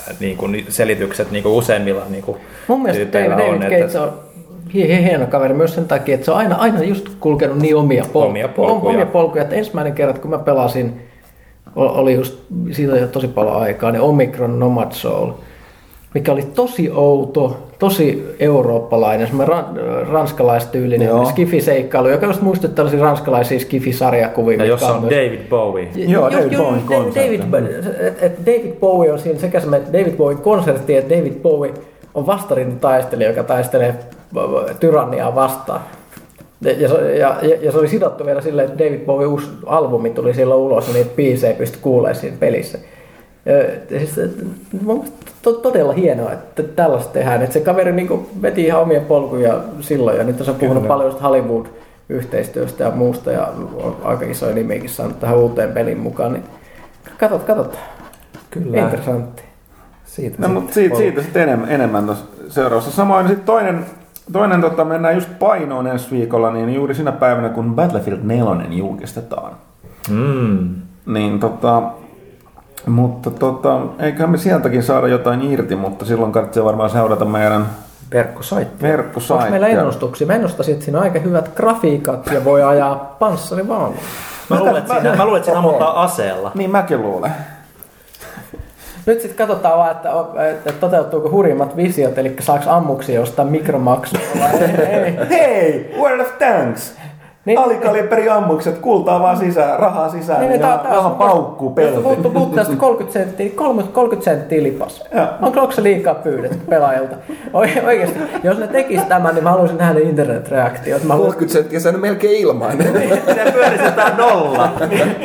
niin kuin selitykset niin kuin useimmilla niin kuin Mun mielestä tyypeillä David Gates on hieno kaveri myös sen takia, että se on aina just kulkenut niin omia polkuja. Että ensimmäinen kerta, kun mä pelasin, oli just siitä jo tosi paljon aikaa, niin Omicron Nomad Soul, mikä oli tosi outo, tosi eurooppalainen, semmoinen ranskalaistyylinen skifi-seikkailu, joka just muistutti tällaisia ranskalaisia skifi-sarjakuvia. Ja jossa on David Bowie. Joo, David Bowen konsertti. David Bowie on siinä sekä se David Bowen konsertti, että David Bowie on vastarintataistelija, joka taistelee tyranniaa vastaan. Ja se oli sidottu vielä silleen, että David Bowie uusi albumi tuli silloin ulos ja niitä biisejä pystyi kuulemaan siinä pelissä. Siis, mun mielestä todella hienoa, että tällaista tehdään. Että se kaveri niin veti ihan omia polkuja silloin ja nyt on puhunut paljon just Hollywood-yhteistyöstä ja muusta ja on aika isoja nimiäkin saanut tähän uuteen pelin mukaan. Niin katot. Kyllä. Interessantti. Siitä sitten enemmän tuossa seuraavassa. Samoin sitten toinen mennään just painoon ensi viikolla, niin juuri sinä päivänä, kun Battlefield 4 julkistetaan. Niin mutta eiköhän me sieltäkin saada jotain irti, mutta silloin kannattaa varmaan seurata meidän verkkosaitti. Onko meillä ennustuksia? Mä ennustasin, että siinä on aika hyvät grafiikat ja voi ajaa panssarivaunulla. Mä luulen, että siinä ammutaan aseella. Niin mäkin luulen. Nyt sitten katsotaan vaan, että toteutuuko hurjimmat visiot, eli saako ammuksia jostain mikromaksua. Hei, World of Tanks! Niin, alikaliberi ammukset, kultaa vaan sisään, rahaa sisään, niin vähän paukkuu pelti. Puhuttu tästä 30 senttiä lipas. Onko se liikaa pyydetty pelaajilta? Oikeasti, jos ne tekis tämän, niin mä haluaisin nähdä ne internet-reaktiot. 30 senttiä, se on melkein ilmainen. Ne pyöristetään nolla.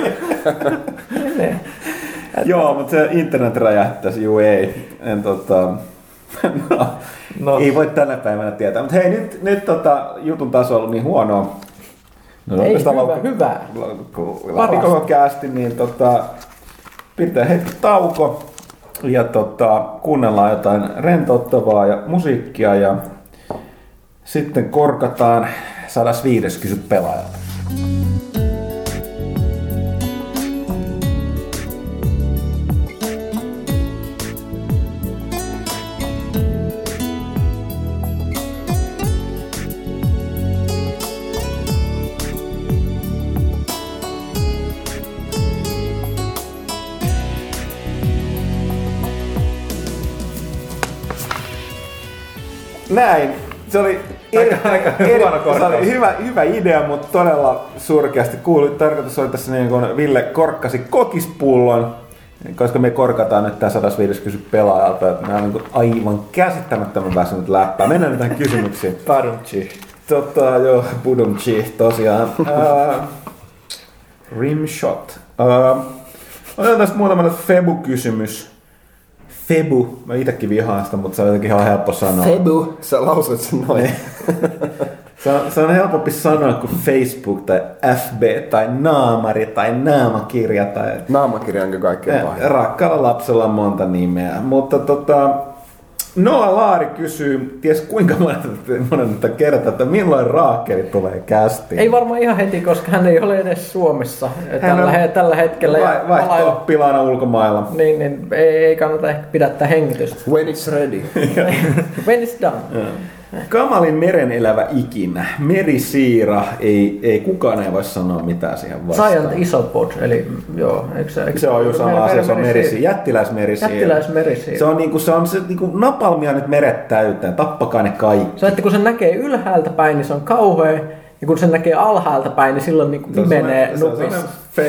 Joo, mutta se internet räjähtäisi, ei. Ei voi tänä päivänä tietää. Mutta hei, nyt jutun taso on ollut niin huonoa. No, ei, hyvä. Läpi koko käästi, niin pidetään hetki tauko ja kuunnellaan jotain rentouttavaa ja musiikkia ja sitten korkataan 105. kysy pelaajalta. Näin. Se oli hyvä idea, mutta todella surkeasti kuului. Tarkoitus oli tässä niin kuin Ville korkkasi kokispullon, koska me korkataan nyt tää 105 kysy pelaajalta. Että nämä on niin aivan käsittämättömän väsynyt läppää. Mennään nyt tähän kysymyksiin. Padumchi. Joo, Budumchi tosiaan. Rimshot. Otetaan tästä muutama Febu-kysymys. Febu. Mä itekin vihaan sitä, mutta se on jotenkin ihan helppo sanoa. Febu. Sä lausut sen noin. Se on helpompi sanoa kuin Facebook tai FB tai naamari tai naamakirja. Tai naamakirja onko kaikkein pahin. Rakkaalla lapsella on monta nimeä. Mutta Noa Laari kysyy, ties kuinka monetta kertaa, että milloin Raakkeli tulee kästiin. Ei varmaan ihan heti, koska hän ei ole edes Suomessa tällä hetkellä. Vaihto-oppilaana ulkomailla. Niin, ei kannata ehkä pidättää hengitystä. When it's ready. When it's done. Kamalin meren elävä ikinä. Merisiira. Ei kukaan ei voi sanoa mitään siihen vastaan. Giant isopod, eli joo. Se on just sama asia, se on merisiira. Jättiläismerisiira. Se on se napalmia nyt meret täyteen. Tappakaa ne kaikki. Se, että kun se näkee ylhäältä päin, niin se on kauhea. Ja kun se näkee alhaalta päin, niin silloin niin pimenee nupissa.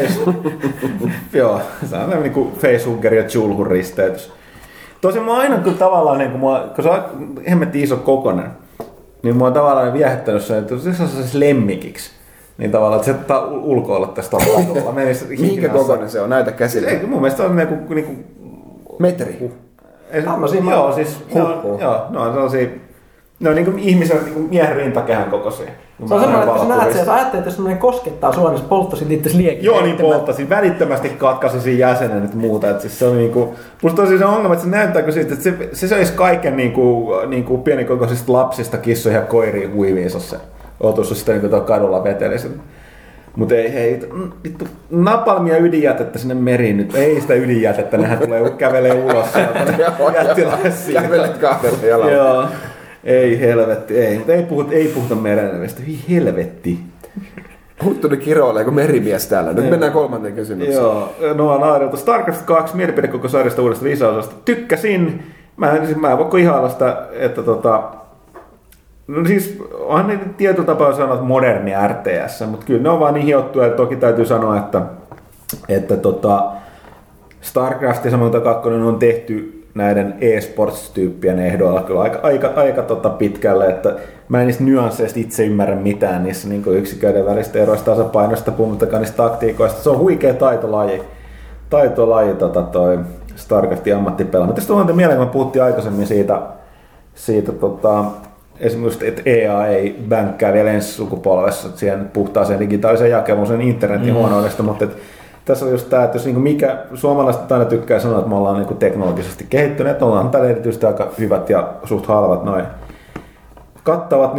Joo, se on niin kuin facehugger ja chulhun risteytys. Tosin mä aina kun tavallaan, kun se on hemmetti iso kokonen, niin mä oon tavallaan viehättänyt sen, että se on siis lemmikiksi. Niin tavallaan, että se ottaa ulkoilla tästä ladulla. Minkä kokonen se on? Näytä käsille. Ei, mun mielestä on niinku metri. Joo, siis ne on sellaisia, ne on niinku ihmisen niinku miehen rintakehän kokoisia. Se on semmoinen, että sä näet sen, jos ajattelet, että jos semmoinen koskettaa sua, niin sä polttasit itse liekin. Joo, niin polttasin. Välittömästi katkaisin jäsenen nyt muuta. Että siis se on niinku, musta tosiaan se ongelma, että se näyttääkö siitä, että se söisi kaiken niinku pienikokoisista lapsista, kissoja ja koiria huiviinsa se otus, jos sitä niinku kadulla veteli. Mutta ei, vittu, napalmia ydinjätettä sinne meriin nyt. Ei sitä ydinjätettä, nehän tulee kävelee ulos sieltä. Jättiläisiä. Kävelet kahdella jalalla. Joo. Ei helvetti, ei. Mutta ei puhuta merennevestä. Hyi helvetti. Huttunen kiroilee kuin merimies täällä. Nyt mennään kolmanteen kysymykseen. Joo, Noa Naarilta. StarCraft 2, mielipide koko sarjasta uudesta lisäosasta. Tykkäsin. Mä en voi ihailla sitä, että no siis onhan ne tietyllä tapaa sanoa, että moderni RTS, mutta kyllä ne on vaan niin hiottuja, että toki täytyy sanoa, että StarCraft ja samoin 2 on tehty näiden e-sports-tyyppien ehdoilla kyllä aika pitkälle, että mä en niistä nyansseista itse ymmärrä mitään niissä niin yksiköiden välistä eroista, tasapainosta, puhumattakaan niistä taktiikoista. Se on huikea taitolaji toi StarCraftin ammattipelaaminen. Tästä on mieleen, kun me puhuttiin aikaisemmin siitä esimerkiksi, että EA ei bänkkää vielä ensi sukupolvessa siihen puhtaaseen digitaaliseen jakeluun internetin huonoudesta, mutta tässä on just tämä, että jos mikä suomalaiset aina tykkää sanoa, että me ollaan teknologisesti kehittyneet, ollaan tällä erityisesti aika hyvät ja suht halvat noin kattavat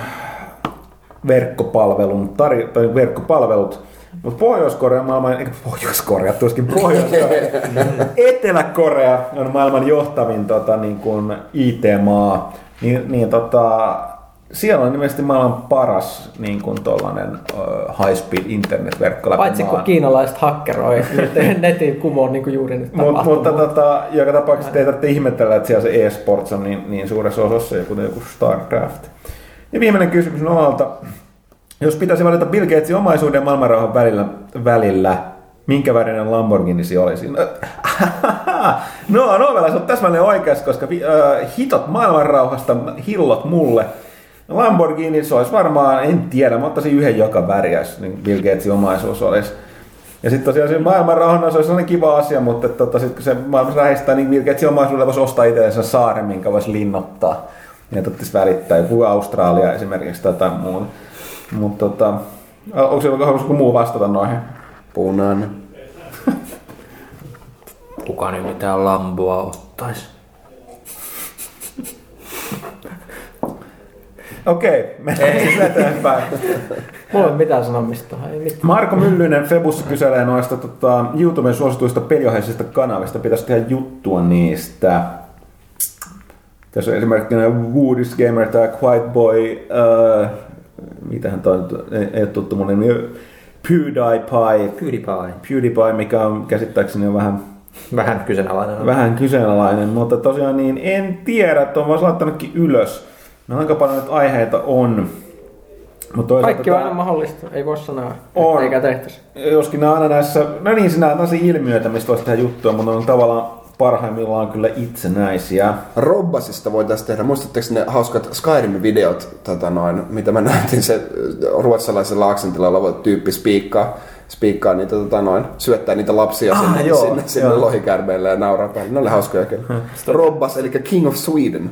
verkkopalvelut, mutta Pohjois-Korea Etelä-Korea on maailman johtavin IT-maa, siellä on ilmeisesti maailman paras tollainen high-speed internetverkko läpi paitsi kun kiinalaiset hakkeroi netin kumoon juuri nyt tapahtuu. Mutta joka tapauksessa ei tarvitse ihmetellä, että siellä se e-sports on niin suuressa osassa joku StarCraft. Ja viimeinen kysymys Noalta. Jos pitäisi valita Bill Gatesin omaisuuden ja maailmanrauhan välillä, minkä värinen Lamborghini olisi? No, se on täsmälleen oikeassa, koska hitot maailmanrauhasta, hillot mulle. Lamborghini, se olisi varmaan, en tiedä, mä ottaisin yhden joka väriä, jos niin Bill Gatesin omaisuus olisi. Ja sitten tosiaan siinä maailmanrauhana se olisi sellainen kiva asia, mutta sitten kun se maailmassa lähestää, niin Bill Gatesin omaisuudella voisi ostaa itsellensä saaren, minkä voisi linnottaa. Ja tottaisi välittää joku Australia esimerkiksi tai jotain muuta. Mutta haluaisiko muu vastata noihin? Punainen. Kuka nyt mitään Lamboa ottaisi? Okei, mennään siis eteenpäin. Mulla ei ole mitään sanomista. Marko Myllynen Febussa kyselee noista YouTuben suosituista pelioheisista kanavista. Pitäisi tehdä juttua niistä. Tässä on esimerkkinä Woody's Gamer tai Quiet Boy. Mitähän toi ei ole tuttu mun nimi. PewDiePie, mikä on käsittääkseni on vähän kyseenalainen, mutta tosiaan niin en tiedä, että on vaan laittanutkin ylös. No aika paljon nyt aiheita on. Kaikki on aina mahdollista, ei voi sanoa, eikä tehtäisi. Joskin nämä aina näissä, no niin, siinä on tällaisia ilmiöitä, mistä voisi tehdä juttua, mutta on tavallaan parhaimmillaan kyllä itsenäisiä. Robbasista voitaisiin tehdä. Muistatteko ne hauskat Skyrim-videot, mitä mä näytin, se ruotsalaisella aksentilla oleva tyyppi spiikkaa niitä, syöttää niitä lapsia sinne lohikärmeille ja nauraa päälle. Ne oli hauskoja kyllä. Robbas, eli King of Sweden.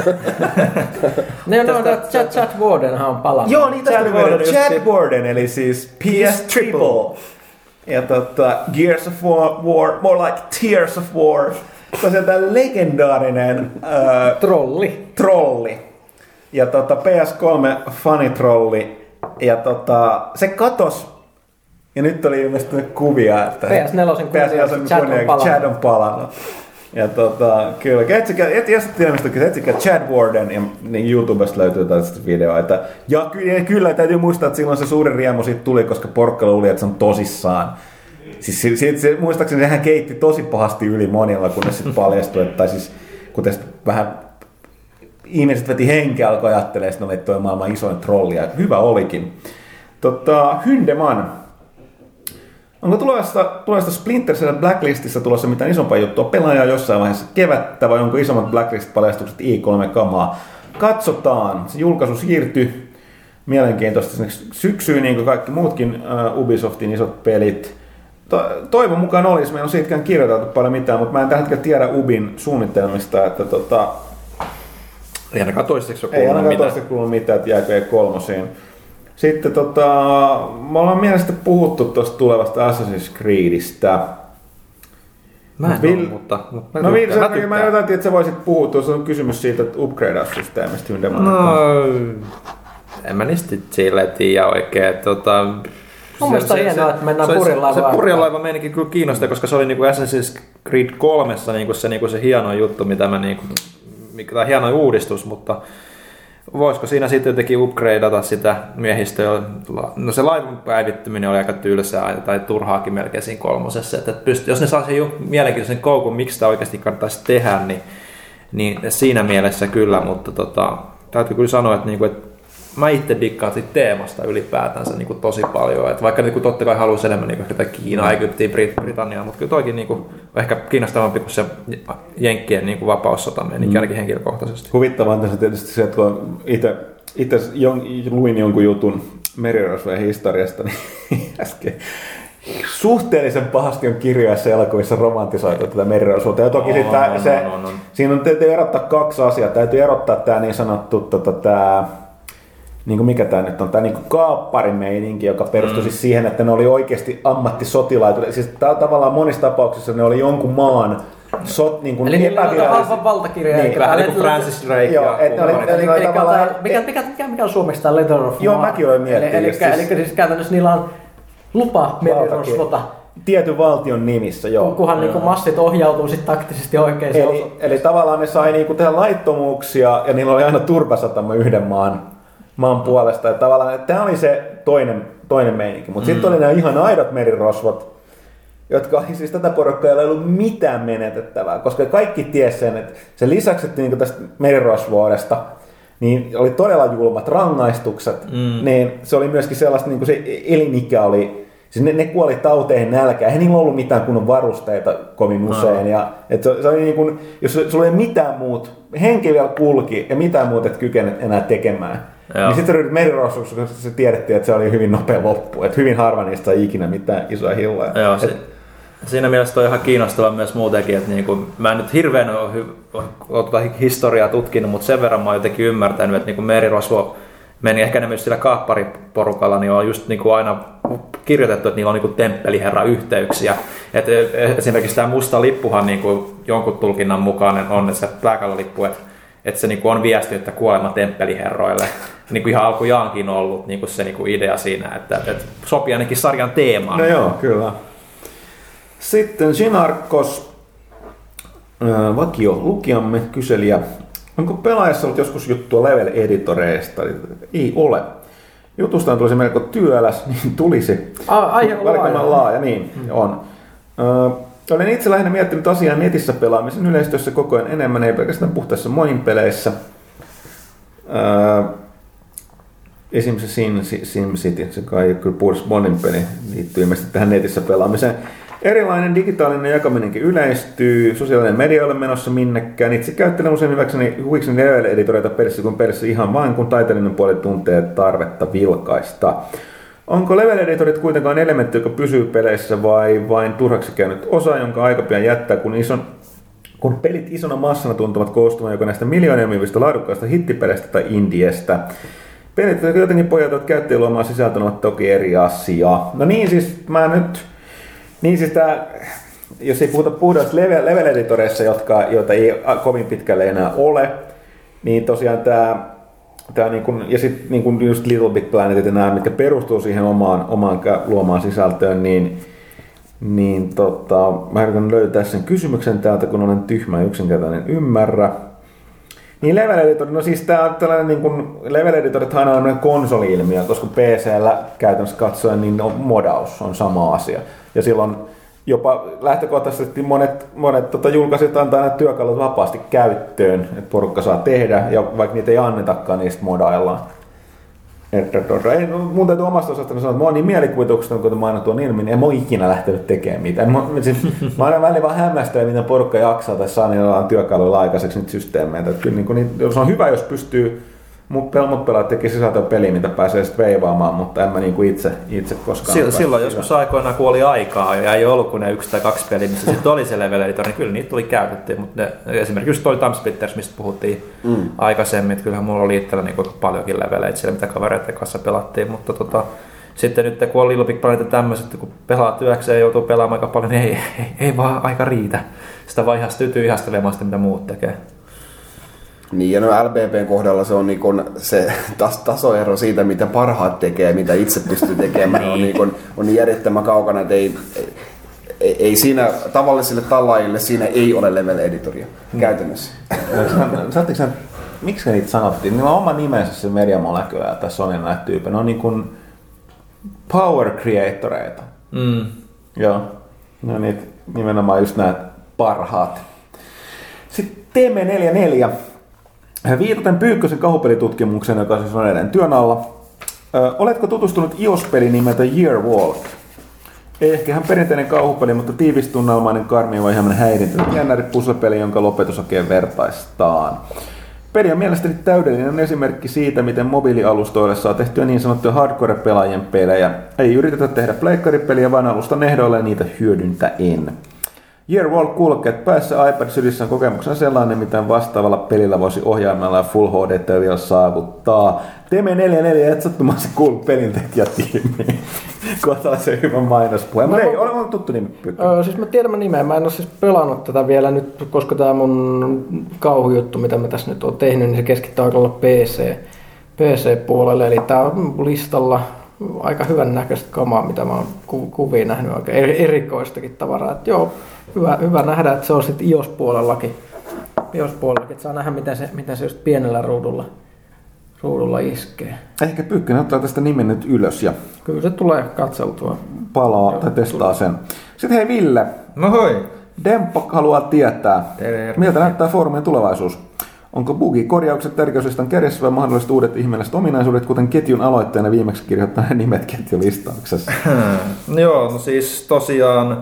Chad Wardenhan on palannut. Joo, niin tästä Chad Warden, eli siis PS Triple. Ja Gears of War, more like Tears of War. Tosiaan tämä legendaarinen trolli. Ja PS3 fanitrolli. Ja se katos. Ja nyt oli ilmestynyt kuvia, että PS4 Chad on palannut. Ja kyllä, etsikää Chad Warden ja niin YouTubesta löytyy tästä videoita. Ja kyllä täytyy muistaa, että silloin se suuri riemu siitä tuli, koska porkkala luuli, että se on tosissaan. Siis muistaakseni hän keitti tosi pahasti yli monilla, kunnes sitten paljastui, tai siis kuten vähän ihmiset veti henkeä, alkoi ajattelemaan, että toi maailman isoin trolli, ja hyvä olikin. Hyndeman. Onko tulevasta Splinter Cell Blacklistissa tulossa mitään isompaa juttua pelaajaa jossain vaiheessa kevättä, vai onko isommat Blacklist-paljastukset i3-kamaa? Katsotaan. Se julkaisu siirtyi mielenkiintoista syksyyn, niin kuin kaikki muutkin Ubisoftin isot pelit. Toivon mukaan olisi. Meillä on siitäkään kirjoiteltu paljon mitään, mutta mä en tällä hetkellä tiedä Ubin suunnitelmista, että ei ainakaan toistaiseksi ole kuulunut mitään, että jääkö E3. Sitten me ollaan mielestäni puhuttu tuosta tulevasta Assassin's Creedistä. Mä en ole, mutta mä jotain, että sä voisit puhua. Tuossa on kysymys siitä, että upgradeaussysteemistä. No, en mä niistä silleen tiedä oikein. Mun mielestä on hienoa, että mennään purjelaivaan. Se purjelaiva meininki kyllä kiinnostaa, koska se oli niinku Assassin's Creed 3 niinku se hieno juttu, mitä mä niinku, mikä hieno uudistus, mutta voisiko siinä sitten jotenkin upgradeata sitä miehistöä? No se laivan päivittyminen oli aika tylsää tai turhaakin melkein siinä 3. Että jos ne saa sen mielenkiintoisen koukun, miksi sitä oikeasti kannattaisi tehdä, niin siinä mielessä kyllä, mutta täytyy kyllä sanoa, että mä itse dikkaan siitä teemasta ylipäätänsä niin tosi paljon. Että vaikka niin totta kai haluaisi enemmän niin Kiinaa, Egyptiä, Britanniaa, mutta kyllä toikin niin kuin, ehkä kiinnostavampi kuin se jenkkien niin vapaussota meni ainakin henkilökohtaisesti. Huvittavaa on tietysti se, että kun itse luin jonkun jutun merirosvojen historiasta, niin äsken suhteellisen pahasti on kirjoissa ja elokuvissa romantisoitu tätä merirosvuutta. Ja toki siinä on täytyy erottaa 2 asiaa. Täytyy erottaa tämä niin sanottu tämä niin kuin mikä tämä nyt on, tämä niin kuin kaapparimeininki, joka perustui siis siihen, että ne oli oikeasti ammattisotilaita. Siis tavallaan monissa tapauksissa ne oli jonkun maan niin kuin eli niillä on valtakirja. Niin, vähän niin kuin Francis Drake. Joo, mikä on suomeksi tämä Letter of Joo, mäkin olen miettinyt. Eli siis käytännössä niillä on lupa merirosvota. Tietyn valtion nimissä, joo. Kunhan niinku massit ohjautuu sit taktisesti oikein. Eli tavallaan ne sai niinku tehdä laittomuuksia ja niillä oli aina turvasatama yhden maan puolesta. Ja tavallaan tämä oli se toinen meininki. Mutta sitten oli nämä ihan aidot merirosvot, jotka oli siis tätä porukkaa ei ollut mitään menetettävää, koska kaikki tiesi sen, että sen lisäksi, että niinku tästä merirosvuudesta niin oli todella julmat rangaistukset, niin se oli myöskin sellaista, niin kuin se elinikä oli, siis ne kuoli tauteihin nälkään, eihän niillä ollut mitään kunnon varusteita kovin usein, ja että se oli niin kuin, jos sulla ei mitään muut, henki vielä kulki ja mitään muuta et kykene enää tekemään, niin sitten ryhdyt merirosvuksi, koska se tiedettiin, että se oli hyvin nopea loppu, että hyvin harva niistä sai ikinä mitään isoja hilloja. Joo, siinä mielessä on ihan kiinnostavaa myös muutenkin, että niinku, mä en nyt hirveän ole historiaa tutkinut, mutta sen verran mä oon jotenkin ymmärtänyt, että niinku merirosvo meni ehkä enemmän sillä kaappariporukalla, niin on just niinku aina kirjoitettu, että niillä on niinku temppeliherra-yhteyksiä. Et esimerkiksi tämä musta lippuhan niinku jonkun tulkinnan mukaan on se pääkallolippu, että se niinku on viesti, että kuolema temppeliherroille. Niinku ihan alkujaankin ollut niinku se niinku idea siinä, että sopii ainakin sarjan teemaan. No joo, kyllä. Sitten Sinarkos, vakio lukijamme, kyseli, onko pelaajassa ollut joskus juttua level-editoreista? Ei ole. Jutustaan tulisi melko työläs, niin tulisi. Aivan laaja, niin on. Olen itse lähinnä miettinyt asiaa netissä pelaamisen yleistössä koko ajan enemmän, ei pelkästään puhtaissa monin peleissä. Esimerkiksi SimCity, se kai ei kyllä puhdas monin peli, liittyy ilmeisesti tähän netissä pelaamiseen. Erilainen digitaalinen jakaminenkin yleistyy, sosiaalinen media ei ole menossa minnekään. Itse käyttelen usein huvikseni level-editoreita pelissä kuin pelissä ihan vain, kun taiteellinen puoli tuntee tarvetta vilkaista. Onko level-editorit kuitenkaan elementti, joka pysyy peleissä vai vain turhaksi käynyt osa, jonka aika pian jättää, kun pelit isona massana tuntuvat koostumaan joko näistä miljoonien myyvistä laadukkaista hittipeleistä tai indiestä? Pelit, jotka jotenkin pohjautuvat käyttäjien luomaan sisältöön, ovat toki eri asia. No niin, siis jos ei puhuta puhdasta level-editoreissa, joita ei kovin pitkälle enää ole, niin tosiaan tämä niin kuin, ja sitten niin kuin just Little Big Planetit ja nämä, mitkä perustuu siihen omaan luomaan sisältöön, niin mä yritän löytää sen kysymyksen täältä, kun olen tyhmä ja yksinkertainen ymmärrä. Niin level-editor, no siis tällainen niin kuin level-editorithan on aina konsoli-ilmiö, koska PC:llä käytännössä katsoen niin modaus on sama asia. Ja silloin jopa lähtökohtaisesti monet julkaisijat antaa näitä työkalut vapaasti käyttöön, että porukka saa tehdä, ja vaikka niitä ei annetakaan, niistä modaillaan. Mun täytyy omasta osastani sanoa, että mä oon niin mielikuvituksesta, kun mä aina tuon ilmi, niin en mä ole ikinä lähtenyt tekemään mitään. Mä aina välillä vaan hämmästelen, miten porukka jaksaa tai saa niillä työkaluilla aikaiseksi niitä systeemeitä. Kyllä se on hyvä, jos pystyy mut pelaat teki sisältöä peliä, mitä pääsee sitten veivaamaan, mutta en mä niinku itse koskaan. Silloin joskus aikoinaan, kun oli aikaa ja ei ollut kuin ne 1 tai 2 peliä, missä sitten oli se level editor, niin kyllä niitä tuli käytettyä, mutta esimerkiksi toi Time Splitters, mistä puhuttiin aikaisemmin, että kyllähän mulla oli itsellä niin paljonkin leveleitä siellä, mitä kavereiden kanssa pelattiin, mutta sitten nyt kun on Little Big Planet ja tämmöiset, kun pelaa työkseen ja joutuu pelaamaan aika paljon, niin ei vaan aika riitä. Sitä vaan tytyy ihastelemaan sitä, mitä muut tekee. Niin, ja no LBPn kohdalla se on niin kun se tasoero siitä, mitä parhaat tekee ja mitä itse pystyy tekemään, on niin järjettömän kaukana, että ei siinä tavallisille tallaajille siinä ei ole level-editoria käytännössä. Saatteko sä, miksi niitä sanottiin? Niillä on oma nimensä se Media Molecule ja tässä Sonyn näitä tyyppejä. Ne on niin kuin power creatoreita. Joo, no niitä nimenomaan just näitä parhaat. Sitten TM44. Viitaten Pyykkösen kahupelitutkimuksen, joka siis on edelleen työn alla. Oletko tutustunut iOS-peli nimeltä Yearwalk? Ei ehkä ihan perinteinen kauhupeli, mutta tiivistunnelmainen, karmiva ja hieman häirintynyt jännäri puzzle-peli, jonka lopetus oikein vertaistaan. Peli on mielestäni täydellinen esimerkki siitä, miten mobiilialustoille saa tehtyä niin sanottuja hardcore-pelaajien pelejä. Ei yritetä tehdä pleikkaripeliä, vaan alustan ehdoilla ja niitä hyödyntäen. Yearwalk kulkeet päässä iPad sylissä on kokemuksena sellainen, mitä vastaavalla pelillä voisi ohjaimella ja Full HD vielä saavuttaa. TM44 et sattumassa kuulu pelintekijätiimiin. Kohtaa se hyvä mainospuhe. Mutta ei, on tuttu nimi Pyykkä. Siis mä tiedän nimeä. Mä en ole siis pelannut tätä vielä nyt, koska tää mun kauhujuttu, mitä mä tässä nyt oon tehnyt, niin se keskittyy aika olla PC-puolelle. Eli tää on listalla aika hyvän näköistä kamaa, mitä mä oon kuvia nähnyt, aika erikoistakin tavaraa. Et joo, hyvä nähdä, että se on sitten iOS-puolellakin. Että saa nähdä, miten se just pienellä ruudulla iskee. Ehkä Pyykkönen ottaa tästä nimen nyt ylös ja kyllä se tulee katseltua. Palaa tai testaa sen. Sitten hei Ville. No hoi. Demppo haluaa tietää, Terve. miltä näyttää foorumien tulevaisuus. Onko bugi-korjaukset tärkeyslistan kärjessä vai mahdolliset uudet ihmeelliset ominaisuudet, kuten ketjun aloitteena viimeksi kirjoittaneen nimet ketjulistauksessa? Joo, no siis tosiaan,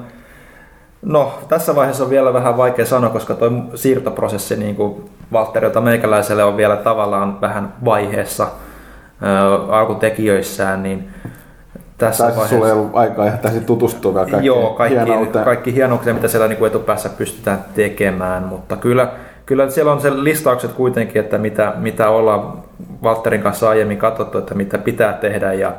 no tässä vaiheessa on vielä vähän vaikea sanoa, koska tuo siirtoprosessi niin kuin Valtteri, jota meikäläiselle on vielä tavallaan vähän vaiheessa alkutekijöissään, niin tässä vaiheessa sulla ei ollut aikaa ihan täysin tutustua kaikki hienouksia, mitä siellä niin kuin etupäässä pystytään tekemään, mutta kyllä siellä on se listaukset kuitenkin, että mitä ollaan Valtterin kanssa aiemmin katsottu, että mitä pitää tehdä ja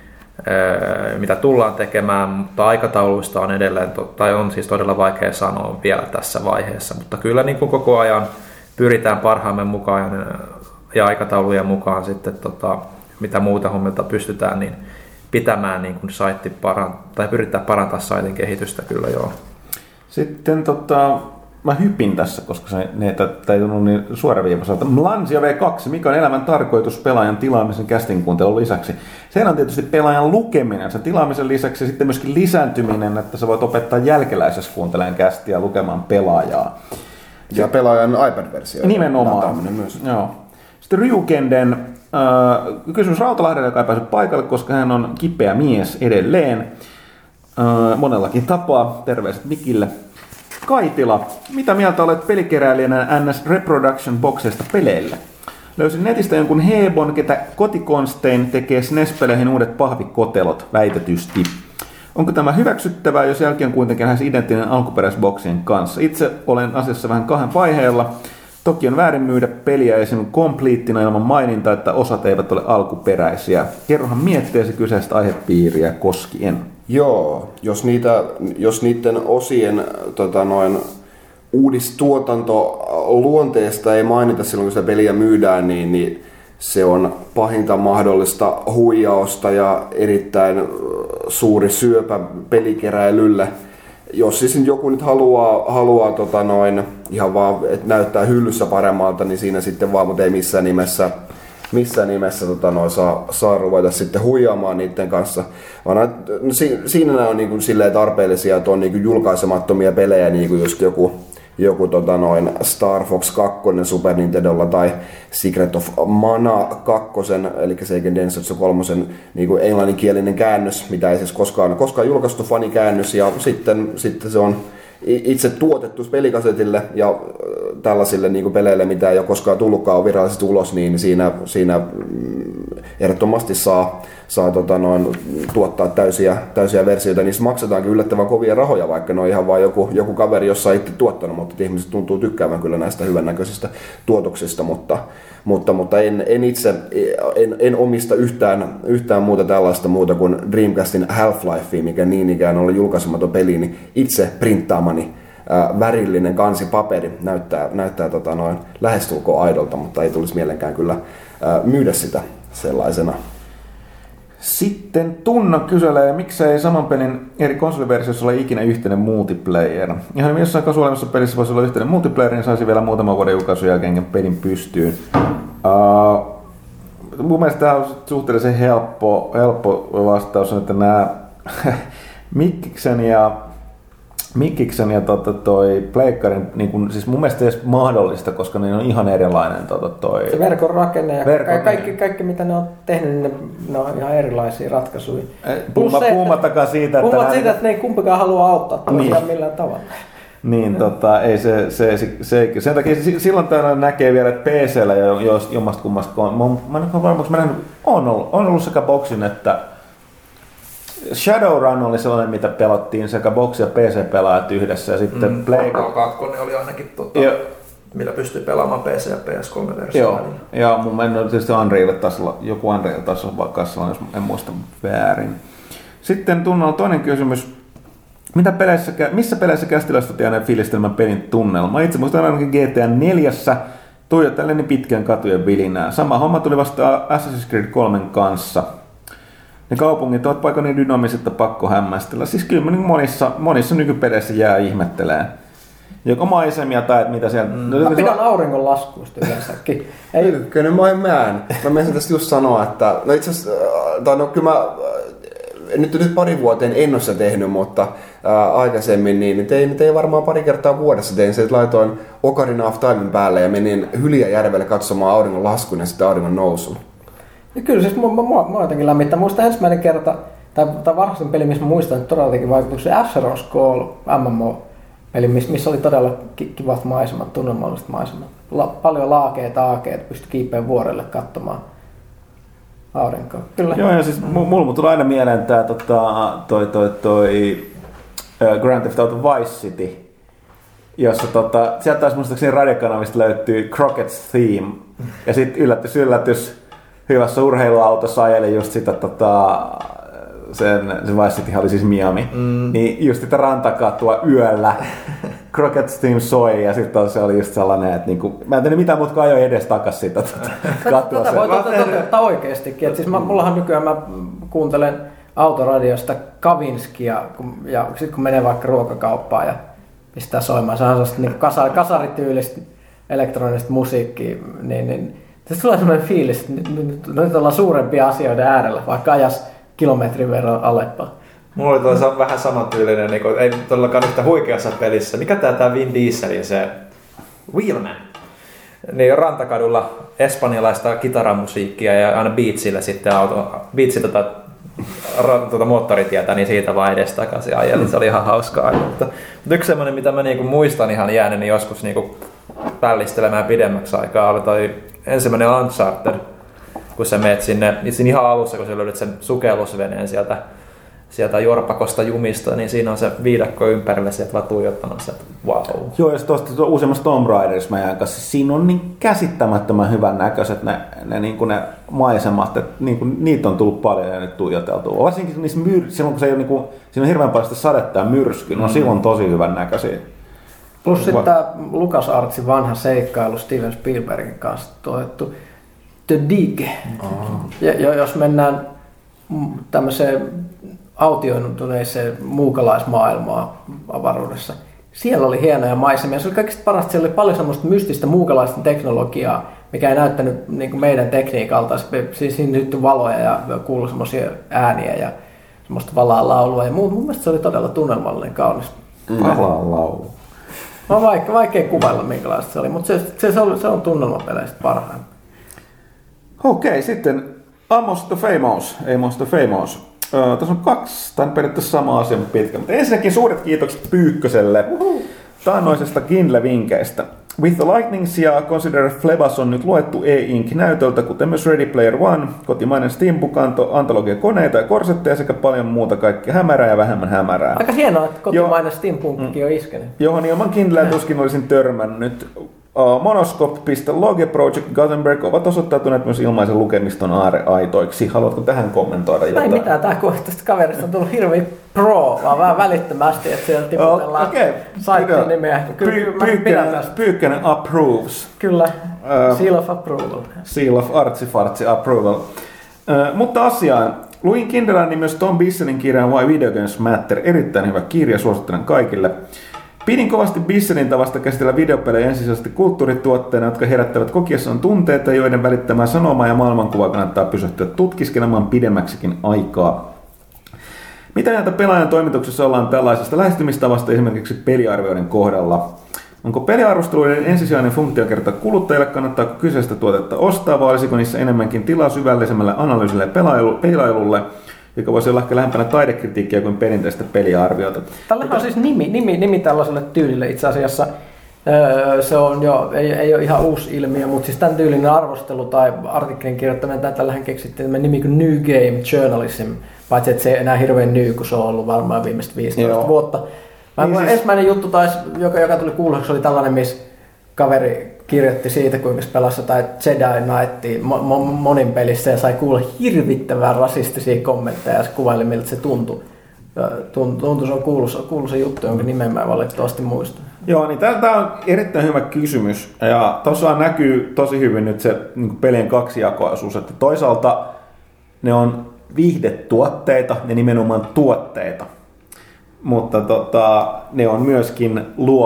mitä tullaan tekemään, mutta aikatauluista on edelleen, tai on siis todella vaikea sanoa vielä tässä vaiheessa, mutta kyllä niin kuin koko ajan pyritään parhaamme mukaan ja aikataulujen mukaan sitten, mitä muuta hommilta pystytään, niin pitämään niin kuin saitti tai pyritään parantaa saitin kehitystä kyllä joo. Sitten mä hypin tässä, koska se ei tunnu niin suoraviivaiselta. Mlansia V2, mikä on elämän tarkoitus pelaajan tilaamisen casting kuuntelun lisäksi? Sehän on tietysti pelaajan lukeminen, sen tilaamisen lisäksi sitten myöskin lisääntyminen, että sä voit opettaa jälkeläisessä kuuntelemaan castia lukemaan pelaajaa. Ja pelaajan iPad-versio. Nimenomaan. Myös. Joo. Sitten Ryukenden kysymys Rautalahdelle, joka ei päässyt paikalle, koska hän on kipeä mies edelleen. Monellakin tapaa. Terveiset Mikille. Kaitila, mitä mieltä olet pelikeräilijänä NS Reproduction Boxesta peleille? Löysin netistä jonkun Hebon, ketä kotikonstein tekee SNES-peleihin uudet pahvikotelot, väitetysti. Onko tämä hyväksyttävää, jos jälkeen kuitenkin lähes identtinen alkuperäisboksien kanssa? Itse olen asiassa vähän kahden vaiheella. Toki on väärin myydä peliä esim. Kompliittina ilman mainintaa, että osat eivät ole alkuperäisiä. Kerrohan mietteesi kyseistä aihepiiriä koskien. Joo, jos niiden osien uudistuotanto luonteesta ei mainita silloin, kun sitä peliä myydään, niin se on pahinta mahdollista huijausta ja erittäin suuri syöpä pelikeräilylle. Jos siis joku nyt haluaa ihan vaan, että näyttää hyllyssä paremmalta, niin siinä sitten vaan, mutta ei missään nimessä saa ruveta sitten huijaamaan niiden kanssa. Vaan siinä nämä on niin silleen tarpeellisia, että on niin julkaisemattomia pelejä, niin kuin just joku Star Fox 2 Super Nintendolla tai Secret of Mana 2, eli Seiken Densetsu 3 niin kuin englanninkielinen käännös, mitä ei siis koskaan julkaistu fanikäännös, ja sitten se on itse tuotettu pelikasetille ja tällaisille niin kuin peleille, mitä ei ole koskaan tullutkaan virallisesti ulos, niin siinä ehdottomasti saa tuottaa täysiä versioita. Niistä maksetaankin yllättävän kovia rahoja, vaikka ne on ihan vain joku kaveri jossain itse tuottanut, mutta ihmiset tuntuu tykkäävän kyllä näistä hyvännäköisistä tuotoksista, mutta en itse omista yhtään muuta kuin Dreamcastin Half-Lifea, mikä niin ikään oli julkaisematon peli, niin itse printtaamani värillinen kansipaperi. Näyttää lähestulkoon aidolta, mutta ei tulisi mielenkään kyllä myydä sitä sellaisena. Sitten Tunna kyselee, miksei saman pelin eri konsoliversioissa ole ikinä yhteinen multiplayer. Ihan jossain kasuaalemmassa pelissä voisi olla yhteinen multiplayer, niin saisi vielä muutaman vuoden julkaisun jälkeen pelin pystyyn. Mun mielestä tämä on suhteellisen helppo vastaus, että nämä Mikkiksen ja toi Pleikkarin, niin kun, siis mun mielestä ei edes mahdollista, koska ne on ihan erilainen toi... Se verkon rakenne ja kaikki mitä ne on tehnyt, niin ne on ihan erilaisia ratkaisuja. Puhumattakaan siitä, että ne ei kumpikaan halua auttaa toisiaan millään tavalla. Niin, ei sen takia silloin täällä näkee vielä, että PC:llä jommasta kummasta, mä en ole varma, on ollut sekä Boxin että Shadowrun oli sellainen, mitä pelattiin sekä Box- ja PC-pelaajat yhdessä ja sitten Play... 2 oli ainakin millä pystyy pelaamaan PC- ja PS3-versioon. Joo, mun mielestä tietysti joku Unreal tasolla vaikka sellainen, jos en muista väärin. Sitten Tunnalla toinen kysymys. Missä peleissä kästiläiset jääneet fiilistelmän pelin tunnelma? Itse muistan ainakin GTA 4 tuijotellen niin pitkän katujen vilinää. Sama homma tuli vasta Assassin's Creed 3 kanssa. Ne kaupungit ovat paikka niin dynaamiset, että pakko hämmästellä. Siis kyllä monissa nykypeleissä jää ihmettelemään. Joko maisemia tai että mitä siellä... Mä pidän auringon laskuista yleensäkin. Kyllä mä menisin tästä just sanoa, että... No itse asiassa... kyllä mä... Nyt pari vuoteen en ole sitä tehnyt, mutta aikaisemmin niin tein varmaan pari kertaa vuodessa. Tein se, että laitoin Ocarina of Timen päälle ja menin Hyljäjärvelle katsomaan auringon laskun ja sitten auringon nousun. Ja kyllä siis mua jotenkin lämmittää. Muistan ensimmäinen kerta, tai varhaisen peli, missä muistan, että todella teki vaikutuksen F-Zero Call MMO-peli, missä oli todella kivat maisemat, tunnelmalliset maisemat. Paljon laakeita aakeita, pystyi kiipeän vuorelle katsomaan aurinkoa. Kyllä. Joo, ja siis mulla tulee aina mieleen tää Grand Theft Auto Vice City, jossa sieltä taas muistaakseni radiokanavista löytyy Crockett's Theme, ja sit yllätys, hyvässä urheiluautossa ajeli just sitä se Vice City oli siis Miami, niin just sitä rantakatua yöllä Crockett's Theme soi ja sitten se oli just sellainen, että niinku, mä en tiedä mitään muuta kuin ajoin edes takas sitä katua. Tätä voi toteuttaa oikeestikin. Et siis mullahan nykyään mä kuuntelen autoradiosta Kavinskia ja sitten kun menee vaikka ruokakauppaan ja pistää soimaan, se on sellaista niinku kasarityylistä elektronista musiikkia, niin tässä tulee sellainen fiilis, että nyt ollaan suurempia asioiden äärellä, vaikka ajas kilometrin verran Aleppaa. Mulla oli tuolla vähän samantyylinen, niin ei todellakaan yhtä huikeassa pelissä. Mikä tää Vin Dieselin se Wheelman? Niin rantakadulla espanjalaista kitaramusiikkia ja aina Beatsillä sitten Beatsi moottoritietä, niin siitä vaan edestakaisin ajelin. Se oli ihan hauskaa. Mutta yksi semmoinen, mitä mä niinku muistan ihan jäänyt, niin joskus niinku pällistelemään pidemmäksi aikaa, oli toi ensimmäinen Uncharted, kun sä meet sinne ihan alussa, kun sä löydät sen sukellusveneen sieltä jorpakosta jumista, niin siinä on se viidakko ympärillä, sieltä vaan tuijottamassa, että wow. Joo, ja tuosta uusemmassa Tomb Raiderissa mä jään kanssa, siinä on niin käsittämättömän hyvän näköiset ne maisemat, että niitä on tullut paljon ja nyt tuijoteltua. Varsinkin niissä silloin, kun se ei ole, siinä on hirveän paljon sitä sadetta ja myrskyä, no silloin on tosi hyvän näköisiä. Plus sitten tämä LucasArtsin vanha seikkailu Steven Spielbergin kanssa tuotettu The Dig. Ja jos mennään tämmöiseen autioituneeseen muukalaismaailmaan avaruudessa, siellä oli hienoja maisemia. Se oli kaikista parasta, siellä oli paljon semmoista mystistä muukalaista teknologiaa, mikä ei näyttänyt niin kuin meidän tekniikalta. Siis siinä syttyi valoja ja kuului semmoisia ääniä ja semmoista valaa laulua. Ja mun mielestä se oli todella tunnelmallinen, kaunis. Valaa laulu. On vaikea kuvailla minkälaista se oli, mutta se on tunnelmapeleistä parhaan. Okei, sitten Amos the Famous. Tässä on kaksi, tai periaatteessa sama asia, mutta pitkä. Mutta ensinnäkin suuret kiitokset Pyykköselle taannoisesta Kindle-vinkkeistä. With the Lightnings ja Consider Flebas on nyt luettu e-ink-näytöltä, kuten myös Ready Player One, kotimainen Steampunk, antologia-koneita ja korsetteja sekä paljon muuta kaikkea hämärää ja vähemmän hämärää. Aika hienoa, että kotimainen Steampunkki on iskenyt. Johon ilman Kindleä tuskin olisin törmännyt. Monoscope.log ja Project Gutenberg ovat osoittautuneet myös ilmaisen lukemiston aarreaitoiksi. Haluatko tähän kommentoida jotain? Ei mitään, tää tästä kaverista on tullut hirveän pro, vaan vähän välittömästi, että siellä tiputellaan saitin nimeä. Pyykkönen approves. Kyllä, seal of approval. Seal of artsifartsi approval. Mutta asiaan. Luin Kinderlandin myös Tom Bissenin kirjan Why Video Games Matter. Erittäin hyvä kirja, suosittelen kaikille. Pidin kovasti Bissenin tavasta käsitellä videopelejä ensisijaisesti kulttuurituotteina, jotka herättävät kokiessaan tunteita, joiden välittämään sanomaa ja maailmankuvaa kannattaa pysähtyä tutkiskelemaan pidemmäksikin aikaa. Mitä näitä pelaajan toimituksessa ollaan tällaisesta lähestymistavasta esimerkiksi peliarvioiden kohdalla? Onko peliarvosteluiden ensisijainen funktio kertoa kuluttajille, kannattaako kyseistä tuotetta ostaa, vai olisiko niissä enemmänkin tilaa syvällisemmälle analyysille ja pelailulle, joka voisi olla ehkä lähempänä taidekritiikkiä kuin perinteistä peliarviota? Tällä on siis nimi tällaiselle tyylille itse asiassa. Se on jo, ei ole ihan uusi ilmiö, mutta siis tämän tyylinen arvostelu tai artikkelin kirjoittaminen, tällähän keksittiin nimi kuin New Game Journalism, paitsi että se ei enää hirveän new, kun se on ollut varmaan viimeiset 15 vuotta. Niin siis ensimmäinen juttu joka tuli kuuluiseksi, oli tällainen, missä kaveri kirjoitti siitä, kuinka se pelasi jotain Jedi Knightia monin pelissä ja sai kuulla hirvittävän rasistisia kommentteja ja se kuvaili, miltä se tuntui. Se on kuuluisa juttu, jonka nimen mä valitettavasti muistan. Joo, niin tämä on erittäin hyvä kysymys. Ja tosiaan näkyy tosi hyvin nyt se niin pelien kaksijakoisuus, että toisaalta ne on viihdetuotteita ja nimenomaan tuotteita. Mutta ne on myöskin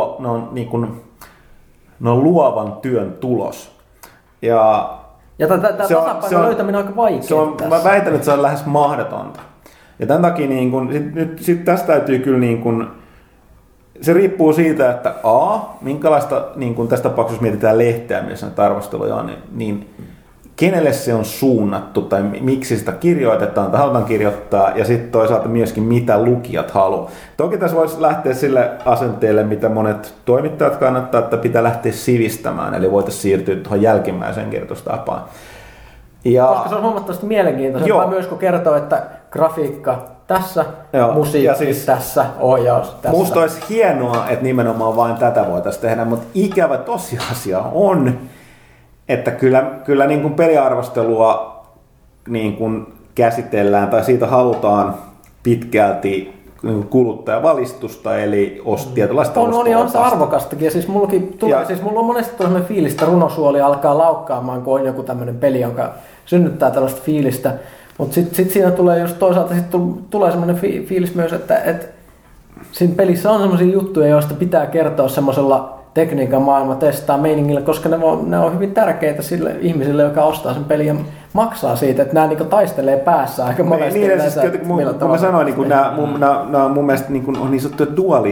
ne on luovan työn tulos. Ja tasapainon löytäminen on aika vaikeaa. Mä väitän, että se on lähes mahdotonta. Ja tämän takia sit tästä täytyy kyllä se riippuu siitä, että minkälaista tässä tapauksessa mietitään lehteä, missä näitä arvosteluja on, niin kenelle se on suunnattu tai miksi sitä kirjoitetaan tai halutaan kirjoittaa ja sitten toisaalta myöskin mitä lukijat haluaa. Toki tässä voisi lähteä sille asenteelle, mitä monet toimittajat kannattaa, että pitää lähteä sivistämään, eli voitaisiin siirtyä tuohon jälkimmäiseen kirjoitustapaan. Koska se on huomattavasti mielenkiintoisempaa myös, kun kertoo, että grafiikka tässä, musiikki siis, tässä, ohjaus tässä. Musta olisi hienoa, että nimenomaan vain tätä voitaisiin tehdä, mutta ikävä tosiasia on, että kyllä niin kuin peliarvostelua niin kuin käsitellään tai siitä halutaan pitkälti kuluttajavalistusta, eli tietynlaista osto-opasta. On se arvokastakin, ja siis mulla on monesti sellainen fiilis, että runosuoli alkaa laukkaamaan, kun on joku tämmöinen peli, joka synnyttää tällaista fiilistä, mutta sit siinä tulee just toisaalta tulee semmoinen fiilis myös, että siinä pelissä on semmoisia juttuja, joista pitää kertoa semmoisella tekniikan maailma testaa meiningillä, koska ne on hyvin tärkeitä sille ihmiselle, joka ostaa sen pelin ja maksaa siitä, että nämä niinku taistelee päässä aika monesti. Niin, siis, kun mä sanoin, niin nämä on mun mielestä niin on niin sanottuja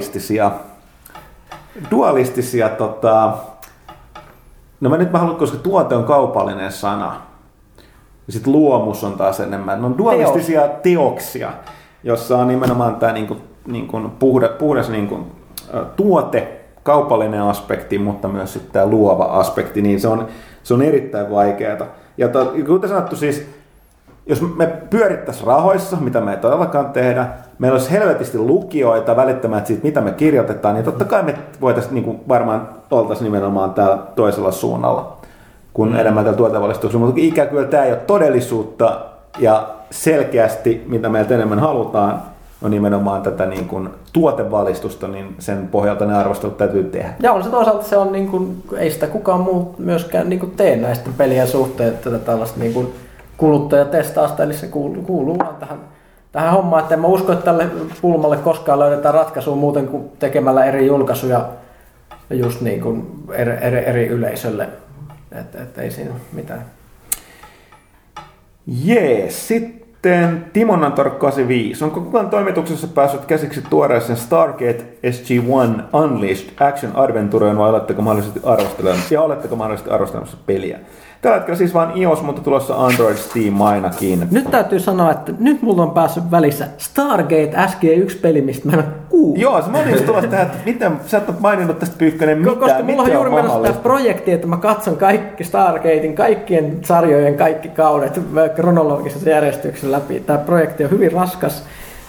dualistisia mä haluan, koska tuote on kaupallinen sana. Ja sitten luomus on taas enemmän. Ne on dualistisia teoksia, jossa on nimenomaan tämä puhdas tuote, kaupallinen aspekti, mutta myös sitten tämä luova aspekti, niin se on erittäin vaikeaa. Ja kuten sanottu, siis jos me pyörittäisiin rahoissa, mitä me ei todellakaan tehdä, meillä olisi helvetisti lukijoita välittämään siitä, mitä me kirjoitetaan, niin totta kai me voitaisiin varmaan oltaisiin nimenomaan täällä toisella suunnalla kuin enemmän täällä tuotevalistuksella, mutta ikävä kyllä tämä ei ole todellisuutta ja selkeästi, mitä meiltä enemmän halutaan, on nimenomaan tätä niin kuin tuotevalistusta, niin sen pohjalta ne arvostelut täytyy tehdä. Ja on se toisaalta, se on niin kuin, ei sitä kukaan muu myöskään niin kuin tee näistä pelien suhteen, että tällaista niin kuin kuluttajatestausta, eli se kuuluu vaan tähän hommaan, että en mä usko, että tälle pulmalle koskaan löydetään ratkaisua muuten kuin tekemällä eri julkaisuja just niin kuin eri yleisölle, että ei siinä mitään. Jees, sitten Timonantor 85. Onko kukaan toimituksessa päässyt käsiksi tuoreeseen Stargate SG-1 Unleashed Action Adventureen vai oletteko mahdollisesti arvostelemassa peliä? Tällä hetkellä siis vain iOS, mutta tulossa Android Steam ainakin. Nyt täytyy sanoa, että nyt mulla on päässyt välissä Stargate SG-1-peli, mistä mä en ole kuullut. Joo, se mä tulossa tähän, että miten sä et ole maininnut tästä Pyykkönen mitään. Koska mulla on juuri menossa tämä projekti, että mä katson kaikki Stargatein, kaikkien sarjojen kaikki kaudet kronologisessa järjestyksessä läpi. Tämä projekti on hyvin raskas.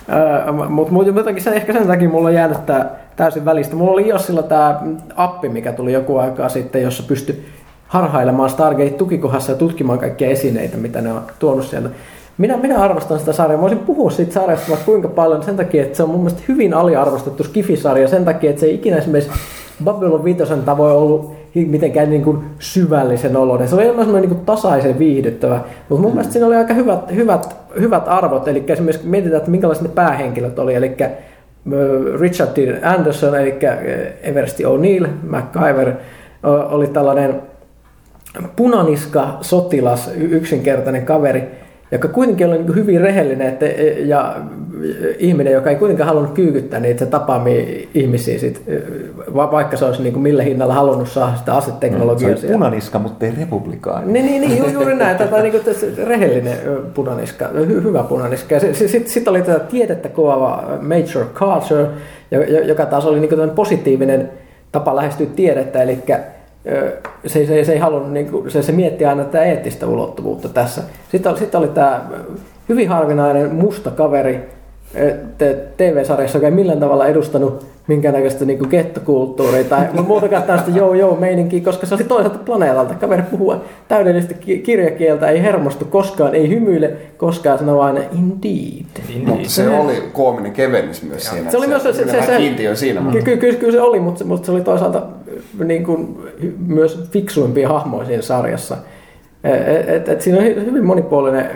Mutta jotenkin ehkä sen takia mulla on jäänyt tää täysin välistä. Mulla oli Jossilla tää appi, mikä tuli joku aikaa sitten, jossa pystyi harhailemaan Stargate-tukikohdassa ja tutkimaan kaikkia esineitä, mitä ne on tuonut sieltä. Minä arvostan sitä sarjaa. Mä voisin puhua siitä sarjasta vaikka kuinka paljon sen takia, että se on mun mielestä hyvin aliarvostettu Skifi-sarja sen takia, että se ei ikinä esimerkiksi Babylon 5 tavoin ollut mitenkään niin kuin syvällisen oloinen. Se oli enemmän semmoinen niin kuin tasaisen viihdyttävä, mutta mun mielestä siinä oli aika hyvät arvot. Eli esimerkiksi mietitään, että minkälaiset ne päähenkilöt oli. Eli Richard Dean Anderson, eli Everest O'Neill, MacGyver, oli tällainen punaniska sotilas, yksinkertainen kaveri, joka kuitenkin oli niin hyvin rehellinen ja ihminen, joka ei kuitenkaan halunnut kyykyttää niitä tapaamia ihmisiä, vaikka se olisi niin millä hinnalla halunnut saada sitä aseteknologiaa. Se oli punaniska, mutta ei republikaani. Niin, juuri näin. Tätä niin rehellinen punaniska, hyvä punaniska. Sitten oli tätä tiedettä koava Major Carter, joka taas oli niin positiivinen tapa lähestyä tiedettä, eli se ei halunnut, niin kuin, se mietti aina tätä eettistä ulottuvuutta tässä. Sitten oli tämä hyvin harvinainen musta kaveri TV-sarjassa, joka ei millään tavalla edustanut minkäännäköistä niin kuin gettokulttuuria tai muutakaan tällaista meininkiä, koska se oli toiselta planeetalta. Kaveri puhuu täydellistä kirjakieltä, ei hermostu koskaan, ei hymyile koskaan, sanoo aina indeed. Mutta se oli koominen kevennys myös siinä. Se oli myös se kiintiö siinä. Kyllä se oli, mutta se oli toisaalta niin kuin, myös fiksuimpia hahmoja siinä sarjassa. Siinä on hyvin monipuolinen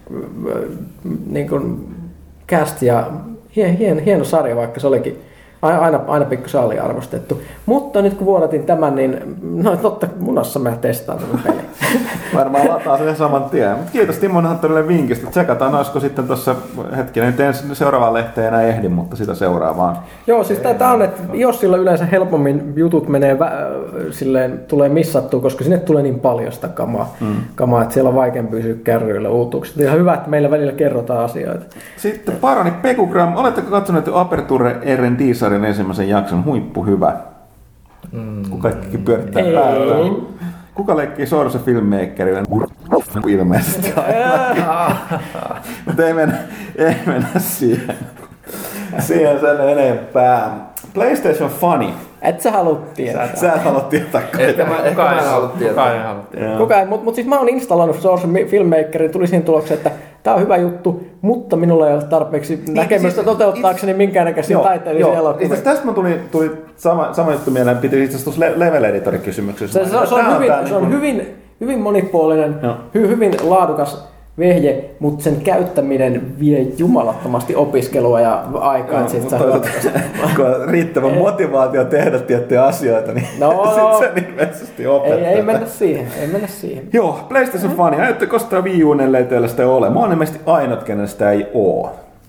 niin kuin cast ja hieno sarja, vaikka se olikin aina pikkusen aliarvostettu. Mutta nyt kun vuodatin tämän, niin no totta munassa mä testaan tämän pelin. Varmaan lataa sen saman tien. Kiitos Timo Hanttorille vinkistä. Tsekataan, olisiko sitten tuossa hetkinen. Nyt en seuraavaan lehteen enää ehdi, mutta sitä seuraavaan. Joo, siis tämä on, että jos sillä yleensä helpommin jutut menee silleen, tulee missattua, koska sinne tulee niin paljon sitä kamaa, että siellä on vaikeampi pysyä kärryillä uutuukset. Ihan hyvä, että meillä välillä kerrotaan asioita. Sitten Parani Pekugram. Oletteko katsoneet Aperture R&D-sarjan ensimmäisen jakson? Huippu hyvä. Kun kaikki pyörittää päätä. Kuka leikkii Source Filmmakerilla? Ilmeisesti aina. Mutta ei mennä siihen. Siihen sen enempää. PlayStation Funny. Et sä halua tietää. Sä et halua tietää. Kukaan ei halua tietää. Mutta siis mä oon installannut Source Filmmakerin, tuli siihen tulokseen, että tää on hyvä juttu, mutta minulla ei ole tarpeeksi näkemystä toteuttaakseni minkäännäköisiä taiteellisia elokuvia. Tästä mä tuli sama juttu mieleen, piti itse asiassa tuossa Level Editor-kysymyksessä. Se on hyvin monipuolinen, hyvin laadukas vehje, mutta sen käyttäminen vie jumalattomasti opiskelua ja aikaa. Kun on riittävä motivaatio tehdä tiettyjä asioita, niin sitten sen ilmeisesti opettaa. Ei mennä siihen. Joo, PlayStation Funny. Ajatteko sitä Wii U:n, ellei teillä sitä ole? Mä oon ilmeisesti ainut, kenen sitä ei oo.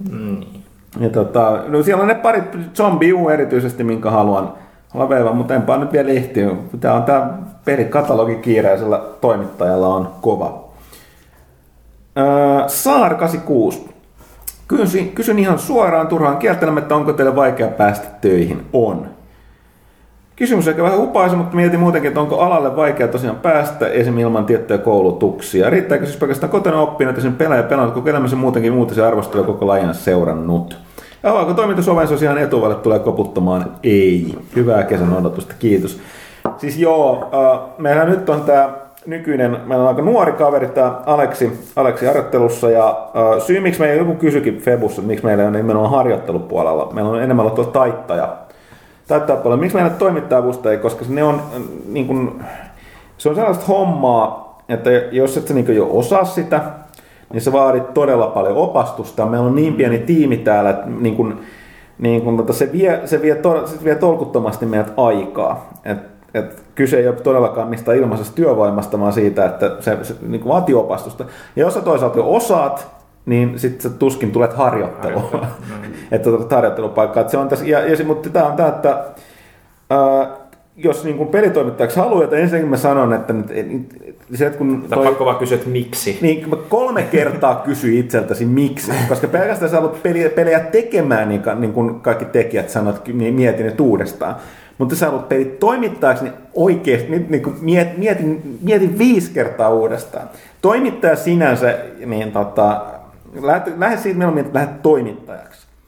Ja no siellä on ne parit, Zombie U erityisesti, minkä haluan veivaa, mutta enpä nyt vielä ehtiä. Tää pelikatalogi kiireisellä toimittajalla on kova. Saar 86. Kysyn ihan suoraan turhaan kieltelemättä, onko teille vaikea päästä töihin? On. Kysymys on vähän upaisa, mutta mietin muutenkin, että onko alalle vaikea tosiaan päästä esimerkiksi ilman tiettyjä koulutuksia. Riittääkö siis pelkästään kotona oppinut ja sen pelannut koko elämänsä muutenkin muuten arvostelua koko lajin seurannut? Ja onko toimintasoven sosiaan etuvalle tulee koputtamaan? Ei. Hyvää kesän odotusta, kiitos. Siis joo, meillä nyt on tää meillä on aika nuori kaveri, tämä Aleksi harjoittelussa, ja syy, miksi meillä joku kysyikin Febussa, että miksi meillä ei ole nimenomaan harjoittelupuolella, meillä on enemmän ollut tuolla taittajapuolella. Miksi meillä toimittajavusta ei, koska ne on, niin kuin, se on sellaista hommaa, että jos et sä niin jo osaa sitä, niin se vaadit todella paljon opastusta. Meillä on niin pieni tiimi täällä, että se vie tolkuttomasti meidät aikaa. Kyse ei ole todellakaan mistään ilmaisesta työvoimasta, vaan siitä, että se niin vaatii opastusta. Ja jos sä toisaalta jo osaat, niin sitten sä tuskin tulet harjoitteluun. Että harjoittelupaikkaa. Se on tässä, mutta tämä on tämä, että jos niin pelitoimittajaksi haluaa, että ensinnäkin mä sanon, että se, että kun pakko vaan kysyä, että miksi. Niin, mä 3 kertaa kysyin itseltäsi miksi, koska pelkästään sä haluat pelejä tekemään, niin kuin kaikki tekijät sanoo, että mietin nyt uudestaan. Mutta sä haluat pelit toimittajaksi, niin oikeasti mietin 5 kertaa uudestaan. Toimittaja sinänsä, niin lähde siitä mieluummin, että lähde toimittajaksi.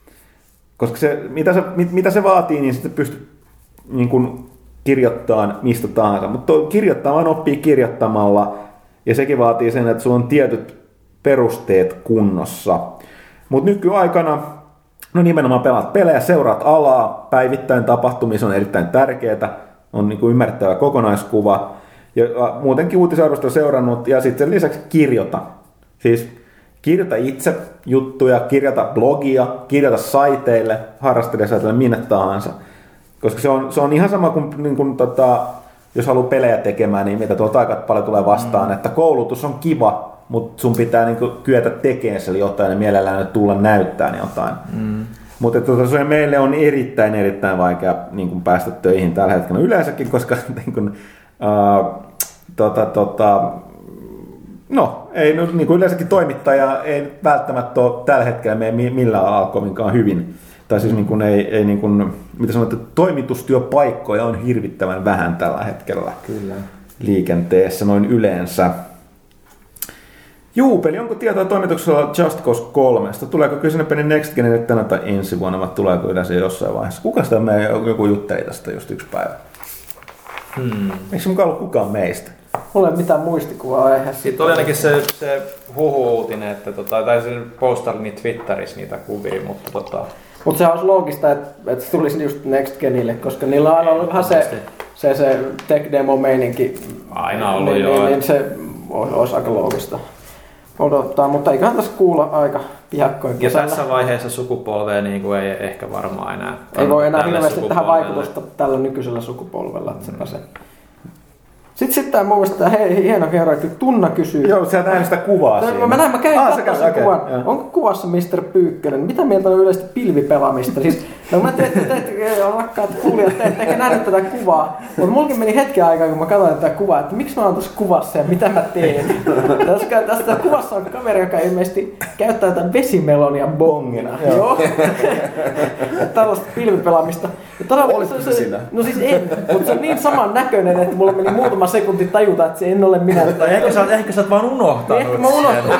Koska se, mitä se vaatii, niin sitten pystyt niin kuin kirjoittamaan mistä tahansa. Mutta kirjoittamaan oppii kirjoittamalla, ja sekin vaatii sen, että sulla on tietyt perusteet kunnossa. Mutta nykyaikana, no nimenomaan pelaat pelejä, seuraat alaa, päivittäin tapahtumisia on erittäin tärkeää, on niin kuin ymmärrettävä kokonaiskuva, ja muutenkin uutisarvosta seurannut, ja sitten sen lisäksi kirjoita. Siis kirjoita itse juttuja, kirjoita blogia, kirjoita saiteille, harrastelijasaiteille, minne tahansa. Koska se on ihan sama kuin, jos haluaa pelejä tekemään, niin mitä tuolta aika paljon tulee vastaan, että koulutus on kiva, mutta sun pitää niin kuin kyetä tekemään sille jotain ja mielellään tulla näyttämään jotain. Mutta meille on erittäin vaikea niin kuin päästä töihin tällä hetkellä yleensäkin, koska niin kuin, ei, niin kuin yleensäkin toimittaja ei välttämättä ole tällä hetkellä mene millään alalla kovinkaan hyvin. Tai siis niin kuin ei niin kuin, mitä sanotte, toimitustyöpaikkoja on hirvittävän vähän tällä hetkellä kyllä liikenteessä noin yleensä. Juupeli, onko tietoa toimituksella Just Cause 3? Tuleeko kyseinen peli Next Genille tänä tai ensi vuonna, vai tuleeko yleensä jossain vaiheessa? Kuka sitä joku jutteli tästä just yksi päivä? Eikö mukaan ollut kukaan meistä? Mulla ei ole mitään muistikuvaa aiheessa. Siitä oli ainakin se huhu-uutinen, että tai se postari niin Twitterissä niitä kuvia, mutta Mutta se olisi loogista, että se tulisi just Next Genille, koska niillä on aina ollut vähän se tech demo meininki. Aina ollut niin se olisi aika loogista odottaa, mutta eiköhän tässä kuulla aika piakkoin kesällä. Ja tässä vaiheessa sukupolvea niin kuin ei ehkä varmaan enää. Ei voi enää hirveästi tähän vaikutusta tällä nykyisellä sukupolvella, että sepä se. Sitten mun mielestä hieno kerro, että Tunna kysyy. Joo, sä näin sitä kuvaa siinä. Mä käyn katsomaan sen kuvan. Onko kuvassa Mr. Pyykkönen? Mitä mieltä on yleisesti pilvipelaamista? Siis, no mä rakkaat kuulijat, te ette nähnyt tätä kuvaa. Mutta mullakin meni hetken aikaa, kun mä katsoin tätä kuvaa, että miksi mä oon tuossa kuvassa ja mitä mä teen. Tässä kuvassa on kaveri, joka ilmeisesti käyttää tätä vesimelonia bongina. Joo. Tällaista pilvipelaamista. Olitko se sinä? No siis ei, mutta se on niin saman näköinen, että mulla meni muutama sekunti tajuta, että se en ole minä. Ehkä sä oot vaan unohtanut. Ehkä mä unohtanut.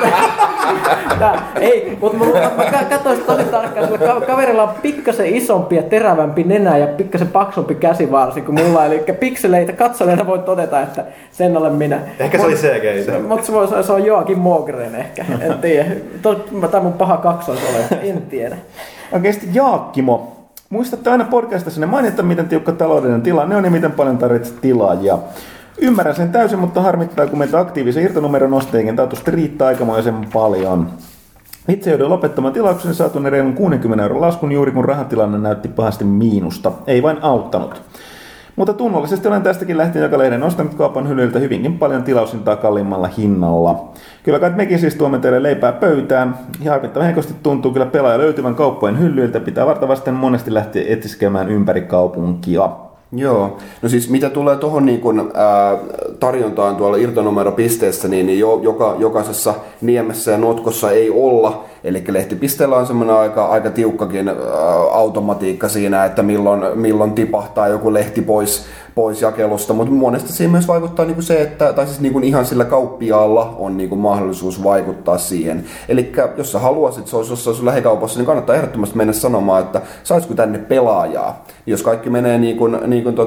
Ei, mutta mä katsoin tosi tarkkaan, sillä kaverilla on pikkasen isompi ja terävämpi nenä ja pikkasen paksumpi käsivarsi kuin mulla. Eli pikseleitä katsoneena voi todeta, että sen olen minä. Ehkä se oli CGI. Mutta se on Joakim Mogren ehkä, en tiedä. Tämä mun paha kaksoisole, en tiedä. Okei, sitten Jaakkimo. Muistatte aina podcastissa mainita, miten tiukka taloudellinen tilanne on ja miten paljon tarvitset tilaajia. Ymmärrän sen täysin, mutta harmittaa, kun meitä aktiivisen irtonumeron ostajien taatusti riittää aikamoisen paljon. Itse joudun lopettamaan tilauksen saatun reilun 60 € laskun juuri kun rahatilanne näytti pahasti miinusta. Ei vain auttanut. Mutta tunnollisesti olen tästäkin lähtien joka lehden ostanut kaupan hyllyiltä hyvinkin paljon tilaushintaa kalliimmalla hinnalla. Kyllä kai mekin siis tuomme teille leipää pöytään. Ja harmittavan heikosti tuntuu kyllä pelaaja löytyvän kauppojen hyllyiltä. Pitää vartavasten monesti lähteä etiskemään ympäri kaupunkia. Joo, no siis mitä tulee tuohon niin tarjontaan tuolla irtonumeropisteessä, niin jokaisessa niemessä ja notkossa ei olla. Eli lehtipisteellä on semmoinen aika tiukkakin automatiikka siinä, että milloin tipahtaa joku lehti pois jakelusta, mutta monesti siihen myös vaikuttaa niin kuin se, että, tai siis niin kuin ihan sillä kauppiaalla on niin kuin mahdollisuus vaikuttaa siihen. Eli jos sä haluaisit, se olisi jossain sun lähikaupassa, niin kannattaa ehdottomasti mennä sanomaan, että saisiko tänne pelaajaa. Jos kaikki menee niin kuin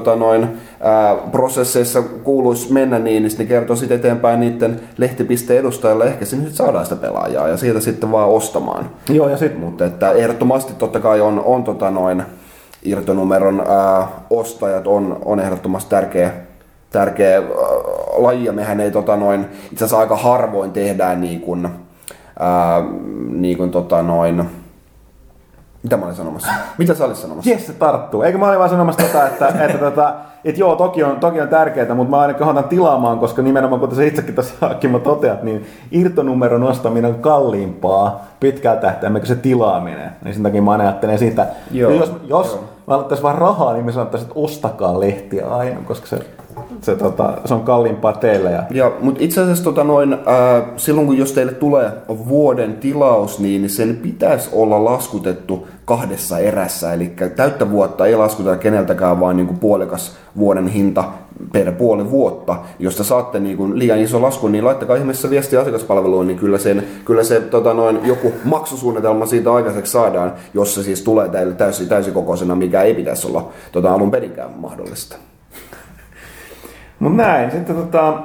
prosesseissa kuuluisi mennä niin ne kertoo sitten eteenpäin niiden lehtipisteen edustajille, ehkä sinne nyt saadaan sitä pelaajaa ja sieltä sitten vaan ostamaan. Joo, ja sit mutta että ehdottomasti totta kai on irtonumeron ostajat on ehdottomasti tärkeä laji, ja mehän ei itse asiassa aika harvoin tehdään mitä mä olin sanomassa? Mitä sä olit sanomassa? Jesse tarttuu. Eikö mä olin vaan sanomassa että joo, toki on tärkeää, mutta mä aina kehotan tilaamaan, koska nimenomaan kuten sä itsekin tosiaan Kimmo toteat, niin irtonumeron ostaminen on kalliimpaa pitkällä tähtäimellä kuin se tilaaminen. Niin sen takia mä aina ajattelen siitä, jos mä aloittaisin vaan rahaa, niin me sanottaisiin, että ostakaa lehtiä aina, koska se se on kalliimpaa teille. Ja, mutta itse asiassa silloin kun jos teille tulee vuoden tilaus, niin sen pitäisi olla laskutettu 2 erässä. Eli täyttä vuotta ei laskuteta keneltäkään, vaan niin kuin puolikas vuoden hinta per puoli vuotta. Jos te saatte niin kuin liian iso lasku, niin laittakaa ihmeessä viestiä asiakaspalveluun, niin kyllä se joku maksusuunnitelma siitä aikaiseksi saadaan, jos se siis tulee teille täysikokoisena, mikä ei pitäisi olla alun perinkään mahdollista. Mut näin, sitten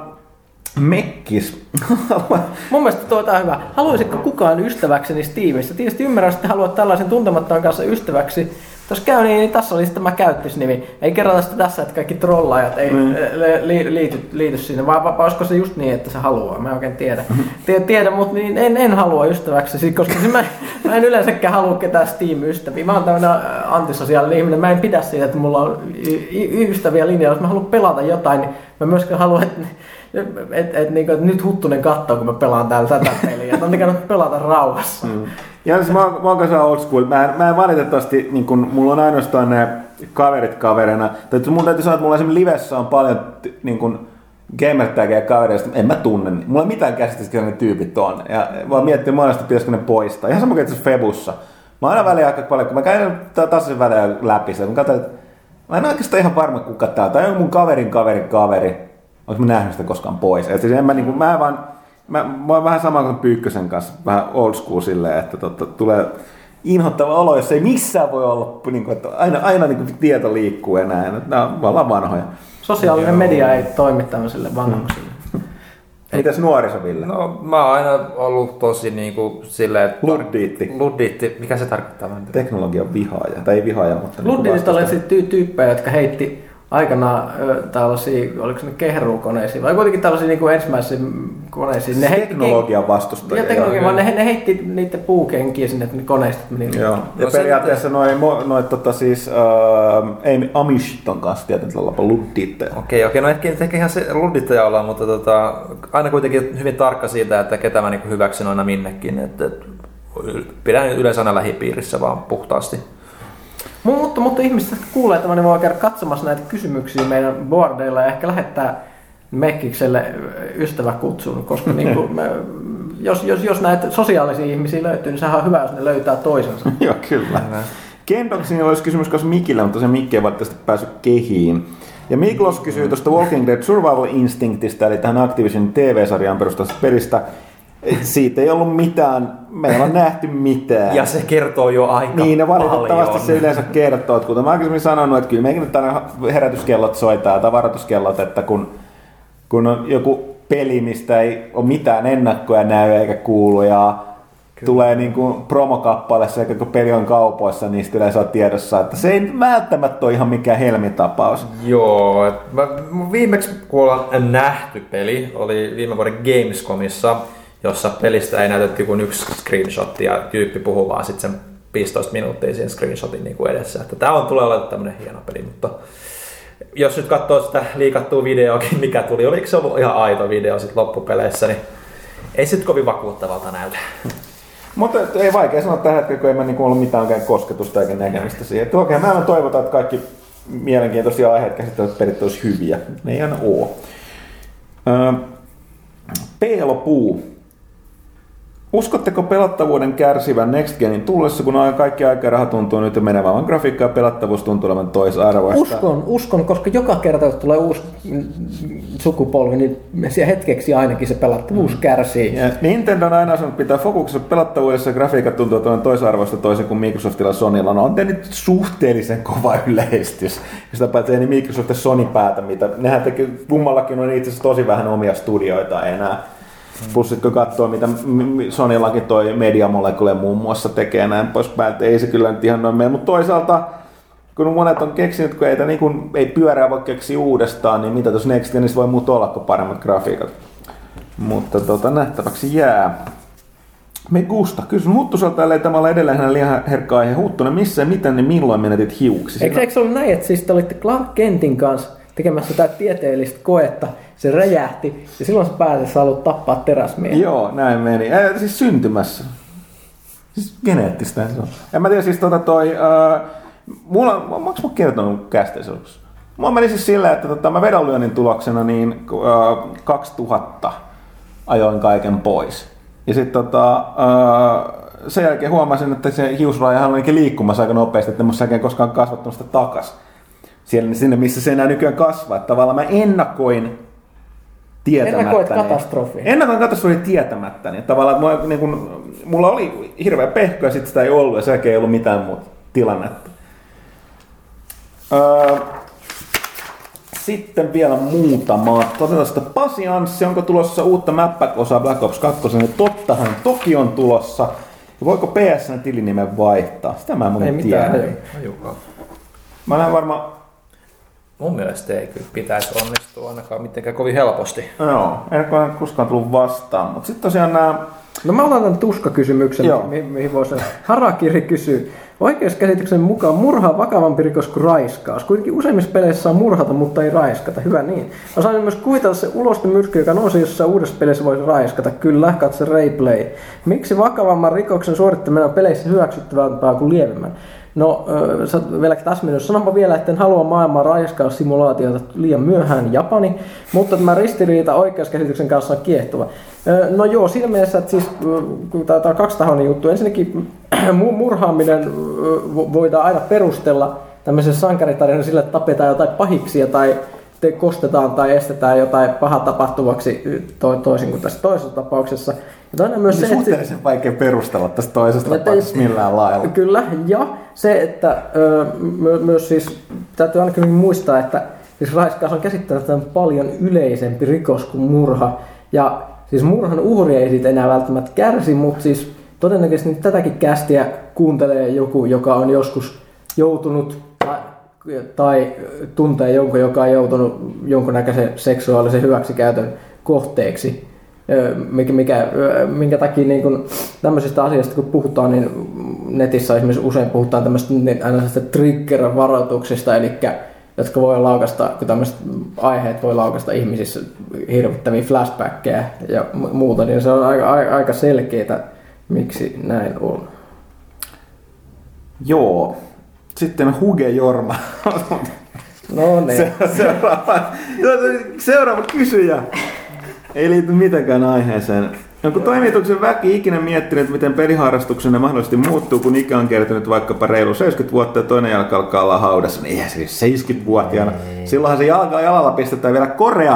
Mekkis. Mun mielestä tuo on hyvä. Haluaisitko kukaan ystäväkseni Steamissa? Tietysti ymmärrän, että haluat tällaisen tuntemattoman kanssa ystäväksi. Tuossa käy niin tässä oli sitten tämä käyttösnimi. Ei kerrota sitä tässä, että kaikki trollaajat ei liity sinne, vaan olisiko se just niin, että se haluaa? Mä en oikein tiedä, mutta niin en halua ystäväksi, koska mä en yleensäkään halua ketään Steam-ystäviä. Mä oon tämmöinen antisosiaalinen ihminen. Mä en pidä siitä, että mulla on ystäviä linjalla. Jos mä haluan pelata jotain, niin mä myöskään haluan, että nyt Huttunen katsoo, kun mä pelaan täällä tätä peliä. On kannattaa pelata rauhassa. Ja siis mä oon kanssa old school. Mä en valitettavasti, niin kun, mulla on ainoastaan ne kaverit kaverina. Mun täytyy sanoa, että mulla esimerkiksi livessä on paljon niin kun gamer-tageja kavereista. En mä tunne. Mulla ei mitään käsitystä, ketä ne tyypit on. Ja mä miettinyt monesti, pitäisikö ne poistaa. Ihan sama kuin itse Febussa. Mä aina väliin aika paljon, kun mä käyn tasaisen väliin läpi. Mä katson, että mä en oikeastaan ihan varma, kuka tää on. Tai on mun kaveri. Olis mä nähnyt sitä koskaan pois. Et siis mä oon vähän sama kuin Pyykkösen kanssa, vähän old school silleen, että tulee inhottava olo, jos ei missään voi olla, niin kuin, että aina niin kuin tieto liikkuu enää. Me ollaan vanhoja. Sosiaalinen media ei toimi tämmöiselle vanhuksille. Mitäs nuoriso, Ville? No mä oon aina ollut tosi niinku silleen... Luddiitti. Mikä se tarkoittaa? Teknologian vihaaja. Tai ei vihaaja, mutta... Ludditit oli sitten tyyppejä, jotka heitti aikanaan tällaisia, oliko ne kehruukoneisiin, vai kuitenkin tällaisia niin kuin ensimmäisiä koneisiin. Teknologian vastustajia. Teknologian, vaan ne heitti niiden puukenkiä sinne, että ne koneistot meni. Joo. Ja no periaatteessa siis Amishit on kanssa tietysti ludditteja. Okei, no ehkä ihan se ludditteja ollaan, mutta aina kuitenkin hyvin tarkka siitä, että ketä mä niin hyväksyn aina minnekin. Että pidän yleensä aina lähipiirissä vaan puhtaasti. Mutta ihmiset, jotka kuulee, että ne voi käydä katsomassa näitä kysymyksiä meidän boardeilla ja ehkä lähettää Mekkikselle ystäväkutsun, koska jos näitä sosiaalisia ihmisiä löytyy, niin sehän on hyvä, jos ne löytää toisensa. Joo, kyllä. Kendoksini olisi kysymys kanssa Mikille, mutta se Mikki ei valitettavasti päässyt kehiin. Ja Miklos kysyy tuosta Walking Dead Survival Instinctista, eli tähän Activision TV-sarjaan perustuvasta pelistä. Siitä ei ollut mitään, meillä on nähty mitään. Ja se kertoo jo aika niin, ja valitettavasti paljon. Se yleensä kertoo, että kuten mä aikaisemmin sanonut, että kyllä meikin nyt aina herätyskellot soittaa tai varoituskellot, että kun on joku peli, mistä ei ole mitään ennakkoja näy eikä kuulu ja tulee niin kuin promokappale sekä kun peli on kaupoissa, niin sitten yleensä on tiedossa, että se ei välttämättä ole ihan mikään helmitapaus. Joo, viimeksi kun ollaan nähty peli, oli viime vuoden Gamescomissa, jossa pelistä ei näytetty kuin yksi screenshot ja tyyppi puhuu vaan sitten sen 15 minuuttia siinä screenshotin niin kuin edessä. Että tämä tulee olla tämmöinen hieno peli, mutta jos nyt katsoo sitä liikattua videoakin, mikä tuli, oliko se ollut ihan aito video sitten loppupeleissä, niin ei sitten kovin vakuuttavalta näytä. Mutta ei vaikea sanoa tähän hetkellä, kun ei mä ollut mitään kosketusta eikä näkemistä siihen. Oikein mä toivotaan, että kaikki mielenkiintoisia aiheet käsittävät perit olisi hyviä. Ne ei aina oo. Peelopuu. Uskotteko pelattavuuden kärsivän Next Genin tullessa, kun kaikki aika ja raha tuntuu nyt menevän, vaan grafiikka ja pelattavuus tuntuu olevan toisarvoista? Uskon, koska joka kerta, kun tulee uusi sukupolvi, niin hetkeksi ainakin se pelattavuus kärsii. Ja Nintendo on aina sanonut, pitää fokuksessa pelattavuudessa ja grafiikat tuntuu olevan toisarvoista toisin kuin Microsoftilla ja Sonylla. No on te nyt suhteellisen kova yleistys. Sitä paitsi ei niin Microsoft ja Sony päätä, mitä nehän tekee, kummallakin on itse asiassa tosi vähän omia studioita enää. Plus sitten kun katsoo, mitä Sonyllakin toi Media Molecule muun muassa tekee näin poispäin, että ei se kyllä nyt ihan noin mene. Mutta toisaalta, kun monet on keksinyt, kun ei pyörää voi keksiä uudestaan, niin mitä tuossa Next Genistä voi muuta olla kuin paremmat grafiikat. Mutta nähtäväksi jää. Me Gusta, kysyn Huttuselta, ellei tämä ole edelleen hänen liian herkkä aihe. Huttunen, missä ja miten ne milloin menetit hiuksisi? Eikö se ollut näin, että siis te olitte Clark Kentin kanssa tekemässä tätä tieteellistä koetta, se räjähti ja silloin se pääsi, että sä haluat tappaa teräsmiehen. Joo, näin meni. Siis syntymässä. Siis geneettistä se on. En mä tiedä, siis onko mä kertonut kästeessä? Mulla meni siis silleen, että mä vedonlyönnin tuloksena niin 2000 ajoin kaiken pois. Ja sitten sen jälkeen huomasin, että se hiusrajahan oli liikkumassa aika nopeasti, että en musta jälkeen koskaan kasvattanut sitä takas. Sinne, missä se enää nykyään kasvaa. Että tavallaan mä ennakoin tietämättäni. Ennakoit katastrofi. Ennakoin katastrofi tietämättäni. Että tavallaan että mulla oli hirveä pehko ja sitten sitä ei ollut ja sen jälkeen ei ollut mitään muuta tilannetta. Sitten vielä muutama. Otetaan sitä Pasi Anssi, onko tulossa uutta Map-osaa Black Ops 2? Tottahan toki on tulossa. Ja voiko PSN tilinimen vaihtaa? Sitä mä en muuten tiedä. Mä olen varmaan... Mun mielestä ei kyllä pitäisi onnistua ainakaan mitenkään kovin helposti. Joo, en ole koskaan tullut vastaan. Mutta sitten tosiaan nämä... No mä otan tämän tuskakysymyksen, mihin voisi... Harakiri kysyy. Oikeuskäsityksen mukaan murha on vakavampi rikos kuin raiskaus. Kuitenkin useimmissa peleissä saa murhata, mutta ei raiskata. Hyvä niin. Osaisin myös kuvitella se ulostemyrsky, joka nousi jossain uudessa pelissä voisi raiskata. Kyllä, katso replay. Miksi vakavamman rikoksen suorittaminen on peleissä hyväksyttävämpää kuin lievemmän? No, sä vielä täsmennys. Sanonpa vielä, että en halua maailmaa raiskaussimulaatiota liian myöhään Japani, mutta tämä ristiriita oikeuskäsityksen kanssa on kiehtova. No joo, siinä mielessä, että siis tämä on kaksitahoinen juttu. Ensinnäkin murhaaminen voidaan aina perustella tämmöisessä sankaritarinassa sillä, että tapetaan jotain pahiksia tai kostetaan tai estetään jotain pahaa tapahtuvaksi toisin kuin tässä toisessa tapauksessa. Ja toinen myös se, että suhteellisen vaikea perustella tästä toisesta tapauksessa millään lailla. Kyllä, ja se, että myös siis täytyy ainakin muistaa, että siis raiskaus on käsittämättömän paljon yleisempi rikos kuin murha. Ja siis murhan uhri ei siitä enää välttämättä kärsi, mutta siis todennäköisesti tätäkin kästiä kuuntelee joku, joka on joskus joutunut tai tuntee jonkun, joka on joutunut jonkunnäköisen seksuaalisen hyväksikäytön kohteeksi. Minkä takia niin kun tämmöisistä asioista kun puhutaan, niin netissä esimerkiksi usein puhutaan tämmöistä trigger-varoituksista, eli jotka voi laukaista, kun tämmöiset aiheet voi laukaista ihmisissä hirvittäviä flashbackkejä ja muuta, niin se on aika selkeää, miksi näin on. Joo. Sitten Huge Jorma. No niin. Seuraava kysyjä. Ei liity mitenkään aiheeseen. Onko toimituksen väki ikinä miettinyt, miten peliharrastuksenne mahdollisesti muuttuu, kun ikä on kertynyt vaikkapa reilu 70 vuotta ja toinen jalka alkaa olla haudassa? Niin eihän se 70-vuotiaana. Silloinhan se jalalla pistetään vielä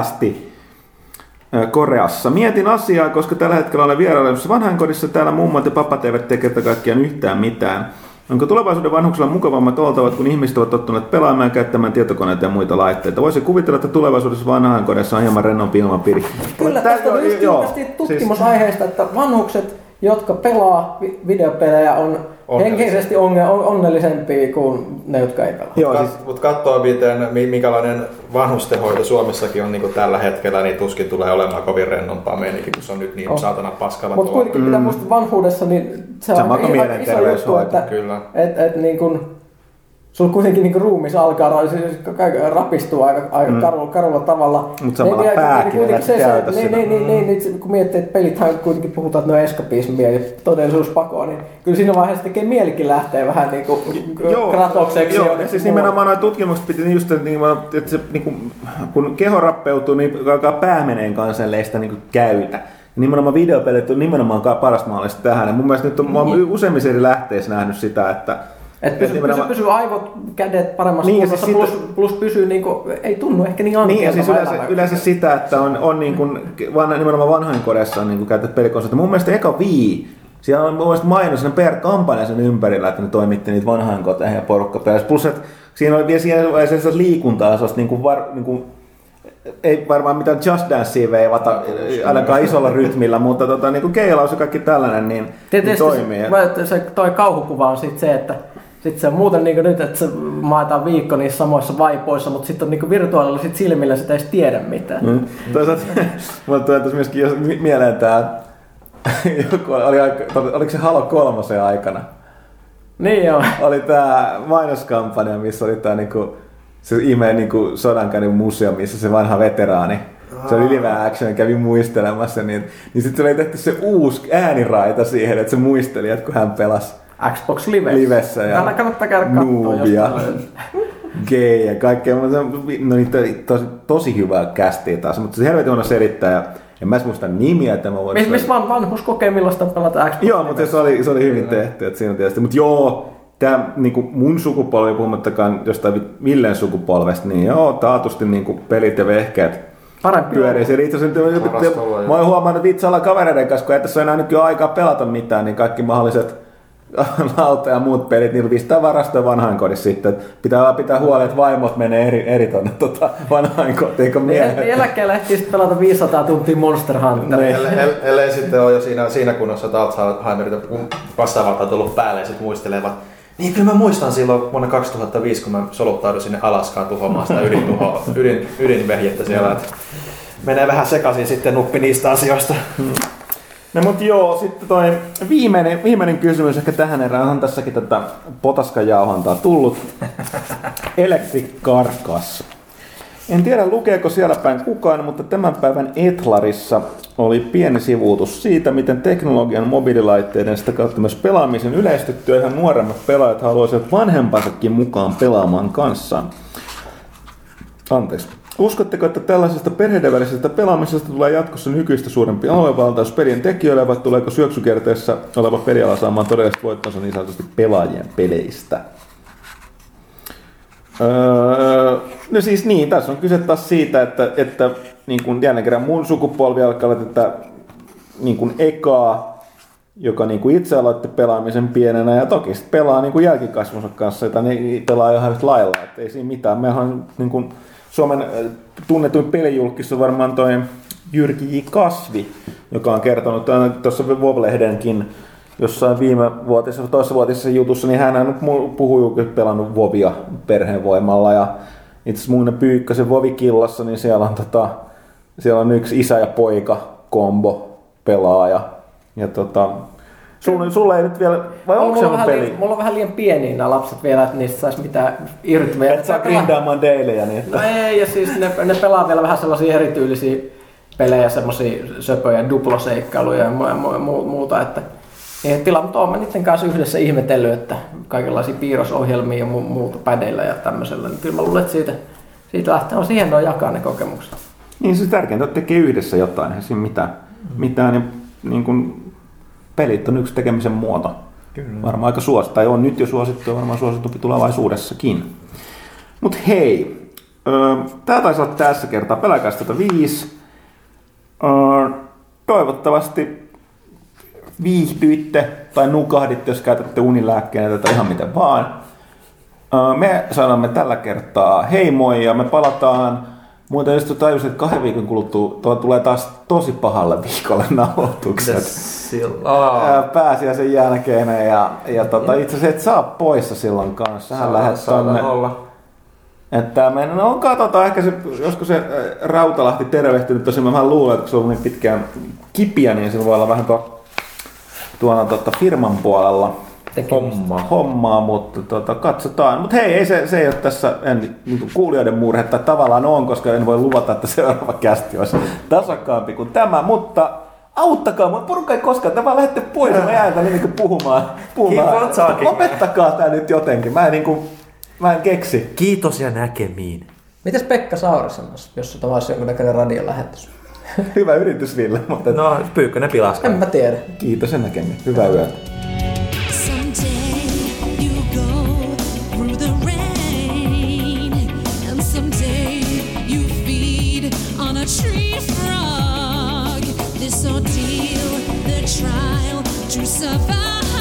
Koreassa. Mietin asiaa, koska tällä hetkellä olen vierailemassa vanhainkodissa. Täällä mummot ja papat eivät tee kerta kaikkiaan yhtään mitään. Onko tulevaisuuden vanhuksilla mukavammat oltavat, kun ihmiset ovat tottuneet pelaamaan ja käyttämään tietokoneita ja muita laitteita? Voisi kuvitella, että tulevaisuudessa vanhainkodissa on hieman rennompi ilmapiiri. Kyllä, tästä just julkaistiin tutkimusaiheesta, että vanhukset, jotka pelaa videopelejä, on henkisesti onnellisempia kuin ne, jotka ei pelaa. Joo, mutta katsoo, minkälainen vanhustenhoito Suomessakin on niin kuin tällä hetkellä, niin tuskin tulee olemaan kovin rennompaa meininki, kun se on nyt niin saatana paskalla. Mutta kuitenkin pitää muistaa vanhuudessa, niin se on iso juttu, että niin kun, sulla kuitenkin niin ruumis alkaa rapistua aika karulla tavalla. Mutta samalla pääkin käytössä. Niin, kun miettii, että pelithän kuitenkin puhutaan, että ne on eskapismia ja todellisuuspakoa, niin kyllä siinä vaiheessa tekee mielikin lähteä vähän niin kuin kratokseksi. Joo, ja siis nimenomaan noin tutkimukset piti just, että se, kun keho rappeutuu, niin alkaa pää meneen kanssa, ellei sitä niin käytä. Nimenomaan videopelit on nimenomaan paras mahdollista tähän. Ja mun mielestä nyt on useimmissa eri lähteissä nähnyt sitä, että pysyy aivot, kädet paremmassa kunnossa, plus pysyy niinku, ei tunnu ehkä niin ankeelta. Niin, siis yleensä sitä, että on niinku, nimenomaan vanhainkodessa on niinku käytetty pelikonsoleita. Mun mielestä eka Wii, siellä on mun mielestä mainos kampanja sen ympärillä, että ne toimitti niitä vanhainkoteihin ja porukkapeleissä. Plus, että siinä oli vielä siellä liikuntaa, niinku, ei varmaan mitään Just Dancea veivata ainakaan isolla rytmillä, mutta niinku keilaus ja kaikki tällainen niin toimii. Se toi kauhukuva on sit se, että sitten se on muuten niin nyt, että se maetaan viikko niissä samoissa vaipoissa, mutta sitten on niin virtuaalilla sit silmillä, sitä ei edes tiedä mitään. Toisaalta mulle tulee tässä myöskin mieleen tämä, oliko se Halo 3 aikana? Niin joo. Oli tämä mainoskampanja, missä oli tämä niinku, se ihmeen niinku sodankäynnin museo, missä se vanha veteraani, se oli live action, kävi muistelemassa, niin sitten oli tehty se uusi ääniraita siihen, että se muisteli, että kun hän pelasi Xbox Livessä ja kannattaa käydä katsoa Noobia. gay ja kaikkea. No niitä tosi hyvää kästiä taas, mutta se helvetin on selittää ja en mä muista nimiä, että mä voin... Missä vanhus kokee millaista pelata Xbox? Joo, mutta se oli hyvin tehty, että siinä tietysti. Mutta joo, tää niinku mun sukupolvi, puhumattakaan jostain Villen sukupolvesta, niin joo, taatusti niinku pelit ja vehkeet pyörii. Se riittäisi, mä oon huomannut vitsailla kavereiden kanssa, kun ei tässä ole enää nykyään aikaa pelata mitään, niin kaikki mahdolliset lauta ja muut pelit, niin pistää varastoon vanhainkodissa sitten. Pitää pitää huoli, että vaimot menee eri tonne vanhainkotiin kuin miehet. Eläkkeellä ehtii sitten pelata 500 tuntia Monster Hunteria. Ellei sitten ole jo siinä kunnossa, että Alzheimerilta vastaavalta on tullut päälle ja sitten muistelevat. Niin kyllä mä muistan silloin vuonna 2005, kun mä soluttauduin sinne Alaskaan tuhoamaan sitä ydinvehjettä siellä. Että menee vähän sekaisin sitten nuppi niistä asioista. No mut joo, sitten toi viimeinen kysymys ehkä tähän erään, on tässäkin tätä potaskajauhantaa tullut. Electric Carcass. En tiedä lukeeko siellä päin kukaan, mutta tämän päivän Etlarissa oli pieni sivuutus siitä, miten teknologian, mobiililaitteiden sitä kautta myös pelaamisen yleistyttyä ihan nuoremmat pelaajat haluaisivat vanhempansakin mukaan pelaamaan kanssaan. Anteeksi. Uskotteko, että tällaisesta perheiden välisestä pelaamisesta tulee jatkossa nykyistä suurempi aluevaltaus pelien tekijöille, vai tuleeko syöksykierteessä oleva peliala saamaan todellisesti voittonsa niin sanotusti pelaajien peleistä? No siis niin, tässä on kyse taas siitä, että niin kuin jälleen kerran mun sukupolvi alkaa olla tätä niin kuin ekaa, joka niin kuin itse aloitti pelaamisen pienenä ja toki sitten pelaa niin kuin jälkikasvunsa kanssa, jota ne pelaa ihan lailla, että ei siinä mitään. Meillä on niin kuin Suomen tunnetuin pelijulkissa varmaan toi Jyrki J. Kasvi, joka on kertonut tuossa WoW-lehdenkin jossain toissavuotisessa jutussa, niin hän puhui pelannut WoWia perheenvoimalla ja itse asiassa mun Pyykkösen WoW-killassa, niin siellä on yksi isä ja poika kombo pelaaja ja sulla ei nyt vielä, vai onko se peli? Mulla on vähän liian pieniä nämä lapset vielä, että niistä saisi mitään irti. Et saa grindaamaan dailejä niin. No ei, ja siis ne pelaa vielä vähän sellaisia erityylisiä pelejä, semmosia söpöjä, duploseikkailuja ja muuta, että tilaa, mutta olen niiden kanssa yhdessä ihmetellyt, että kaikenlaisia piirrosohjelmia ja muuta pädeillä ja tämmöisellä, niin kyllä mä luulen, että siitä lähtee on hienoa jakaa ne kokemukset. Niin se tärkeintä, että tekee yhdessä jotain, eihän siinä mitään niin kuin pelit on yksi tekemisen muoto. Kyllä. Varmaan aika suosittu, tai on nyt jo suosittu ja varmaan suositumpi tulevaisuudessakin. Mut hei, tää taisi olla tässä kertaa Peläkästä 5. Toivottavasti viihtyitte tai nukahditte, jos käytätte unilääkkeenä tai ihan miten vaan. Me sanomme tällä kertaa hei moi ja me palataan. Muuten just tajusin, että 2 viikon kuluttua tulee taas tosi pahalle viikolle nauhoitukset. Pääsiäisen jälkeen ja itse asiassa et saa poissa silloin kanssa. Sähän lähdet tonne. Että no katsotaan ehkä se, josko se Rautalahti tervehtynyt, tosin mä vähän luulen, että kun se on niin pitkään kipiä, niin sillä voi olla vähän tuolla firman puolella hommaa, mutta katsotaan. Mutta hei, ei se ei ole tässä niin kuulijoiden murhe, tai tavallaan on, koska en voi luvata, että seuraava kästi olisi tasakkaampi kuin tämä, mutta auttakaa, mutta porukka ei koskaan, te vaan lähdette pois ja mä jään tänne niin puhumaan. Lopettakaa tää nyt jotenkin, mä en keksi. Kiitos ja näkemiin. Mites Pekka Sauri sanoisi, jos sut olisi jonkunnäköinen radion lähetys? Hyvä yritys, Ville. Mutta no, Pyykkönen pilaskaa. En mä tiedä. Kiitos ja näkemiin. Hyvää yötä. Someday you go through the rain, and someday you feed on a tree frog. This ordeal, the trial to survive.